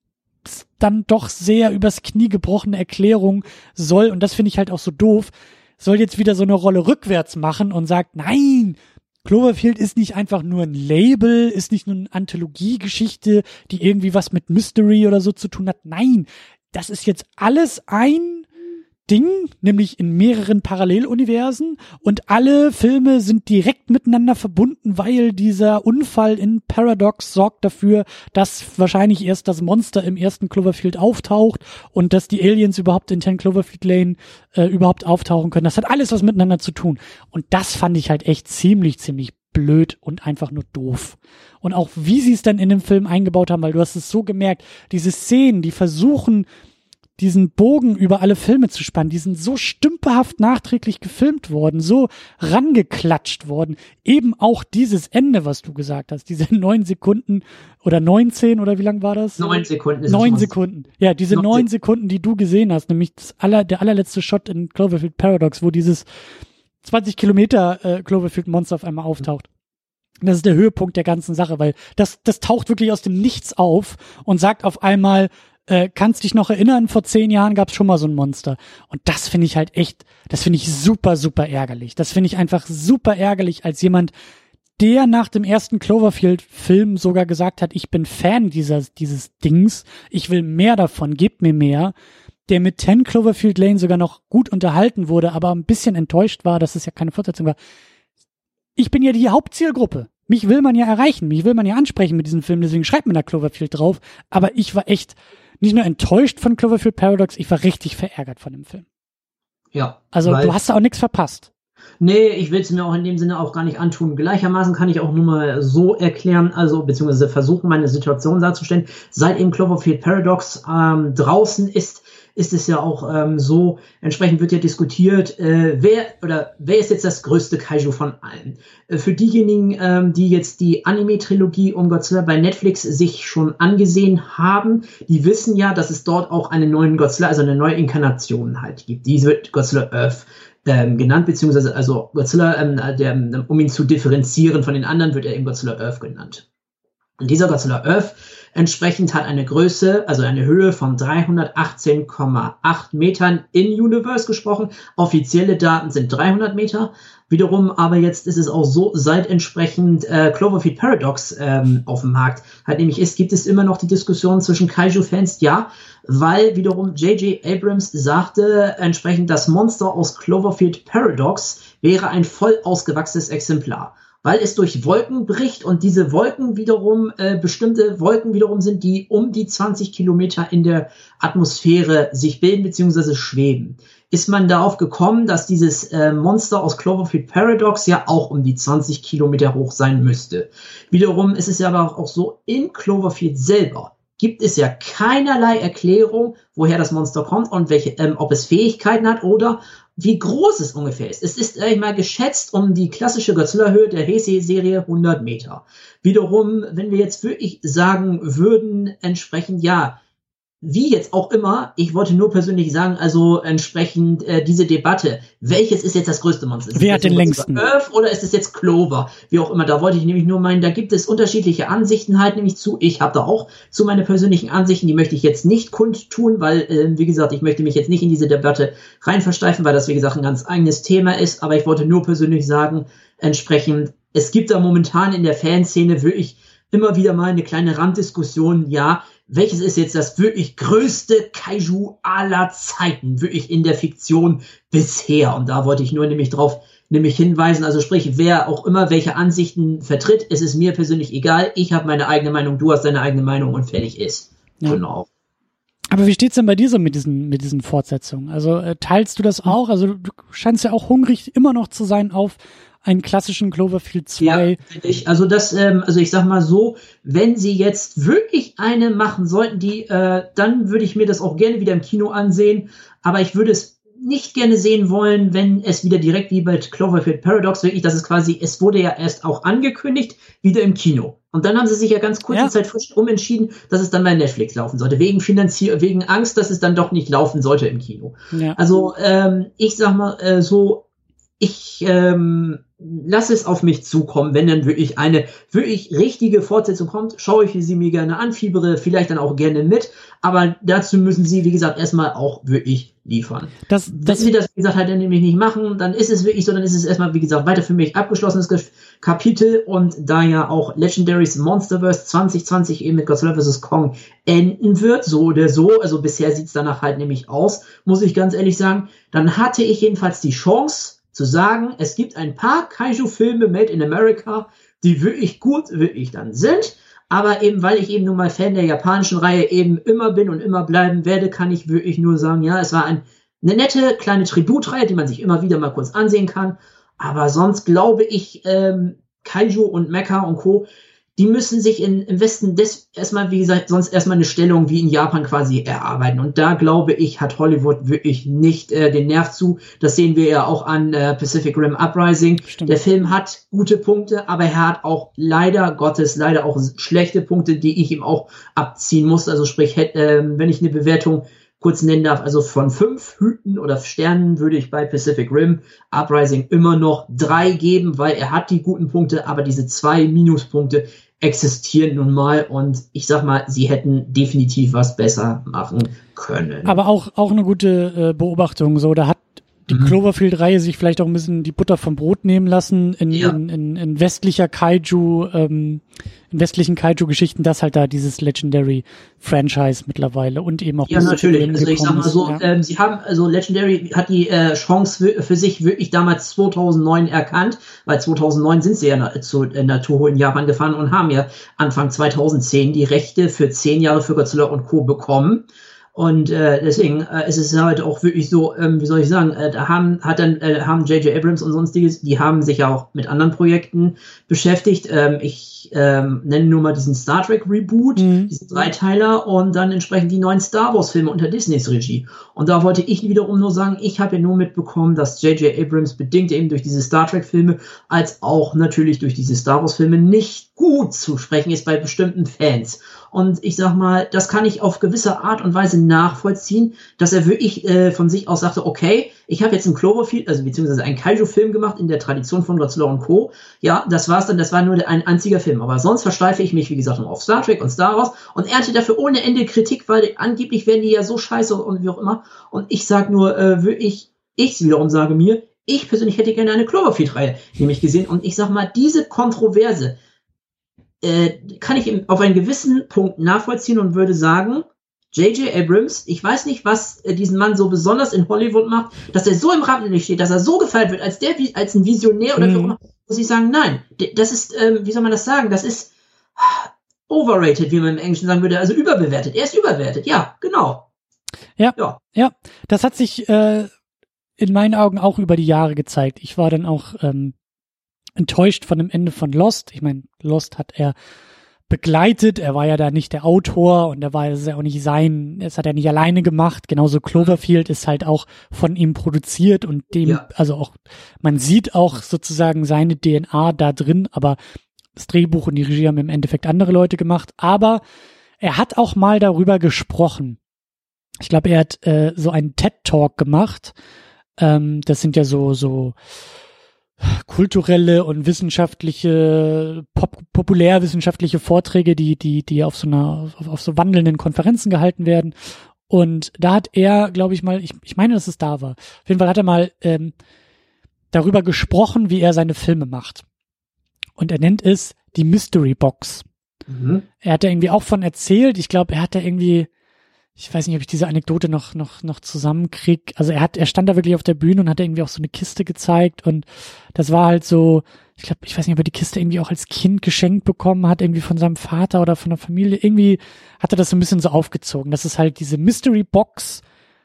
dann doch sehr übers Knie gebrochene Erklärung soll, und das finde ich halt auch so doof, soll jetzt wieder so eine Rolle rückwärts machen und sagt, nein, Cloverfield ist nicht einfach nur ein Label, ist nicht nur eine Anthologiegeschichte, die irgendwie was mit Mystery oder so zu tun hat. Nein, das ist jetzt alles ein Ding, nämlich in mehreren Paralleluniversen, und alle Filme sind direkt miteinander verbunden, weil dieser Unfall in Paradox sorgt dafür, dass wahrscheinlich erst das Monster im ersten Cloverfield auftaucht und dass die Aliens überhaupt in 10 Cloverfield Lane überhaupt auftauchen können. Das hat alles was miteinander zu tun. Und das fand ich halt echt ziemlich blöd und einfach nur doof. Und auch wie sie es dann in dem Film eingebaut haben, weil du hast es so gemerkt, diese Szenen, die versuchen, diesen Bogen über alle Filme zu spannen, die sind so stümperhaft nachträglich gefilmt worden, so rangeklatscht worden. Eben auch dieses Ende, was du gesagt hast, diese 9 Sekunden oder 19 oder wie lang war das? 9 Sekunden. 9 Sekunden. Ja, diese 9 Sekunden, die du gesehen hast, nämlich der allerletzte Shot in Cloverfield Paradox, wo dieses 20 Kilometer Cloverfield Monster auf einmal auftaucht. Das ist der Höhepunkt der ganzen Sache, weil das taucht wirklich aus dem Nichts auf und sagt auf einmal, kannst dich noch erinnern, vor 10 Jahren gab es schon mal so ein Monster. Und das finde ich halt echt, das finde ich super, super ärgerlich. Das finde ich einfach super ärgerlich als jemand, der nach dem ersten Cloverfield-Film sogar gesagt hat, ich bin Fan dieses Dings, ich will mehr davon, gebt mir mehr, der mit 10 Cloverfield Lane sogar noch gut unterhalten wurde, aber ein bisschen enttäuscht war, dass es ja keine Fortsetzung war. Ich bin ja die Hauptzielgruppe. Mich will man ja erreichen, mich will man ja ansprechen mit diesem Film, deswegen schreibt mir da Cloverfield drauf. Aber ich war echt nicht nur enttäuscht von Cloverfield Paradox, ich war richtig verärgert von dem Film. Ja. Also du hast da auch nichts verpasst. Nee, ich will es mir auch in dem Sinne auch gar nicht antun. Gleichermaßen kann ich auch nur mal so erklären, also beziehungsweise versuchen, meine Situation darzustellen. Seit eben Cloverfield Paradox draußen ist es ja auch so, entsprechend wird ja diskutiert, wer ist jetzt das größte Kaiju von allen. Für diejenigen, die jetzt die Anime-Trilogie um Godzilla bei Netflix sich schon angesehen haben, die wissen ja, dass es dort auch einen neuen Godzilla, also eine neue Inkarnation halt gibt. Die wird Godzilla Earth genannt, beziehungsweise also Godzilla, um ihn zu differenzieren von den anderen, wird er eben Godzilla Earth genannt. Und dieser Godzilla Earth entsprechend hat eine Größe, also eine Höhe von 318,8 Metern in Universe gesprochen. Offizielle Daten sind 300 Meter. Wiederum aber jetzt ist es auch so, seit entsprechend Cloverfield Paradox auf dem Markt halt nämlich ist, gibt es immer noch die Diskussion zwischen Kaiju-Fans, ja, weil wiederum J.J. Abrams sagte, entsprechend das Monster aus Cloverfield Paradox wäre ein voll ausgewachsenes Exemplar, weil es durch Wolken bricht und diese Wolken wiederum, bestimmte Wolken wiederum sind, die um die 20 Kilometer in der Atmosphäre sich bilden bzw. schweben. Ist man darauf gekommen, dass dieses Monster aus Cloverfield Paradox ja auch um die 20 Kilometer hoch sein müsste. Wiederum ist es ja aber auch so, in Cloverfield selber gibt es ja keinerlei Erklärung, woher das Monster kommt und ob es Fähigkeiten hat oder wie groß es ungefähr ist. Es ist mal geschätzt um die klassische Godzilla-Höhe der Heisei-Serie 100 Meter. Wiederum, wenn wir jetzt wirklich sagen würden, entsprechend, ja, wie jetzt auch immer, ich wollte nur persönlich sagen, also entsprechend diese Debatte, welches ist jetzt das größte Monster? Wer hat den längsten? Earth oder ist es jetzt Clover? Wie auch immer, da wollte ich nämlich nur meinen, da gibt es unterschiedliche Ansichten halt nämlich zu. Ich habe da auch zu meine persönlichen Ansichten, die möchte ich jetzt nicht kundtun, weil, wie gesagt, ich möchte mich jetzt nicht in diese Debatte rein versteifen, weil das, wie gesagt, ein ganz eigenes Thema ist, aber ich wollte nur persönlich sagen, entsprechend, es gibt da momentan in der Fanszene wirklich immer wieder mal eine kleine Randdiskussion, ja, welches ist jetzt das wirklich größte Kaiju aller Zeiten, wirklich in der Fiktion bisher? Und da wollte ich nur nämlich drauf hinweisen, also sprich, wer auch immer welche Ansichten vertritt, es ist mir persönlich egal, ich habe meine eigene Meinung, du hast deine eigene Meinung und fertig ist. Ja. Genau. Aber wie steht's denn bei dir so mit diesen Fortsetzungen? Also teilst du das auch? Also du scheinst ja auch hungrig immer noch zu sein auf einen klassischen Cloverfield 2. Ja, also das, also ich sag mal so, wenn sie jetzt wirklich eine machen sollten, die, dann würde ich mir das auch gerne wieder im Kino ansehen, aber ich würde es nicht gerne sehen wollen, wenn es wieder direkt wie bei Cloverfield Paradox wirklich, das ist quasi, es wurde ja erst auch angekündigt, wieder im Kino. Und dann haben sie sich ja ganz kurze Zeit frisch umentschieden, dass es dann bei Netflix laufen sollte. Wegen Angst, dass es dann doch nicht laufen sollte im Kino. Ja. Also ich sag mal ich lasse es auf mich zukommen, wenn dann wirklich eine wirklich richtige Fortsetzung kommt, schaue ich sie mir gerne an, fiebere vielleicht dann auch gerne mit, aber dazu müssen sie, wie gesagt, erstmal auch wirklich liefern. Wenn sie das, wie gesagt, halt nämlich nicht machen, dann ist es wirklich so, dann ist es erstmal, wie gesagt, weiter für mich abgeschlossenes Kapitel und da ja auch Legendary's Monsterverse 2020 eben mit Godzilla vs. Kong enden wird, so oder so, also bisher sieht's danach halt nämlich aus, muss ich ganz ehrlich sagen, dann hatte ich jedenfalls die Chance, zu sagen, es gibt ein paar Kaiju-Filme made in America, die wirklich gut, wirklich dann sind, aber eben, weil ich eben nun mal Fan der japanischen Reihe eben immer bin und immer bleiben werde, kann ich wirklich nur sagen, ja, es war eine nette kleine Tributreihe, die man sich immer wieder mal kurz ansehen kann, aber sonst glaube ich, Kaiju und Mecha und Co., die müssen sich im Westen erstmal, wie gesagt, sonst erstmal eine Stellung wie in Japan quasi erarbeiten. Und da, glaube ich, hat Hollywood wirklich nicht den Nerv zu. Das sehen wir ja auch an Pacific Rim Uprising. Stimmt. Der Film hat gute Punkte, aber er hat auch leider auch schlechte Punkte, die ich ihm auch abziehen muss. Also sprich, wenn ich eine Bewertung kurz nennen darf, also von 5 Hüten oder Sternen würde ich bei Pacific Rim Uprising immer noch 3 geben, weil er hat die guten Punkte, aber diese 2 Minuspunkte existieren nun mal und ich sag mal, sie hätten definitiv was besser machen können. Aber auch eine gute Beobachtung, so, da hat die Cloverfield-Reihe sich vielleicht auch ein bisschen die Butter vom Brot nehmen lassen in westlicher Kaiju, in westlichen Kaiju-Geschichten, dass halt da dieses Legendary-Franchise mittlerweile und eben auch natürlich. Also ich sag mal so, sie haben, also Legendary hat die Chance für sich wirklich damals 2009 erkannt, weil 2009 sind sie ja zu Toho in Japan gefahren und haben ja Anfang 2010 die Rechte für 10 Jahre für Godzilla und Co. bekommen. Und deswegen ist es halt auch wirklich so, wie soll ich sagen, haben J.J. Abrams und sonstiges, die haben sich ja auch mit anderen Projekten beschäftigt. Ich nenne nur mal diesen Star Trek Reboot, diesen Dreiteiler und dann entsprechend die neuen Star Wars Filme unter Disneys Regie. Und da wollte ich wiederum nur sagen, ich habe ja nur mitbekommen, dass J.J. Abrams bedingt eben durch diese Star Trek Filme als auch natürlich durch diese Star Wars Filme nicht gut zu sprechen ist bei bestimmten Fans. Und ich sag mal, das kann ich auf gewisse Art und Weise nachvollziehen, dass er wirklich von sich aus sagte, okay, ich habe jetzt einen Cloverfield, also beziehungsweise einen Kaiju-Film gemacht in der Tradition von Godzilla und Co. Ja, das war's dann, das war nur ein einziger Film. Aber sonst versteife ich mich, wie gesagt, auf Star Trek und Star Wars und ernte dafür ohne Ende Kritik, weil angeblich werden die ja so scheiße und wie auch immer. Und ich sag nur, ich wiederum sage mir, ich persönlich hätte gerne eine Cloverfield-Reihe nämlich gesehen. Und ich sag mal, diese Kontroverse kann ich auf einen gewissen Punkt nachvollziehen und würde sagen, J.J. Abrams, ich weiß nicht, was diesen Mann so besonders in Hollywood macht, dass er so im Rampenlicht steht, dass er so gefeiert wird als ein Visionär oder wie auch immer, muss ich sagen, nein, das ist, wie soll man das sagen, das ist overrated, wie man im Englischen sagen würde, also überbewertet. Er ist überbewertet, ja, genau. Ja, das hat sich in meinen Augen auch über die Jahre gezeigt. Ich war dann auch enttäuscht von dem Ende von Lost. Ich meine, Lost hat er begleitet. Er war ja da nicht der Autor und es hat er nicht alleine gemacht. Genauso Cloverfield ist halt auch von ihm produziert und also auch, man sieht auch sozusagen seine DNA da drin, aber das Drehbuch und die Regie haben im Endeffekt andere Leute gemacht. Aber er hat auch mal darüber gesprochen. Ich glaube, er hat so einen TED-Talk gemacht. Das sind ja so kulturelle und wissenschaftliche, populärwissenschaftliche Vorträge, die auf so wandelnden Konferenzen gehalten werden. Und da hat er, glaube ich mal, ich meine, dass es da war. Auf jeden Fall hat er mal darüber gesprochen, wie er seine Filme macht. Und er nennt es die Mystery Box. Er hat da irgendwie auch von erzählt. Ich glaube, er hat da irgendwie, ich weiß nicht, ob ich diese Anekdote noch zusammenkrieg. Also er stand da wirklich auf der Bühne und hat irgendwie auch so eine Kiste gezeigt und das war halt so, ich weiß nicht, ob er die Kiste irgendwie auch als Kind geschenkt bekommen hat, irgendwie von seinem Vater oder von der Familie. Irgendwie hat er das so ein bisschen so aufgezogen, dass es halt diese Mystery Box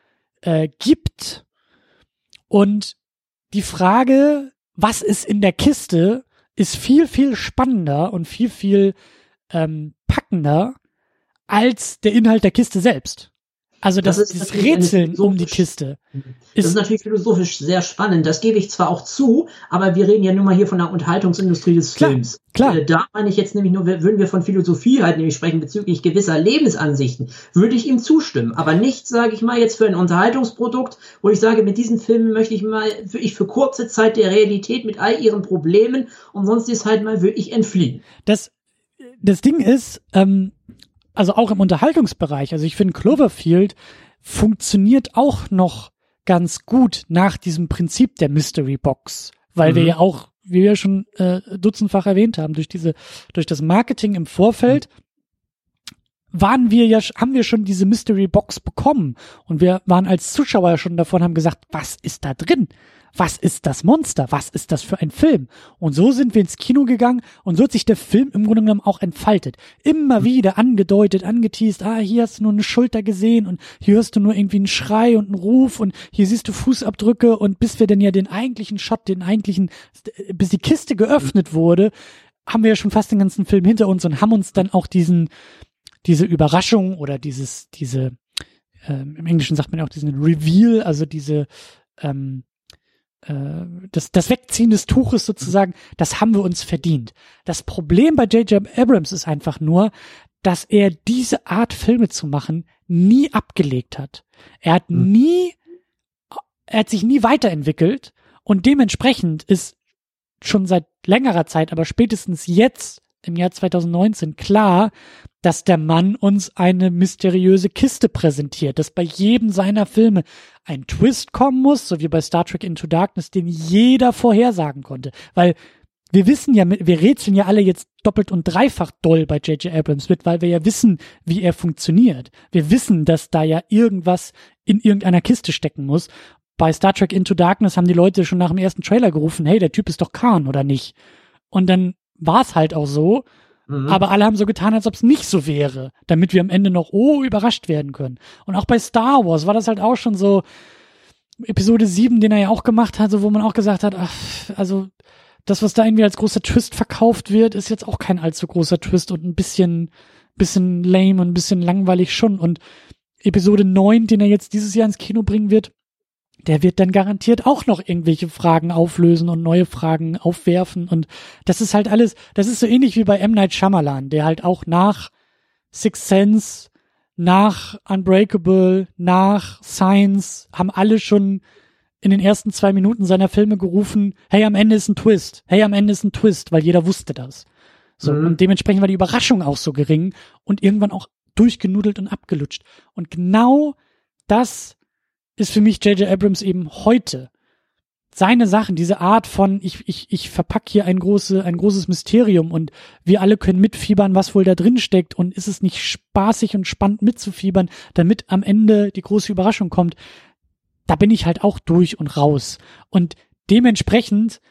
gibt und die Frage, was ist in der Kiste, ist viel, viel spannender und viel, viel packender als der Inhalt der Kiste selbst. Also das Rätseln um die Kiste. Das ist natürlich philosophisch sehr spannend. Das gebe ich zwar auch zu, aber wir reden ja nun mal hier von der Unterhaltungsindustrie des Films. Klar. Da meine ich jetzt nämlich nur, würden wir von Philosophie halt nämlich sprechen bezüglich gewisser Lebensansichten, würde ich ihm zustimmen. Aber nicht, sage ich mal, jetzt für ein Unterhaltungsprodukt, wo ich sage, mit diesen Filmen möchte ich mal wirklich für kurze Zeit der Realität mit all ihren Problemen und sonstiges halt mal wirklich entfliehen. Das Ding ist, also auch im Unterhaltungsbereich, also ich finde Cloverfield funktioniert auch noch ganz gut nach diesem Prinzip der Mystery Box, weil wir ja auch, wie wir schon dutzendfach erwähnt haben, durch das Marketing im Vorfeld haben wir schon diese Mystery Box bekommen und wir waren als Zuschauer schon davon, haben gesagt, was ist da drin? Was ist das Monster? Was ist das für ein Film? Und so sind wir ins Kino gegangen und so hat sich der Film im Grunde genommen auch entfaltet. Immer wieder angedeutet, angeteast, hier hast du nur eine Schulter gesehen und hier hörst du nur irgendwie einen Schrei und einen Ruf und hier siehst du Fußabdrücke und bis wir dann ja den eigentlichen Shot, bis die Kiste geöffnet wurde, haben wir ja schon fast den ganzen Film hinter uns und haben uns dann auch diese Überraschung oder im Englischen sagt man ja auch diesen Reveal, also das Wegziehen des Tuches sozusagen, das haben wir uns verdient. Das Problem bei J.J. Abrams ist einfach nur, dass er diese Art Filme zu machen nie abgelegt hat. Er hat sich nie weiterentwickelt und dementsprechend ist schon seit längerer Zeit, aber spätestens jetzt im Jahr 2019 klar, dass der Mann uns eine mysteriöse Kiste präsentiert, dass bei jedem seiner Filme ein Twist kommen muss, so wie bei Star Trek Into Darkness, den jeder vorhersagen konnte. Weil wir wissen ja, wir rätseln ja alle jetzt doppelt und dreifach doll bei J.J. Abrams mit, weil wir ja wissen, wie er funktioniert. Wir wissen, dass da ja irgendwas in irgendeiner Kiste stecken muss. Bei Star Trek Into Darkness haben die Leute schon nach dem ersten Trailer gerufen, hey, der Typ ist doch Khan, oder nicht? Und dann war es halt auch so, aber alle haben so getan, als ob es nicht so wäre, damit wir am Ende noch überrascht werden können. Und auch bei Star Wars war das halt auch schon so Episode 7, den er ja auch gemacht hat, so, wo man auch gesagt hat, also das, was da irgendwie als großer Twist verkauft wird, ist jetzt auch kein allzu großer Twist und ein bisschen lame und ein bisschen langweilig schon. Und Episode 9, den er jetzt dieses Jahr ins Kino bringen wird, der wird dann garantiert auch noch irgendwelche Fragen auflösen und neue Fragen aufwerfen und das ist halt alles, das ist so ähnlich wie bei M. Night Shyamalan, der halt auch nach Sixth Sense, nach Unbreakable, nach Signs, haben alle schon in den ersten 2 Minuten seiner Filme gerufen, hey, am Ende ist ein Twist, weil jeder wusste das. So, und dementsprechend war die Überraschung auch so gering und irgendwann auch durchgenudelt und abgelutscht. Und genau das ist für mich J.J. Abrams eben heute. Seine Sachen, diese Art von, ich verpacke hier ein großes Mysterium und wir alle können mitfiebern, was wohl da drin steckt und ist es nicht spaßig und spannend mitzufiebern, damit am Ende die große Überraschung kommt. Da bin ich halt auch durch und raus. Und dementsprechend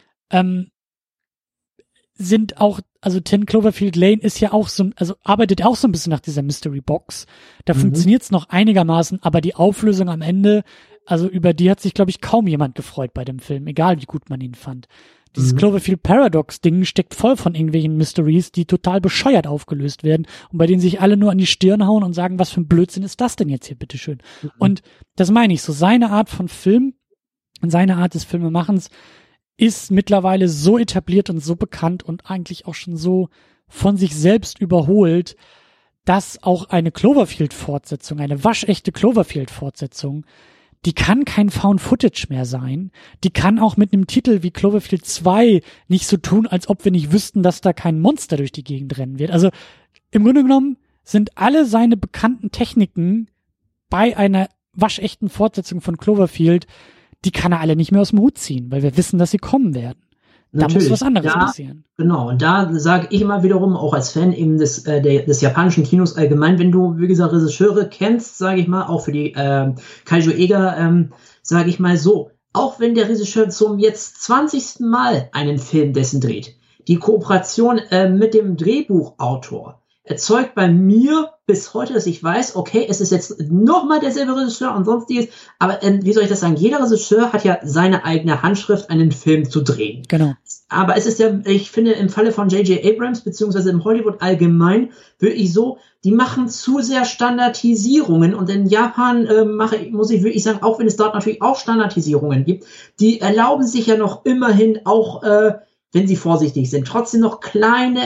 sind auch, also 10 Cloverfield Lane ist ja auch so, also arbeitet auch so ein bisschen nach dieser Mystery Box. Da funktioniert's noch einigermaßen, aber die Auflösung am Ende, also über die hat sich, glaube ich, kaum jemand gefreut bei dem Film, egal wie gut man ihn fand. Dieses Cloverfield Paradox-Ding steckt voll von irgendwelchen Mysteries, die total bescheuert aufgelöst werden und bei denen sich alle nur an die Stirn hauen und sagen, was für ein Blödsinn ist das denn jetzt hier, bitteschön. Und das meine ich so, seine Art von Film und seine Art des Filmemachens ist mittlerweile so etabliert und so bekannt und eigentlich auch schon so von sich selbst überholt, dass auch eine Cloverfield-Fortsetzung, eine waschechte Cloverfield-Fortsetzung, die kann kein Found-Footage mehr sein. Die kann auch mit einem Titel wie Cloverfield 2 nicht so tun, als ob wir nicht wüssten, dass da kein Monster durch die Gegend rennen wird. Also im Grunde genommen sind alle seine bekannten Techniken bei einer waschechten Fortsetzung von Cloverfield, die kann er alle nicht mehr aus dem Hut ziehen, weil wir wissen, dass sie kommen werden. Da muss was anderes passieren. Genau, und da sage ich immer wiederum, auch als Fan eben des japanischen Kinos allgemein, wenn du, wie gesagt, Regisseure kennst, sage ich mal, auch für die Kaiju Eiga, sage ich mal so, auch wenn der Regisseur zum jetzt 20. Mal einen Film dessen dreht, die Kooperation mit dem Drehbuchautor, erzeugt bei mir bis heute, dass ich weiß, okay, es ist jetzt nochmal derselbe Regisseur und sonstiges, aber wie soll ich das sagen? Jeder Regisseur hat ja seine eigene Handschrift, einen Film zu drehen. Genau. Aber es ist ja, ich finde, im Falle von J.J. Abrams, beziehungsweise im Hollywood allgemein, wirklich so, die machen zu sehr Standardisierungen und in Japan muss ich wirklich sagen, auch wenn es dort natürlich auch Standardisierungen gibt, die erlauben sich ja noch immerhin auch, wenn sie vorsichtig sind, trotzdem noch kleine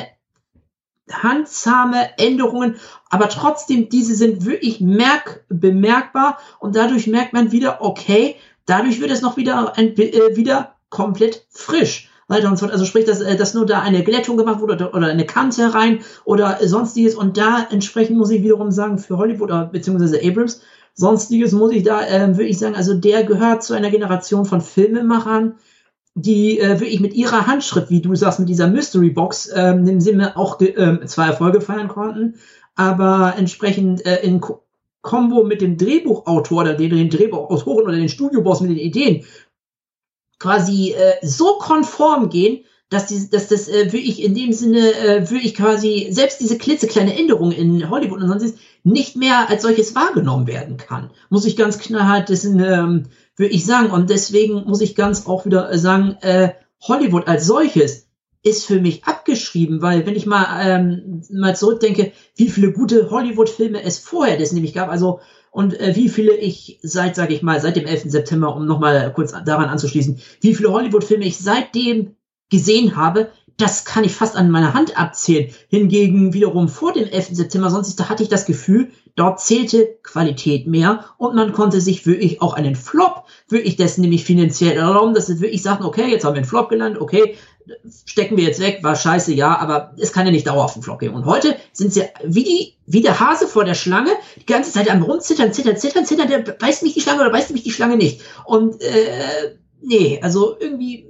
handsame Änderungen, aber trotzdem, diese sind wirklich bemerkbar und dadurch merkt man wieder, okay, dadurch wird es noch wieder wieder komplett frisch. Weiter und so fort. Also sprich, dass nur da eine Glättung gemacht wurde oder eine Kante rein oder sonstiges und da entsprechend muss ich wiederum sagen, für Hollywood beziehungsweise Abrams, sonstiges muss ich da wirklich sagen, also der gehört zu einer Generation von Filmemachern, die wirklich mit ihrer Handschrift, wie du sagst, mit dieser Mystery Box im Sinne auch zwei Erfolge feiern konnten, aber entsprechend in Kombo mit dem Drehbuchautor oder den Drehbuchautoren oder den Studioboss mit den Ideen quasi so konform gehen, dass das wirklich in dem Sinne wirklich quasi selbst diese klitzekleine Änderung in Hollywood und sonst nicht mehr als solches wahrgenommen werden kann. Muss ich ganz knallhart würde ich sagen. Und deswegen muss ich ganz auch wieder sagen, Hollywood als solches ist für mich abgeschrieben, weil wenn ich mal zurückdenke, wie viele gute Hollywood-Filme es vorher das nämlich gab, also und wie viele ich seit dem 11. September, um nochmal kurz daran anzuschließen, wie viele Hollywood-Filme ich seitdem gesehen habe, das kann ich fast an meiner Hand abzählen. Hingegen wiederum vor dem 11. September, sonst da hatte ich das Gefühl, dort zählte Qualität mehr und man konnte sich wirklich auch einen Flop, wirklich das nämlich finanziell erlauben, dass sie wirklich sagten, okay, jetzt haben wir einen Flop gelandet, okay, stecken wir jetzt weg, war scheiße, ja, aber es kann ja nicht dauerhaft einen Flop geben. Und heute sind sie wie der Hase vor der Schlange, die ganze Zeit am Rumzittern, der beißt mich die Schlange oder beißt mich die Schlange nicht. Und nee, also irgendwie,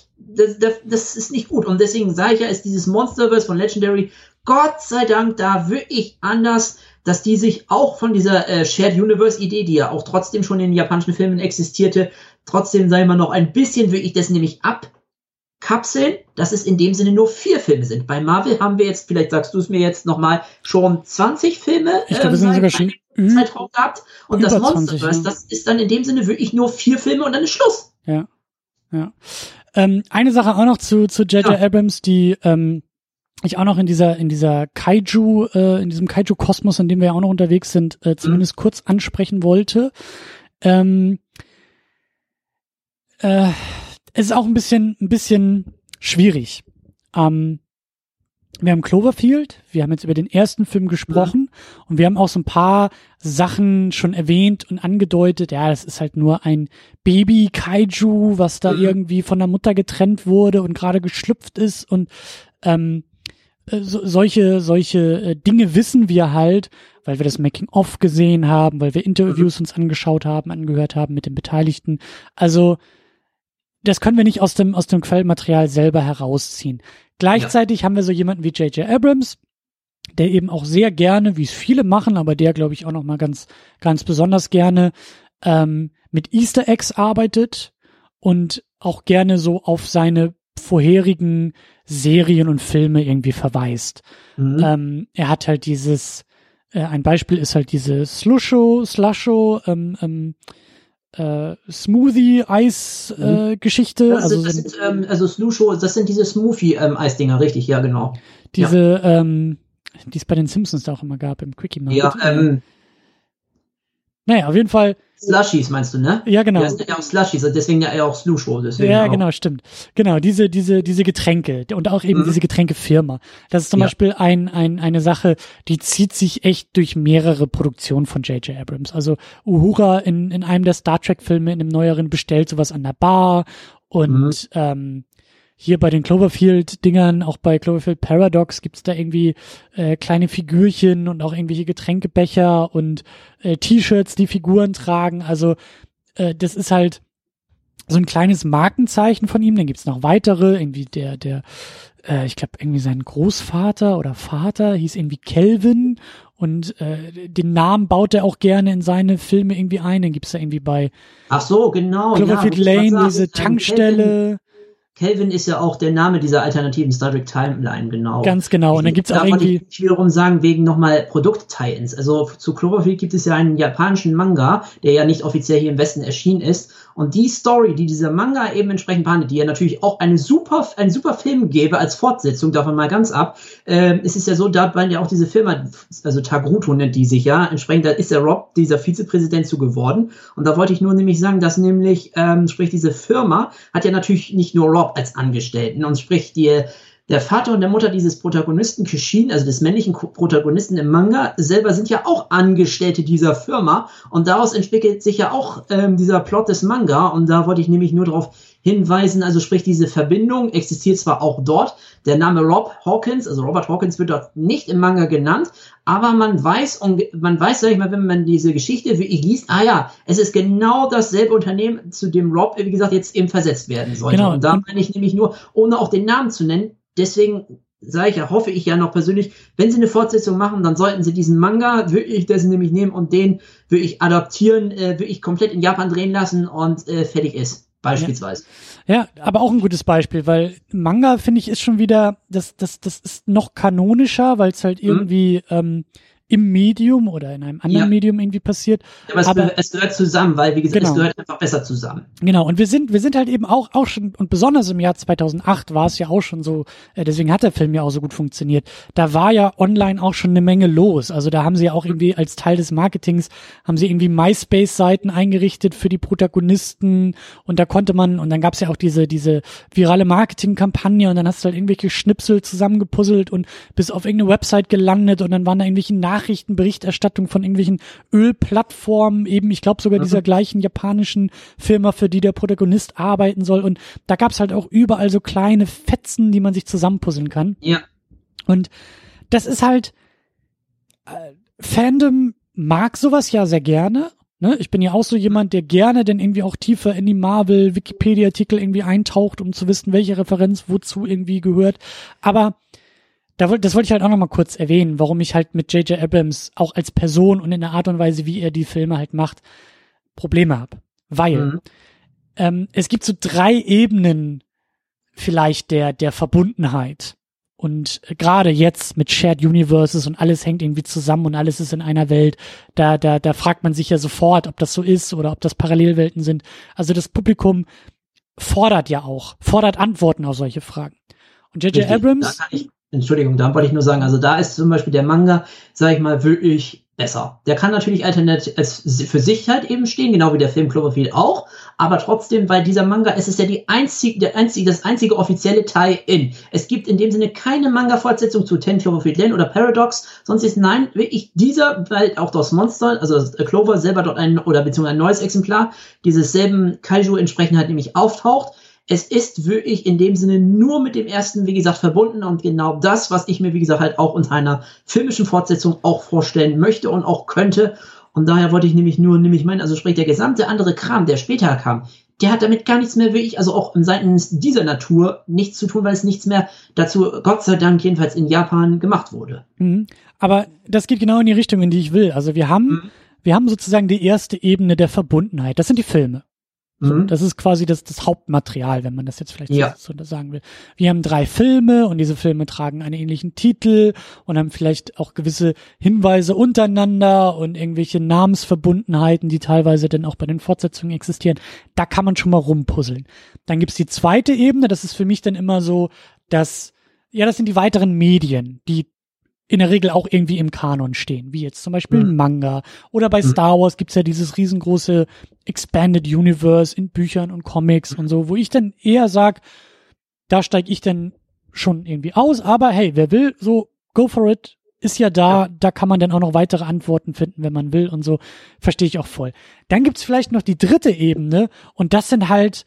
das ist nicht gut. Und deswegen sage ich ja, ist dieses Monsterverse von Legendary Gott sei Dank da wirklich anders, dass die sich auch von dieser Shared Universe Idee, die ja auch trotzdem schon in japanischen Filmen existierte, trotzdem sei mal noch ein bisschen wirklich das nämlich abkapseln, dass es in dem Sinne nur 4 Filme sind. Bei Marvel haben wir jetzt, vielleicht sagst du es mir jetzt nochmal, schon 20 Filme. Ich glaube, wir sind sogar schon Zeitraum gehabt. Und das Monsterverse, das ist dann in dem Sinne wirklich nur 4 Filme und dann ist Schluss. Ja. Eine Sache auch noch zu J.J. Abrams, die ich auch noch in dieser Kaiju, in diesem Kaiju-Kosmos, in dem wir ja auch noch unterwegs sind, zumindest kurz ansprechen wollte. Es ist auch ein bisschen schwierig. Wir haben Cloverfield, wir haben jetzt über den ersten Film gesprochen und wir haben auch so ein paar Sachen schon erwähnt und angedeutet, ja, das ist halt nur ein Baby-Kaiju, was da irgendwie von der Mutter getrennt wurde und gerade geschlüpft ist und solche Dinge wissen wir halt, weil wir das Making-of gesehen haben, weil wir Interviews uns angehört haben mit den Beteiligten. Also das können wir nicht aus dem Quellmaterial selber herausziehen. Gleichzeitig haben wir so jemanden wie J.J. Abrams, der eben auch sehr gerne, wie es viele machen, aber der, glaube ich, auch noch mal ganz, ganz besonders gerne mit Easter Eggs arbeitet und auch gerne so auf seine vorherigen Serien und Filme irgendwie verweist. Er hat halt ein Beispiel ist halt diese Slusho, Smoothie-Eis-Geschichte. Also Slusho, das sind diese Smoothie-Eisdinger, richtig, ja, genau. Die es bei den Simpsons da auch immer gab, im Quickie Market. Ja, naja, auf jeden Fall. Slushies meinst du, ne? Ja, genau. Ja, das sind ja auch Slushies, deswegen ja auch Slusho. Ja, genau, stimmt. Genau, diese Getränke und auch eben diese Getränkefirma. Das ist zum Beispiel eine Sache, die zieht sich echt durch mehrere Produktionen von J.J. Abrams. Also Uhura in einem der Star Trek Filme, in einem neueren, bestellt sowas an der Bar und hier bei den Cloverfield-Dingern, auch bei Cloverfield Paradox gibt's da irgendwie kleine Figürchen und auch irgendwelche Getränkebecher und T-Shirts, die Figuren tragen. Also das ist halt so ein kleines Markenzeichen von ihm. Dann gibt's noch weitere, irgendwie ich glaube irgendwie sein Großvater oder Vater hieß irgendwie Kelvin und den Namen baut er auch gerne in seine Filme irgendwie ein. Dann gibt's da irgendwie bei Ach so, genau, Cloverfield Lane diese Tankstelle. Kelvin ist ja auch der Name dieser alternativen Star Trek Timeline, genau. Ganz genau. Und dann gibt's auch irgendwie... Ich wiederum sagen, wegen nochmal Produkt-Tie-Ins. Also zu Cloverfield gibt es ja einen japanischen Manga, der ja nicht offiziell hier im Westen erschienen ist. Und die Story, die dieser Manga eben entsprechend behandelt, die ja natürlich auch einen super Film gäbe als Fortsetzung, davon mal ganz ab, es ist ja so, da waren ja auch diese Firma, also Tagruto nennt die sich ja, entsprechend, da ist der Rob, dieser Vizepräsident, zu geworden. Und da wollte ich nur nämlich sagen, dass nämlich, sprich, diese Firma hat ja natürlich nicht nur Rob als Angestellten und sprich, der Vater und der Mutter dieses Protagonisten, Kishin, also des männlichen Protagonisten im Manga, selber sind ja auch Angestellte dieser Firma und daraus entwickelt sich ja auch dieser Plot des Manga und da wollte ich nämlich nur darauf hinweisen, also sprich, diese Verbindung existiert zwar auch dort, der Name Rob Hawkins, also Robert Hawkins wird dort nicht im Manga genannt, aber man weiß, sag ich mal, wenn man diese Geschichte wie ich liest, es ist genau dasselbe Unternehmen, zu dem Rob, wie gesagt, jetzt eben versetzt werden sollte. Genau. Und da meine ich nämlich nur, ohne auch den Namen zu nennen, deswegen hoffe ich ja noch persönlich, wenn sie eine Fortsetzung machen, dann sollten sie diesen Manga wirklich, das nämlich nehmen und den wirklich adaptieren, wirklich komplett in Japan drehen lassen und fertig ist. Beispielsweise. Ja, aber auch ein gutes Beispiel, weil Manga, finde ich, ist schon wieder, das ist noch kanonischer, weil es halt irgendwie im Medium oder in einem anderen Medium irgendwie passiert. Ja, aber es gehört zusammen, weil, wie gesagt, es gehört einfach besser zusammen. Genau, und wir sind halt eben auch schon, und besonders im Jahr 2008 war es ja auch schon so, deswegen hat der Film ja auch so gut funktioniert. Da war ja online auch schon eine Menge los. Also da haben sie ja auch irgendwie als Teil des Marketings, haben sie irgendwie MySpace-Seiten eingerichtet für die Protagonisten und da konnte man, und dann gab's ja auch diese virale Marketingkampagne und dann hast du halt irgendwelche Schnipsel zusammengepuzzelt und bist auf irgendeine Website gelandet und dann waren da irgendwelche Nachrichtenberichterstattung von irgendwelchen Ölplattformen, eben, ich glaube sogar dieser gleichen japanischen Firma, für die der Protagonist arbeiten soll. Und da gab's halt auch überall so kleine Fetzen, die man sich zusammenpuzzeln kann. Ja. Und das ist halt, Fandom mag sowas ja sehr gerne. Ne? Ich bin ja auch so jemand, der gerne dann irgendwie auch tiefer in die Marvel-Wikipedia-Artikel irgendwie eintaucht, um zu wissen, welche Referenz wozu irgendwie gehört. Aber das wollte ich halt auch noch mal kurz erwähnen, warum ich halt mit J.J. Abrams auch als Person und in der Art und Weise, wie er die Filme halt macht, Probleme habe. Weil es gibt so 3 Ebenen vielleicht der Verbundenheit. Und gerade jetzt mit Shared Universes und alles hängt irgendwie zusammen und alles ist in einer Welt, da fragt man sich ja sofort, ob das so ist oder ob das Parallelwelten sind. Also das Publikum fordert Antworten auf solche Fragen. Und J.J. Abrams... Entschuldigung, da wollte ich nur sagen, also da ist zum Beispiel der Manga, sag ich mal, wirklich besser. Der kann natürlich alternativ für sich halt eben stehen, genau wie der Film Cloverfield auch, aber trotzdem, weil dieser Manga, es ist ja das einzige offizielle Tie-In. Es gibt in dem Sinne keine Manga-Fortsetzung zu 10 Cloverfield Lane oder Paradox, sonst ist wirklich dieser, weil auch das Monster, also Clover selber dort beziehungsweise ein neues Exemplar dieses selben Kaiju entsprechend halt nämlich auftaucht. Es ist wirklich in dem Sinne nur mit dem ersten, wie gesagt, verbunden und genau das, was ich mir, wie gesagt, halt auch unter einer filmischen Fortsetzung auch vorstellen möchte und auch könnte. Und daher wollte ich nämlich meinen, also sprich, der gesamte andere Kram, der später kam, der hat damit gar nichts mehr wirklich, also auch seitens dieser Natur nichts zu tun, weil es nichts mehr dazu, Gott sei Dank, jedenfalls in Japan gemacht wurde. Aber das geht genau in die Richtung, in die ich will. Also wir haben sozusagen die erste Ebene der Verbundenheit. Das sind die Filme. So, das ist quasi das Hauptmaterial, wenn man das jetzt vielleicht so sagen will. Wir haben 3 Filme und diese Filme tragen einen ähnlichen Titel und haben vielleicht auch gewisse Hinweise untereinander und irgendwelche Namensverbundenheiten, die teilweise dann auch bei den Fortsetzungen existieren. Da kann man schon mal rumpuzzeln. Dann gibt's die zweite Ebene, das ist für mich dann immer so, das sind die weiteren Medien, die in der Regel auch irgendwie im Kanon stehen, wie jetzt zum Beispiel ein Manga. Oder bei Star Wars gibt's ja dieses riesengroße Expanded Universe in Büchern und Comics und so, wo ich dann eher sag, da steige ich dann schon irgendwie aus, aber hey, wer will, so go for it, ist ja da, da kann man dann auch noch weitere Antworten finden, wenn man will und so, verstehe ich auch voll. Dann gibt's vielleicht noch die dritte Ebene und das sind halt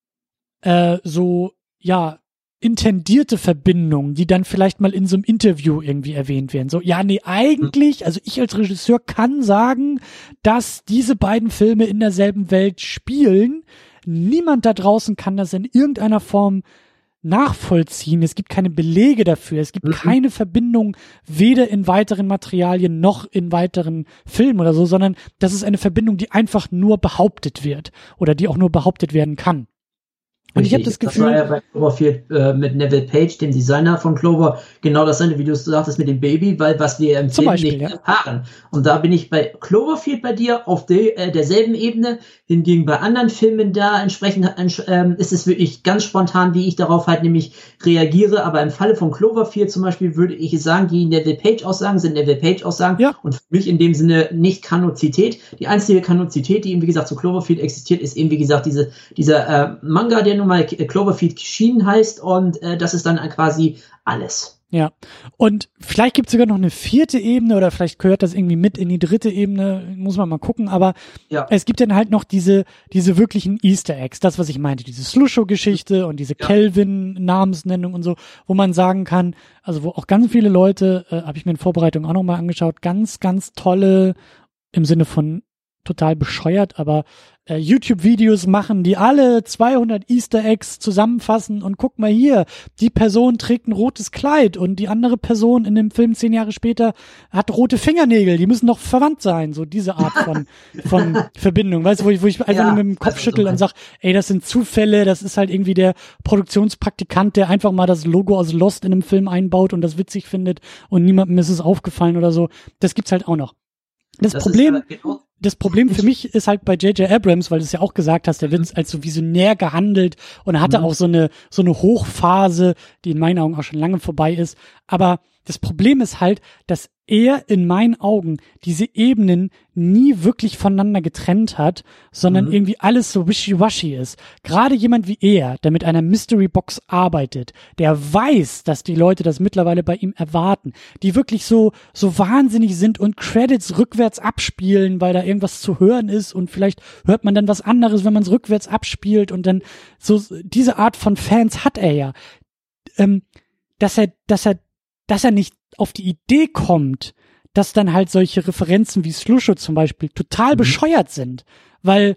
intendierte Verbindungen, die dann vielleicht mal in so einem Interview irgendwie erwähnt werden. So, eigentlich, also ich als Regisseur kann sagen, dass diese beiden Filme in derselben Welt spielen. Niemand da draußen kann das in irgendeiner Form nachvollziehen. Es gibt keine Belege dafür. Es gibt keine Verbindung, weder in weiteren Materialien noch in weiteren Filmen oder so, sondern das ist eine Verbindung, die einfach nur behauptet wird oder die auch nur behauptet werden kann. Und ich habe das Gefühl, das war ja bei Cloverfield mit Neville Page, dem Designer von Clover, genau dasselbe, wie du sagtest mit dem Baby, weil was wir im Film nicht erfahren. Und da bin ich bei Cloverfield bei dir auf derselben Ebene. Hingegen bei anderen Filmen da entsprechend ist es wirklich ganz spontan, wie ich darauf halt nämlich reagiere. Aber im Falle von Cloverfield zum Beispiel würde ich sagen, die Neville Page Aussagen sind Neville Page Aussagen und für mich in dem Sinne nicht Kanozität. Die einzige Kanozität, die eben wie gesagt zu Cloverfield existiert, ist eben wie gesagt dieser Manga, der nun mal Cloverfield Sheen heißt und das ist dann quasi alles. Ja, und vielleicht gibt es sogar noch eine 4. Ebene oder vielleicht gehört das irgendwie mit in die 3. Ebene, muss man mal gucken, aber es gibt dann halt noch diese wirklichen Easter Eggs, das, was ich meinte, diese Slusho-Geschichte und diese Kelvin-Namensnennung und so, wo man sagen kann, also wo auch ganz viele Leute, habe ich mir in Vorbereitung auch nochmal angeschaut, ganz, ganz tolle, im Sinne von total bescheuert, aber YouTube-Videos machen, die alle 200 Easter Eggs zusammenfassen und guck mal hier, die Person trägt ein rotes Kleid und die andere Person in dem Film 10 Jahre später hat rote Fingernägel, die müssen doch verwandt sein, so diese Art von Verbindung, weißt du, wo ich einfach nur mit dem Kopf schüttel und sag, ey, das sind Zufälle, das ist halt irgendwie der Produktionspraktikant, der einfach mal das Logo aus Lost in einem Film einbaut und das witzig findet und niemandem ist es aufgefallen oder so, das gibt's halt auch noch. Das Problem für mich ist halt bei J.J. Abrams, weil du es ja auch gesagt hast, der wird als so visionär gehandelt und er hatte auch so eine Hochphase, die in meinen Augen auch schon lange vorbei ist. Aber das Problem ist halt, dass er in meinen Augen diese Ebenen nie wirklich voneinander getrennt hat, sondern irgendwie alles so wischiwaschi ist. Gerade jemand wie er, der mit einer Mystery Box arbeitet, der weiß, dass die Leute das mittlerweile bei ihm erwarten, die wirklich so wahnsinnig sind und Credits rückwärts abspielen, weil da irgendwas zu hören ist und vielleicht hört man dann was anderes, wenn man es rückwärts abspielt und dann so diese Art von Fans hat er ja. Dass er nicht auf die Idee kommt, dass dann halt solche Referenzen wie Slusho zum Beispiel total bescheuert sind. Weil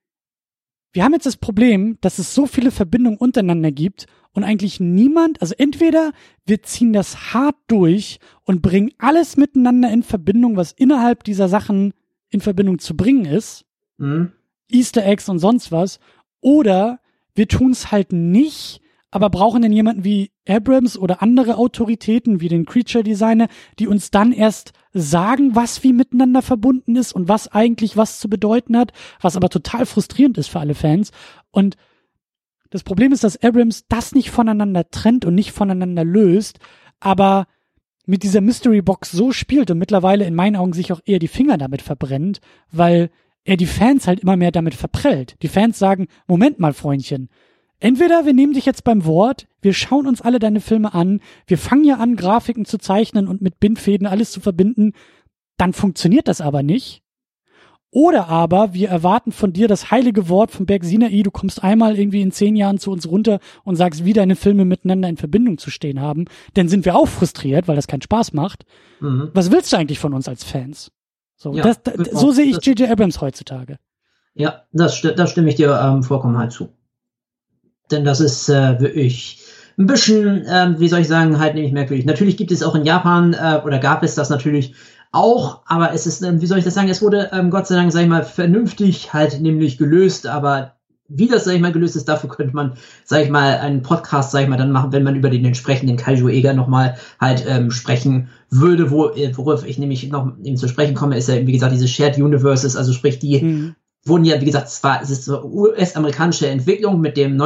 wir haben jetzt das Problem, dass es so viele Verbindungen untereinander gibt und eigentlich niemand, also entweder wir ziehen das hart durch und bringen alles miteinander in Verbindung, was innerhalb dieser Sachen in Verbindung zu bringen ist, Easter Eggs und sonst was, oder wir tun es halt nicht, aber brauchen denn jemanden wie Abrams oder andere Autoritäten wie den Creature Designer, die uns dann erst sagen, was wie miteinander verbunden ist und was eigentlich was zu bedeuten hat, was aber total frustrierend ist für alle Fans. Und das Problem ist, dass Abrams das nicht voneinander trennt und nicht voneinander löst, aber mit dieser Mystery Box so spielt und mittlerweile in meinen Augen sich auch eher die Finger damit verbrennt, weil er die Fans halt immer mehr damit verprellt. Die Fans sagen, Moment mal, Freundchen, entweder wir nehmen dich jetzt beim Wort, wir schauen uns alle deine Filme an, wir fangen ja an, Grafiken zu zeichnen und mit Bindfäden alles zu verbinden, dann funktioniert das aber nicht. Oder aber wir erwarten von dir das heilige Wort vom Berg Sinai, du kommst einmal irgendwie in 10 Jahren zu uns runter und sagst, wie deine Filme miteinander in Verbindung zu stehen haben. Dann sind wir auch frustriert, weil das keinen Spaß macht. Was willst du eigentlich von uns als Fans? So, ja, so sehe ich J.J. Abrams heutzutage. Ja, da stimme ich dir vollkommen halt zu. Denn das ist wirklich ein bisschen, wie soll ich sagen, halt nicht merkwürdig. Natürlich gibt es auch in Japan, oder gab es das natürlich auch, aber es ist, wie soll ich das sagen, es wurde Gott sei Dank, sag ich mal, vernünftig halt nämlich gelöst, aber wie das, sag ich mal, gelöst ist, dafür könnte man, sag ich mal, einen Podcast, sag ich mal, dann machen, wenn man über den entsprechenden Kaiju-Eger nochmal halt sprechen würde, worauf ich nämlich noch eben zu sprechen komme, ist ja, wie gesagt, diese Shared Universes, also sprich die wurden ja, wie gesagt, es ist so US-amerikanische Entwicklung mit dem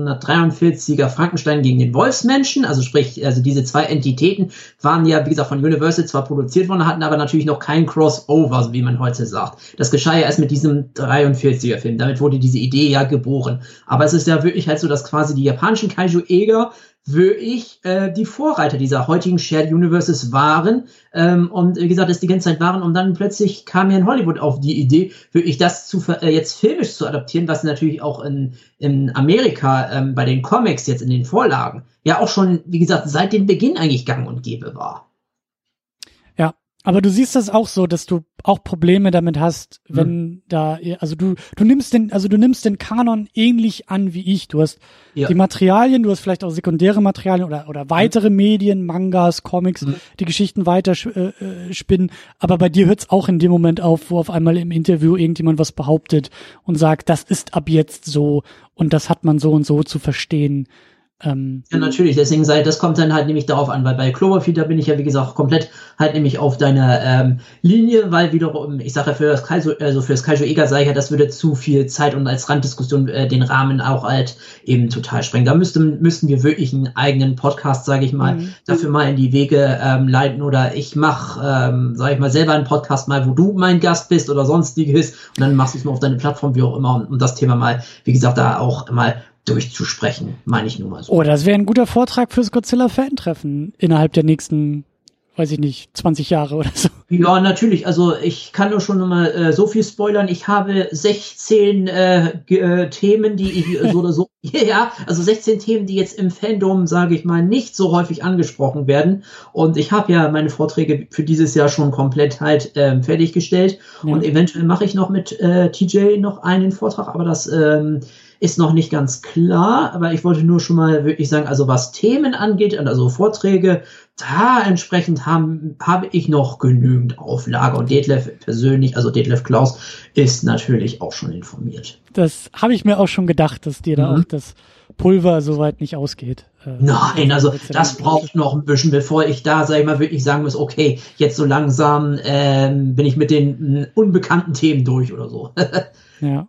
1943er Frankenstein gegen den Wolfsmenschen, also sprich, also diese 2 Entitäten waren ja, wie gesagt, von Universal zwar produziert worden, hatten aber natürlich noch kein Crossover, wie man heute sagt. Das geschah ja erst mit diesem 43er Film, damit wurde diese Idee ja geboren. Aber es ist ja wirklich halt so, dass quasi die japanischen Kaiju-Eger wirklich die Vorreiter dieser heutigen Shared Universes waren und wie gesagt, es die ganze Zeit waren und dann plötzlich kam ja in Hollywood auf die Idee, wirklich das jetzt filmisch zu adaptieren, was natürlich auch in Amerika bei den Comics jetzt in den Vorlagen ja auch schon, wie gesagt, seit dem Beginn eigentlich gang und gäbe war. Ja, Aber du siehst das auch so, dass du auch Probleme damit hast, wenn also du nimmst den Kanon ähnlich an wie ich. Du hast die Materialien, du hast vielleicht auch sekundäre Materialien oder weitere Medien, Mangas, Comics, die Geschichten weiter spinnen. Aber bei dir hört's auch in dem Moment auf, wo auf einmal im Interview irgendjemand was behauptet und sagt, das ist ab jetzt so und das hat man so und so zu verstehen. Ja, natürlich, deswegen das kommt dann halt nämlich darauf an, weil bei Cloverfield, da bin ich ja, wie gesagt, komplett halt nämlich auf deiner Linie, weil wiederum, ich sage ja, für das Kaiju-Eger sage ich ja, das würde zu viel Zeit und als Randdiskussion den Rahmen auch halt eben total sprengen. Da müssten wir wirklich einen eigenen Podcast, sage ich mal, dafür mal in die Wege leiten oder ich mache, sage ich mal, selber einen Podcast mal, wo du mein Gast bist oder sonstiges und dann machst du es mal auf deine Plattform, wie auch immer, um das Thema mal, wie gesagt, da auch mal durchzusprechen, meine ich nur mal so. Oh, das wäre ein guter Vortrag fürs Godzilla-Fan-Treffen innerhalb der nächsten, weiß ich nicht, 20 Jahre oder so. Ja, natürlich. Also ich kann nur schon mal so viel spoilern. Ich habe 16 Themen, die ich so oder so, also 16 Themen, die jetzt im Fandom, sage ich mal, nicht so häufig angesprochen werden. Und ich habe ja meine Vorträge für dieses Jahr schon komplett halt fertiggestellt. Ja. Und eventuell mache ich noch mit TJ noch einen Vortrag, aber das ist noch nicht ganz klar, aber ich wollte nur schon mal wirklich sagen, also was Themen angeht, also Vorträge, da entsprechend habe ich noch genügend auf Lager und Detlef persönlich, also Detlef Klaus, ist natürlich auch schon informiert. Das habe ich mir auch schon gedacht, dass dir da auch das Pulver soweit nicht ausgeht. Nein, also das braucht noch ein bisschen, bevor ich da, sag ich mal, wirklich sagen muss, okay, jetzt so langsam bin ich mit den unbekannten Themen durch oder so. Ja.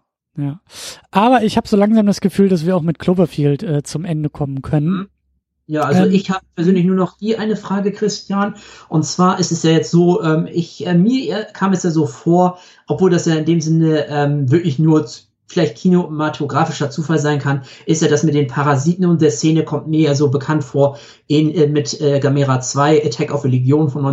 Aber ich habe so langsam das Gefühl, dass wir auch mit Cloverfield zum Ende kommen können. Ja, also ich habe persönlich nur noch die eine Frage, Christian. Und zwar ist es ja jetzt so, mir kam es ja so vor, obwohl das ja in dem Sinne wirklich nur vielleicht kinematografischer Zufall sein kann, ist ja das mit den Parasiten und der Szene kommt mir ja so bekannt vor mit Gamera 2, Attack of a Legion von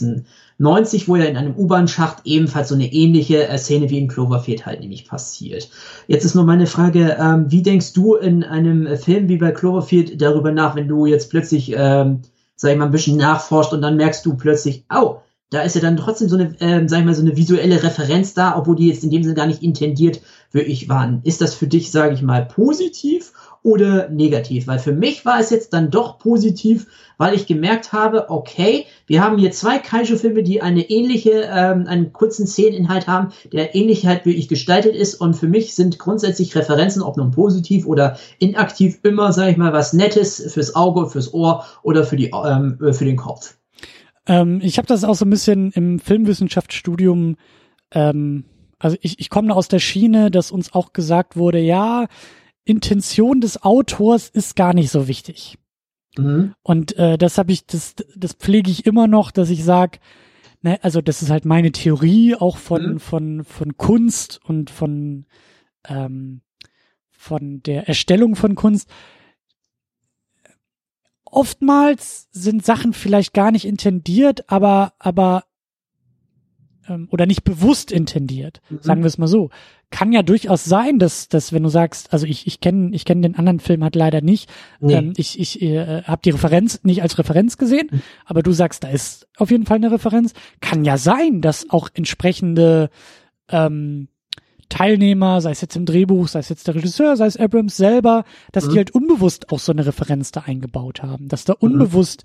1996, wo ja in einem U-Bahn-Schacht ebenfalls so eine ähnliche Szene wie in Cloverfield halt nämlich passiert. Jetzt ist nur meine Frage, wie denkst du in einem Film wie bei Cloverfield darüber nach, wenn du jetzt plötzlich, sag ich mal, ein bisschen nachforscht und dann merkst du plötzlich, da ist ja dann trotzdem so eine, sag ich mal, so eine visuelle Referenz da, obwohl die jetzt in dem Sinne gar nicht intendiert wirklich waren. Ist das für dich, sage ich mal, positiv oder negativ? Weil für mich war es jetzt dann doch positiv, weil ich gemerkt habe, okay, wir haben hier zwei Kaiju-Filme, die eine ähnliche, einen kurzen Szeneninhalt haben, der ähnlich halt wirklich gestaltet ist und für mich sind grundsätzlich Referenzen, ob nun positiv oder inaktiv, immer, sage ich mal, was Nettes fürs Auge, fürs Ohr oder für den Kopf. Ich habe das auch so ein bisschen im Filmwissenschaftsstudium, also ich komme aus der Schiene, dass uns auch gesagt wurde, ja, Intention des Autors ist gar nicht so wichtig. Und das pflege ich immer noch, dass ich sage, ne, also das ist halt meine Theorie auch von Kunst und von der Erstellung von Kunst. Oftmals sind Sachen vielleicht gar nicht intendiert, aber oder nicht bewusst intendiert, sagen wir es mal so. Kann ja durchaus sein, dass wenn du sagst, also ich kenne den anderen Film halt leider nicht, ich habe die Referenz nicht als Referenz gesehen, aber du sagst, da ist auf jeden Fall eine Referenz. Kann ja sein, dass auch entsprechende Teilnehmer, sei es jetzt im Drehbuch, sei es jetzt der Regisseur, sei es Abrams selber, dass die halt unbewusst auch so eine Referenz da eingebaut haben, dass da unbewusst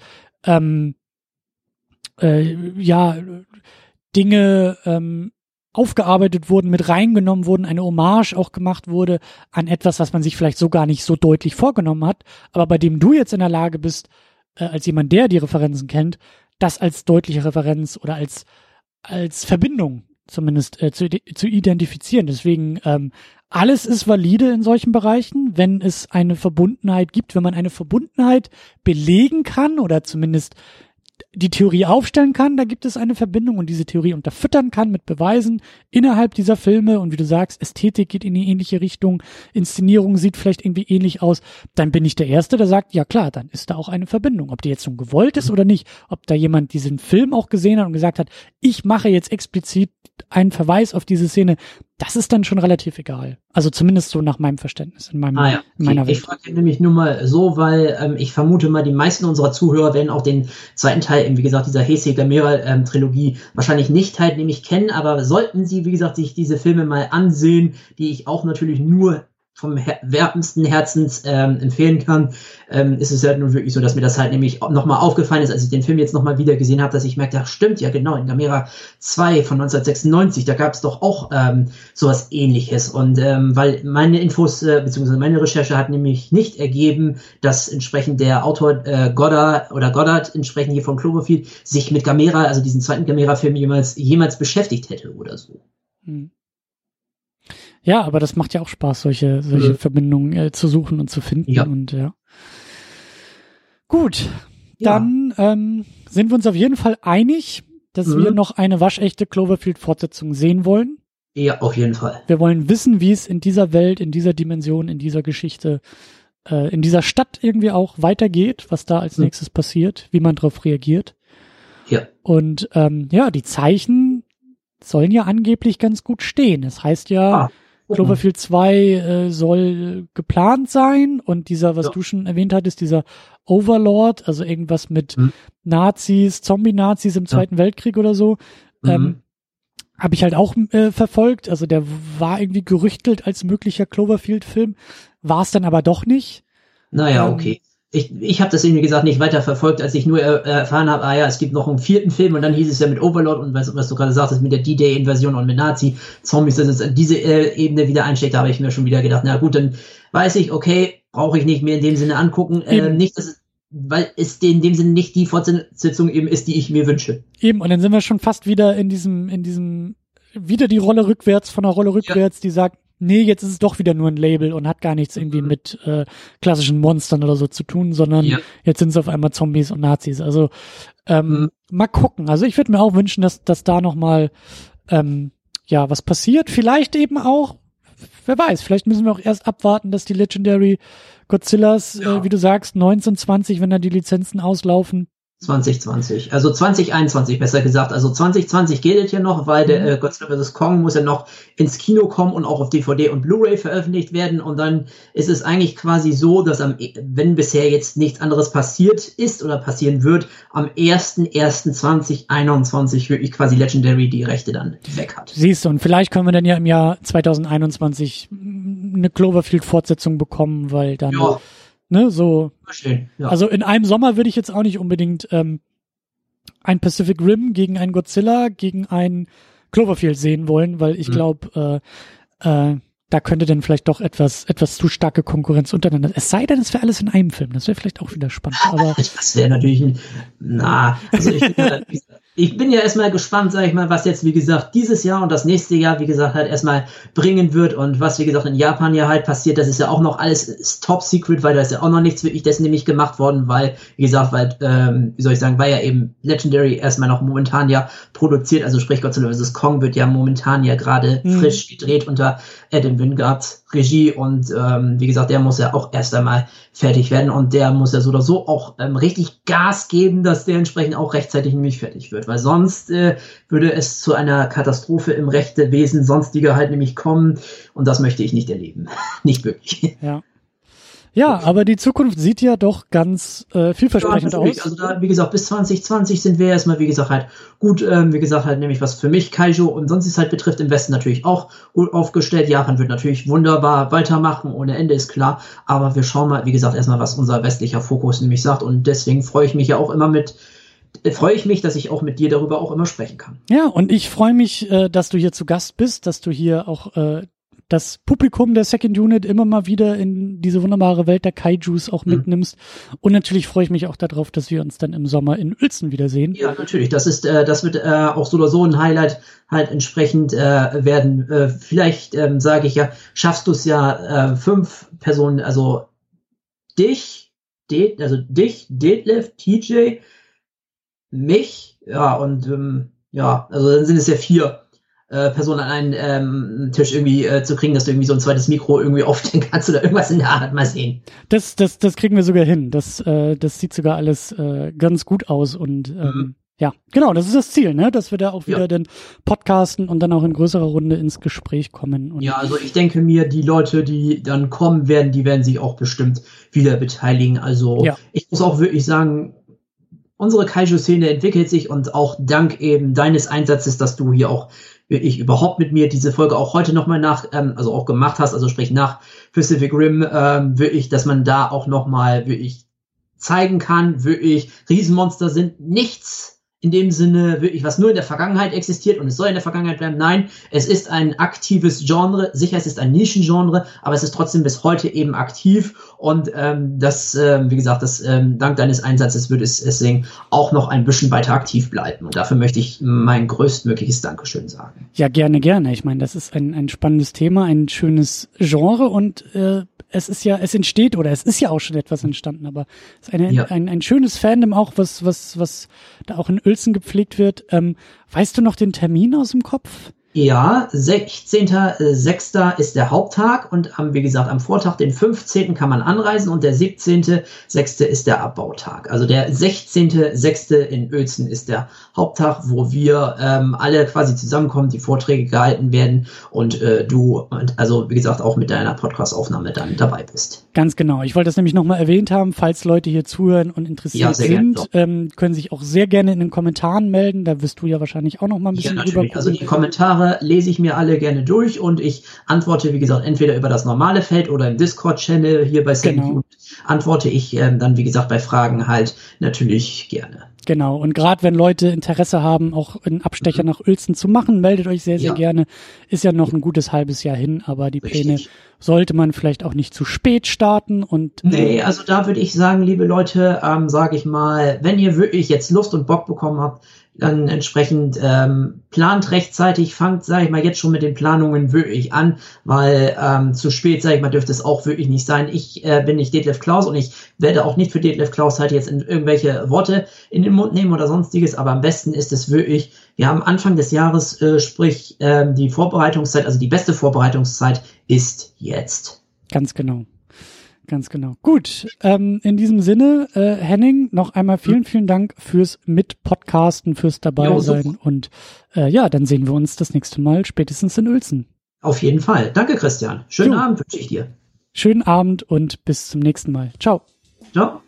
Dinge aufgearbeitet wurden, mit reingenommen wurden, eine Hommage auch gemacht wurde an etwas, was man sich vielleicht so gar nicht so deutlich vorgenommen hat, aber bei dem du jetzt in der Lage bist, als jemand, der die Referenzen kennt, das als deutliche Referenz oder als Verbindung zumindest zu identifizieren. Deswegen alles ist valide in solchen Bereichen, wenn es eine Verbundenheit gibt, wenn man eine Verbundenheit belegen kann oder zumindest die Theorie aufstellen kann, da gibt es eine Verbindung und diese Theorie unterfüttern kann mit Beweisen innerhalb dieser Filme und wie du sagst, Ästhetik geht in die ähnliche Richtung, Inszenierung sieht vielleicht irgendwie ähnlich aus, dann bin ich der Erste, der sagt, ja klar, dann ist da auch eine Verbindung. Ob die jetzt nun gewollt ist oder nicht, ob da jemand diesen Film auch gesehen hat und gesagt hat, ich mache jetzt explizit einen Verweis auf diese Szene, das ist dann schon relativ egal. Also zumindest so nach meinem Verständnis, in meiner Welt. Ich frage nämlich nur mal so, weil ich vermute mal, die meisten unserer Zuhörer werden auch den zweiten Teil, eben wie gesagt, dieser Heisei Gamera Trilogie wahrscheinlich nicht halt nämlich kennen, aber sollten Sie, wie gesagt, sich diese Filme mal ansehen, die ich auch natürlich nur vom wärmsten Herzens empfehlen kann, ist es halt nun wirklich so, dass mir das halt nämlich nochmal aufgefallen ist, als ich den Film jetzt nochmal wieder gesehen habe, dass ich merkte, ach stimmt, ja genau, in Gamera 2 von 1996, da gab es doch auch sowas Ähnliches. Und weil meine Infos, beziehungsweise meine Recherche hat nämlich nicht ergeben, dass entsprechend der Autor Goddard entsprechend hier von Cloverfield sich mit Gamera, also diesen zweiten Gamera-Film jemals beschäftigt hätte oder so. Ja, aber das macht ja auch Spaß, solche Verbindungen zu suchen und zu finden. Ja. Und ja. Gut, dann sind wir uns auf jeden Fall einig, dass wir noch eine waschechte Cloverfield-Fortsetzung sehen wollen. Ja, auf jeden Fall. Wir wollen wissen, wie es in dieser Welt, in dieser Dimension, in dieser Geschichte, in dieser Stadt irgendwie auch weitergeht, was da als nächstes passiert, wie man darauf reagiert. Ja. Und die Zeichen sollen ja angeblich ganz gut stehen. Es heißt ja, Cloverfield 2 soll geplant sein und dieser, was du schon erwähnt hattest, dieser Overlord, also irgendwas mit Nazis, Zombie-Nazis im Zweiten Weltkrieg oder so, habe ich halt auch verfolgt. Also der war irgendwie gerüchtelt als möglicher Cloverfield-Film, war es dann aber doch nicht. Naja, okay. Ich habe das eben, wie gesagt, nicht weiter verfolgt, als ich nur erfahren habe, es gibt noch einen 4. Film und dann hieß es ja mit Overlord und was du gerade sagtest, mit der D-Day-Invasion und mit Nazi-Zombies, dass es diese Ebene wieder einsteckt, da habe ich mir schon wieder gedacht, na gut, dann weiß ich, okay, brauche ich nicht mehr in dem Sinne angucken, nicht, dass es, weil es in dem Sinne nicht die Fortsetzung eben ist, die ich mir wünsche. Eben, und dann sind wir schon fast wieder in diesem wieder die Rolle rückwärts, von der Rolle rückwärts, die sagt, nee, jetzt ist es doch wieder nur ein Label und hat gar nichts irgendwie mit klassischen Monstern oder so zu tun, sondern jetzt sind es auf einmal Zombies und Nazis. Also mal gucken. Also ich würde mir auch wünschen, dass da noch mal was passiert. Vielleicht eben auch, wer weiß, vielleicht müssen wir auch erst abwarten, dass die Legendary Godzillas, wie du sagst, 1920, wenn da die Lizenzen auslaufen. 2020, also 2021 besser gesagt. Also 2020 geht es ja noch, weil der Godzilla vs. Kong muss ja noch ins Kino kommen und auch auf DVD und Blu-ray veröffentlicht werden. Und dann ist es eigentlich quasi so, dass wenn bisher jetzt nichts anderes passiert ist oder passieren wird, am 01.01.2021 wirklich quasi Legendary die Rechte dann weg hat. Siehst du, und vielleicht können wir dann ja im Jahr 2021 eine Cloverfield-Fortsetzung bekommen, weil dann so. Schön, ja. Also in einem Sommer würde ich jetzt auch nicht unbedingt ein Pacific Rim gegen einen Godzilla, gegen einen Cloverfield sehen wollen, weil ich glaube, da könnte dann vielleicht doch etwas zu starke Konkurrenz untereinander. Es sei denn, es wäre alles in einem Film. Das wäre vielleicht auch wieder spannend. Aber das wäre natürlich ich bin ja erstmal gespannt, sag ich mal, was jetzt, wie gesagt, dieses Jahr und das nächste Jahr, wie gesagt, halt erstmal bringen wird und was, wie gesagt, in Japan ja halt passiert. Das ist ja auch noch alles top secret, weil da ist ja auch noch nichts wirklich dessen nämlich gemacht worden, weil, wie gesagt, weil ja eben Legendary erstmal noch momentan ja produziert, also sprich Godzilla vs. Kong wird ja momentan ja gerade frisch gedreht unter Adam Wingards Regie und wie gesagt, der muss ja auch erst einmal fertig werden und der muss ja so oder so auch richtig Gas geben, dass der entsprechend auch rechtzeitig nämlich fertig wird, weil sonst würde es zu einer Katastrophe im Rechtewesen sonstiger halt nämlich kommen und das möchte ich nicht erleben. Nicht wirklich. Ja, aber die Zukunft sieht ja doch ganz vielversprechend aus. Also da, wie gesagt, bis 2020 sind wir erstmal, wie gesagt, halt gut, wie gesagt, halt nämlich was für mich Kaiju und sonst halt betrifft, im Westen natürlich auch gut aufgestellt. Japan wird natürlich wunderbar weitermachen, ohne Ende ist klar, aber wir schauen mal, wie gesagt, erstmal, was unser westlicher Fokus nämlich sagt und deswegen freue ich mich, dass ich auch mit dir darüber auch immer sprechen kann. Ja, und ich freue mich, dass du hier zu Gast bist, dass du hier auch das Publikum der Second Unit immer mal wieder in diese wunderbare Welt der Kaijus auch mitnimmst. Und natürlich freue ich mich auch darauf, dass wir uns dann im Sommer in Uelzen wiedersehen. Ja, natürlich. Das wird auch so oder so ein Highlight halt entsprechend werden. Vielleicht sage ich ja, schaffst du es ja 5 Personen, also dich, Detlef, TJ, mich, und also dann sind es ja 4 Personen an einen Tisch irgendwie zu kriegen, dass du irgendwie so ein zweites Mikro irgendwie aufstellen kannst oder irgendwas in der Art, mal sehen. Das kriegen wir sogar hin. Das sieht sogar alles ganz gut aus und ja, genau, das ist das Ziel, ne, dass wir da auch wieder dann podcasten und dann auch in größerer Runde ins Gespräch kommen. Und also ich denke mir, die Leute, die dann kommen werden, die werden sich auch bestimmt wieder beteiligen. Also ich muss auch wirklich sagen, unsere Kaiju-Szene entwickelt sich und auch dank eben deines Einsatzes, dass du hier auch wirklich überhaupt mit mir diese Folge auch heute nochmal also auch gemacht hast, also sprich nach Pacific Rim, wirklich, dass man da auch nochmal wirklich zeigen kann, wirklich, Riesenmonster sind nichts in dem Sinne wirklich, was nur in der Vergangenheit existiert und es soll in der Vergangenheit bleiben. Nein, es ist ein aktives Genre. Sicher, es ist ein Nischengenre, aber es ist trotzdem bis heute eben aktiv und wie gesagt, dank deines Einsatzes wird es deswegen auch noch ein bisschen weiter aktiv bleiben und dafür möchte ich mein größtmögliches Dankeschön sagen. Ja, gerne, gerne. Ich meine, das ist ein spannendes Thema, ein schönes Genre und es ist ja auch schon etwas entstanden, aber es ist ein schönes Fandom auch, was da auch in Uelzen gepflegt wird. Weißt du noch den Termin aus dem Kopf? Ja, 16.06. ist der Haupttag und wie gesagt, am Vortag, den 15. kann man anreisen und der 17.06. ist der Abbautag. Also der 16.06. in Uelzen ist der Haupttag, wo wir alle quasi zusammenkommen, die Vorträge gehalten werden und du, also wie gesagt, auch mit deiner Podcast-Aufnahme dann dabei bist. Ganz genau. Ich wollte das nämlich nochmal erwähnt haben, falls Leute hier zuhören und interessiert sind, können sich auch sehr gerne in den Kommentaren melden. Da wirst du ja wahrscheinlich auch noch mal ein bisschen drüber gucken. Also die Kommentare lese ich mir alle gerne durch und ich antworte, wie gesagt, entweder über das normale Feld oder im Discord-Channel hier bei Second antworte ich dann, wie gesagt, bei Fragen halt natürlich gerne. Genau, und gerade wenn Leute Interesse haben, auch einen Abstecher nach Uelzen zu machen, meldet euch sehr, sehr gerne. Ist ja noch ein gutes halbes Jahr hin, aber die Pläne sollte man vielleicht auch nicht zu spät starten. Und nee, also da würde ich sagen, liebe Leute, sage ich mal, wenn ihr wirklich jetzt Lust und Bock bekommen habt, dann entsprechend plant rechtzeitig, fangt, sage ich mal, jetzt schon mit den Planungen wirklich an, weil zu spät, sage ich mal, dürfte es auch wirklich nicht sein. Ich bin nicht Detlef Klaus und ich werde auch nicht für Detlef Klaus halt jetzt in irgendwelche Worte in den Mund nehmen oder sonstiges, aber am besten ist es wirklich, wir haben Anfang des Jahres, sprich die Vorbereitungszeit, also die beste Vorbereitungszeit ist jetzt. Ganz genau. Ganz genau. Gut, in diesem Sinne, Henning, noch einmal vielen Dank fürs Mit-Podcasten, fürs Dabeisein und dann sehen wir uns das nächste Mal spätestens in Uelzen. Auf jeden Fall. Danke, Christian. Schönen Abend wünsche ich dir. Schönen Abend und bis zum nächsten Mal. Ciao. Ciao.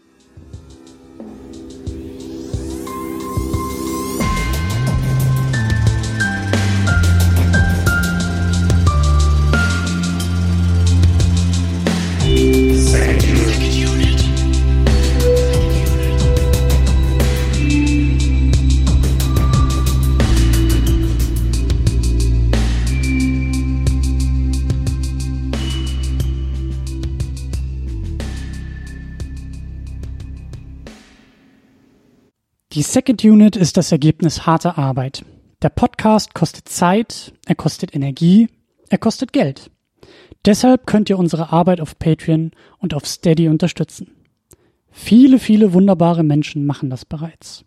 Die Second Unit ist das Ergebnis harter Arbeit. Der Podcast kostet Zeit, er kostet Energie, er kostet Geld. Deshalb könnt ihr unsere Arbeit auf Patreon und auf Steady unterstützen. Viele, viele wunderbare Menschen machen das bereits.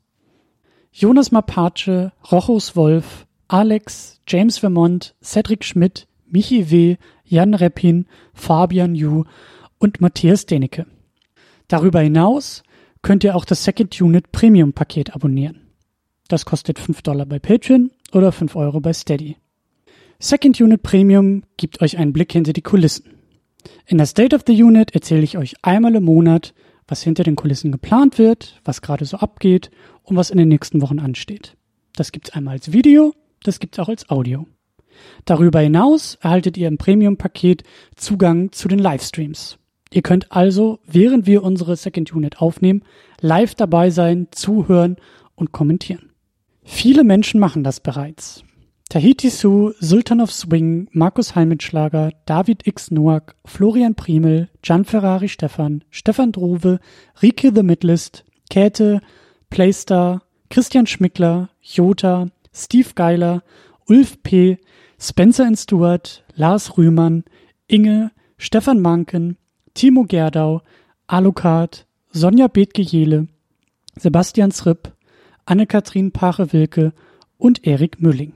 Jonas Mapace, Rochus Wolf, Alex, James Vermont, Cedric Schmidt, Michi W., Jan Reppin, Fabian Yu und Matthias Denecke. Darüber hinaus könnt ihr auch das Second Unit Premium Paket abonnieren. Das kostet $5 bei Patreon oder €5 bei Steady. Second Unit Premium gibt euch einen Blick hinter die Kulissen. In der State of the Unit erzähle ich euch einmal im Monat, was hinter den Kulissen geplant wird, was gerade so abgeht und was in den nächsten Wochen ansteht. Das gibt's einmal als Video, das gibt's auch als Audio. Darüber hinaus erhaltet ihr im Premium-Paket Zugang zu den Livestreams. Ihr könnt also, während wir unsere Second Unit aufnehmen, live dabei sein, zuhören und kommentieren. Viele Menschen machen das bereits. Tahiti Su, Sultan of Swing, Markus Halmitschlager, David X. Noack, Florian Primel, Gianferrari Stefan, Stefan Drove, Rike The Midlist, Käthe, Playstar, Christian Schmickler, Jota, Steve Geiler, Ulf P., Spencer & Stewart, Lars Rühmann, Inge, Stefan Manken, Timo Gerdau, Alucard, Sonja Bethke-Jehle, Sebastian Sripp, Anne-Kathrin Pache-Wilke und Erik Mülling.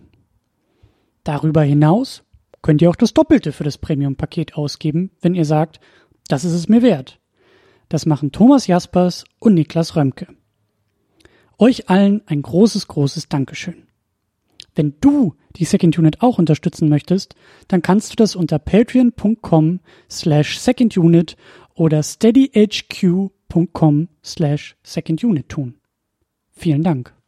Darüber hinaus könnt ihr auch das Doppelte für das Premium-Paket ausgeben, wenn ihr sagt, das ist es mir wert. Das machen Thomas Jaspers und Niklas Römke. Euch allen ein großes, großes Dankeschön. Wenn du die Second Unit auch unterstützen möchtest, dann kannst du das unter patreon.com/secondunit oder steadyhq.com/secondunit tun. vielen Dank.